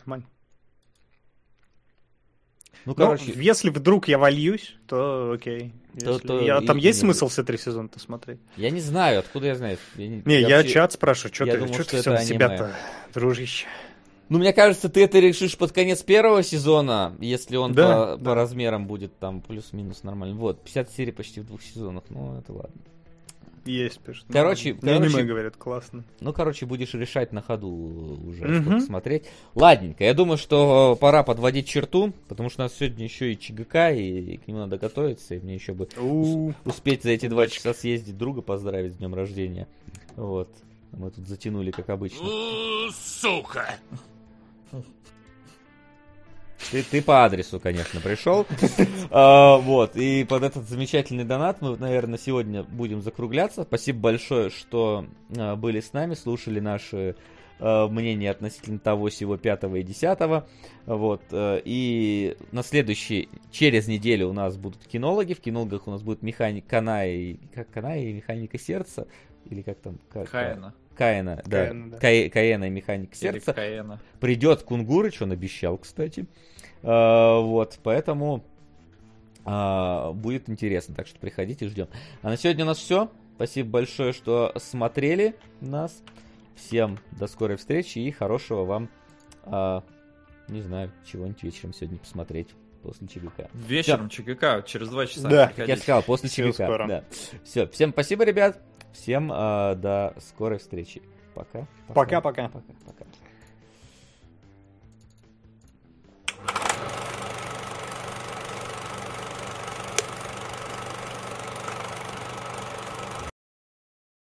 S3: Ну, короче... если вдруг я вольюсь, то окей. Там есть смысл все 3 сезона-то смотреть?
S1: Я не знаю, откуда я знаю.
S3: Я чат спрашиваю, что ты все на
S1: аниме.
S3: себя-то, дружище?
S1: Ну, мне кажется, ты это решишь под конец 1 сезона, если он по размерам будет там плюс-минус нормально. Вот, 50 серий почти в 2 сезонах, ну, это ладно.
S3: Есть, пишет.
S1: Короче,
S3: аниме, говорят, классно.
S1: Ну, короче, будешь решать на ходу уже, сколько смотреть. Ладненько, я думаю, что пора подводить черту, потому что у нас сегодня еще и ЧГК, и к нему надо готовиться, и мне еще бы успеть за эти 2 часа съездить друга поздравить с днем рождения. Вот. Мы тут затянули, как обычно.
S5: Сука!
S1: Ты по адресу, конечно, пришел. Вот, и под этот замечательный донат мы, наверное, сегодня будем закругляться. Спасибо большое, что были с нами, слушали наши мнения относительно того, всего 5 и 10. Вот, и на через неделю у нас будут кинологи. В кинологах у нас будет Канаи и механика сердца. Или как там? Каэна, да. Каэна и механик сердца. Придет Кунгурыч, он обещал, кстати. Вот, поэтому будет интересно. Так что приходите, ждем. А на сегодня у нас все. Спасибо большое, что смотрели нас. Всем до скорой встречи и хорошего вам, не знаю, чего-нибудь вечером сегодня посмотреть после ЧГК.
S2: Вечером ЧГК, через 2 часа.
S3: Да,
S1: как я сказал, после ЧГК. Да. Все, всем спасибо, ребят. Всем до скорой встречи. Пока.
S3: Пока-пока.
S1: Пока.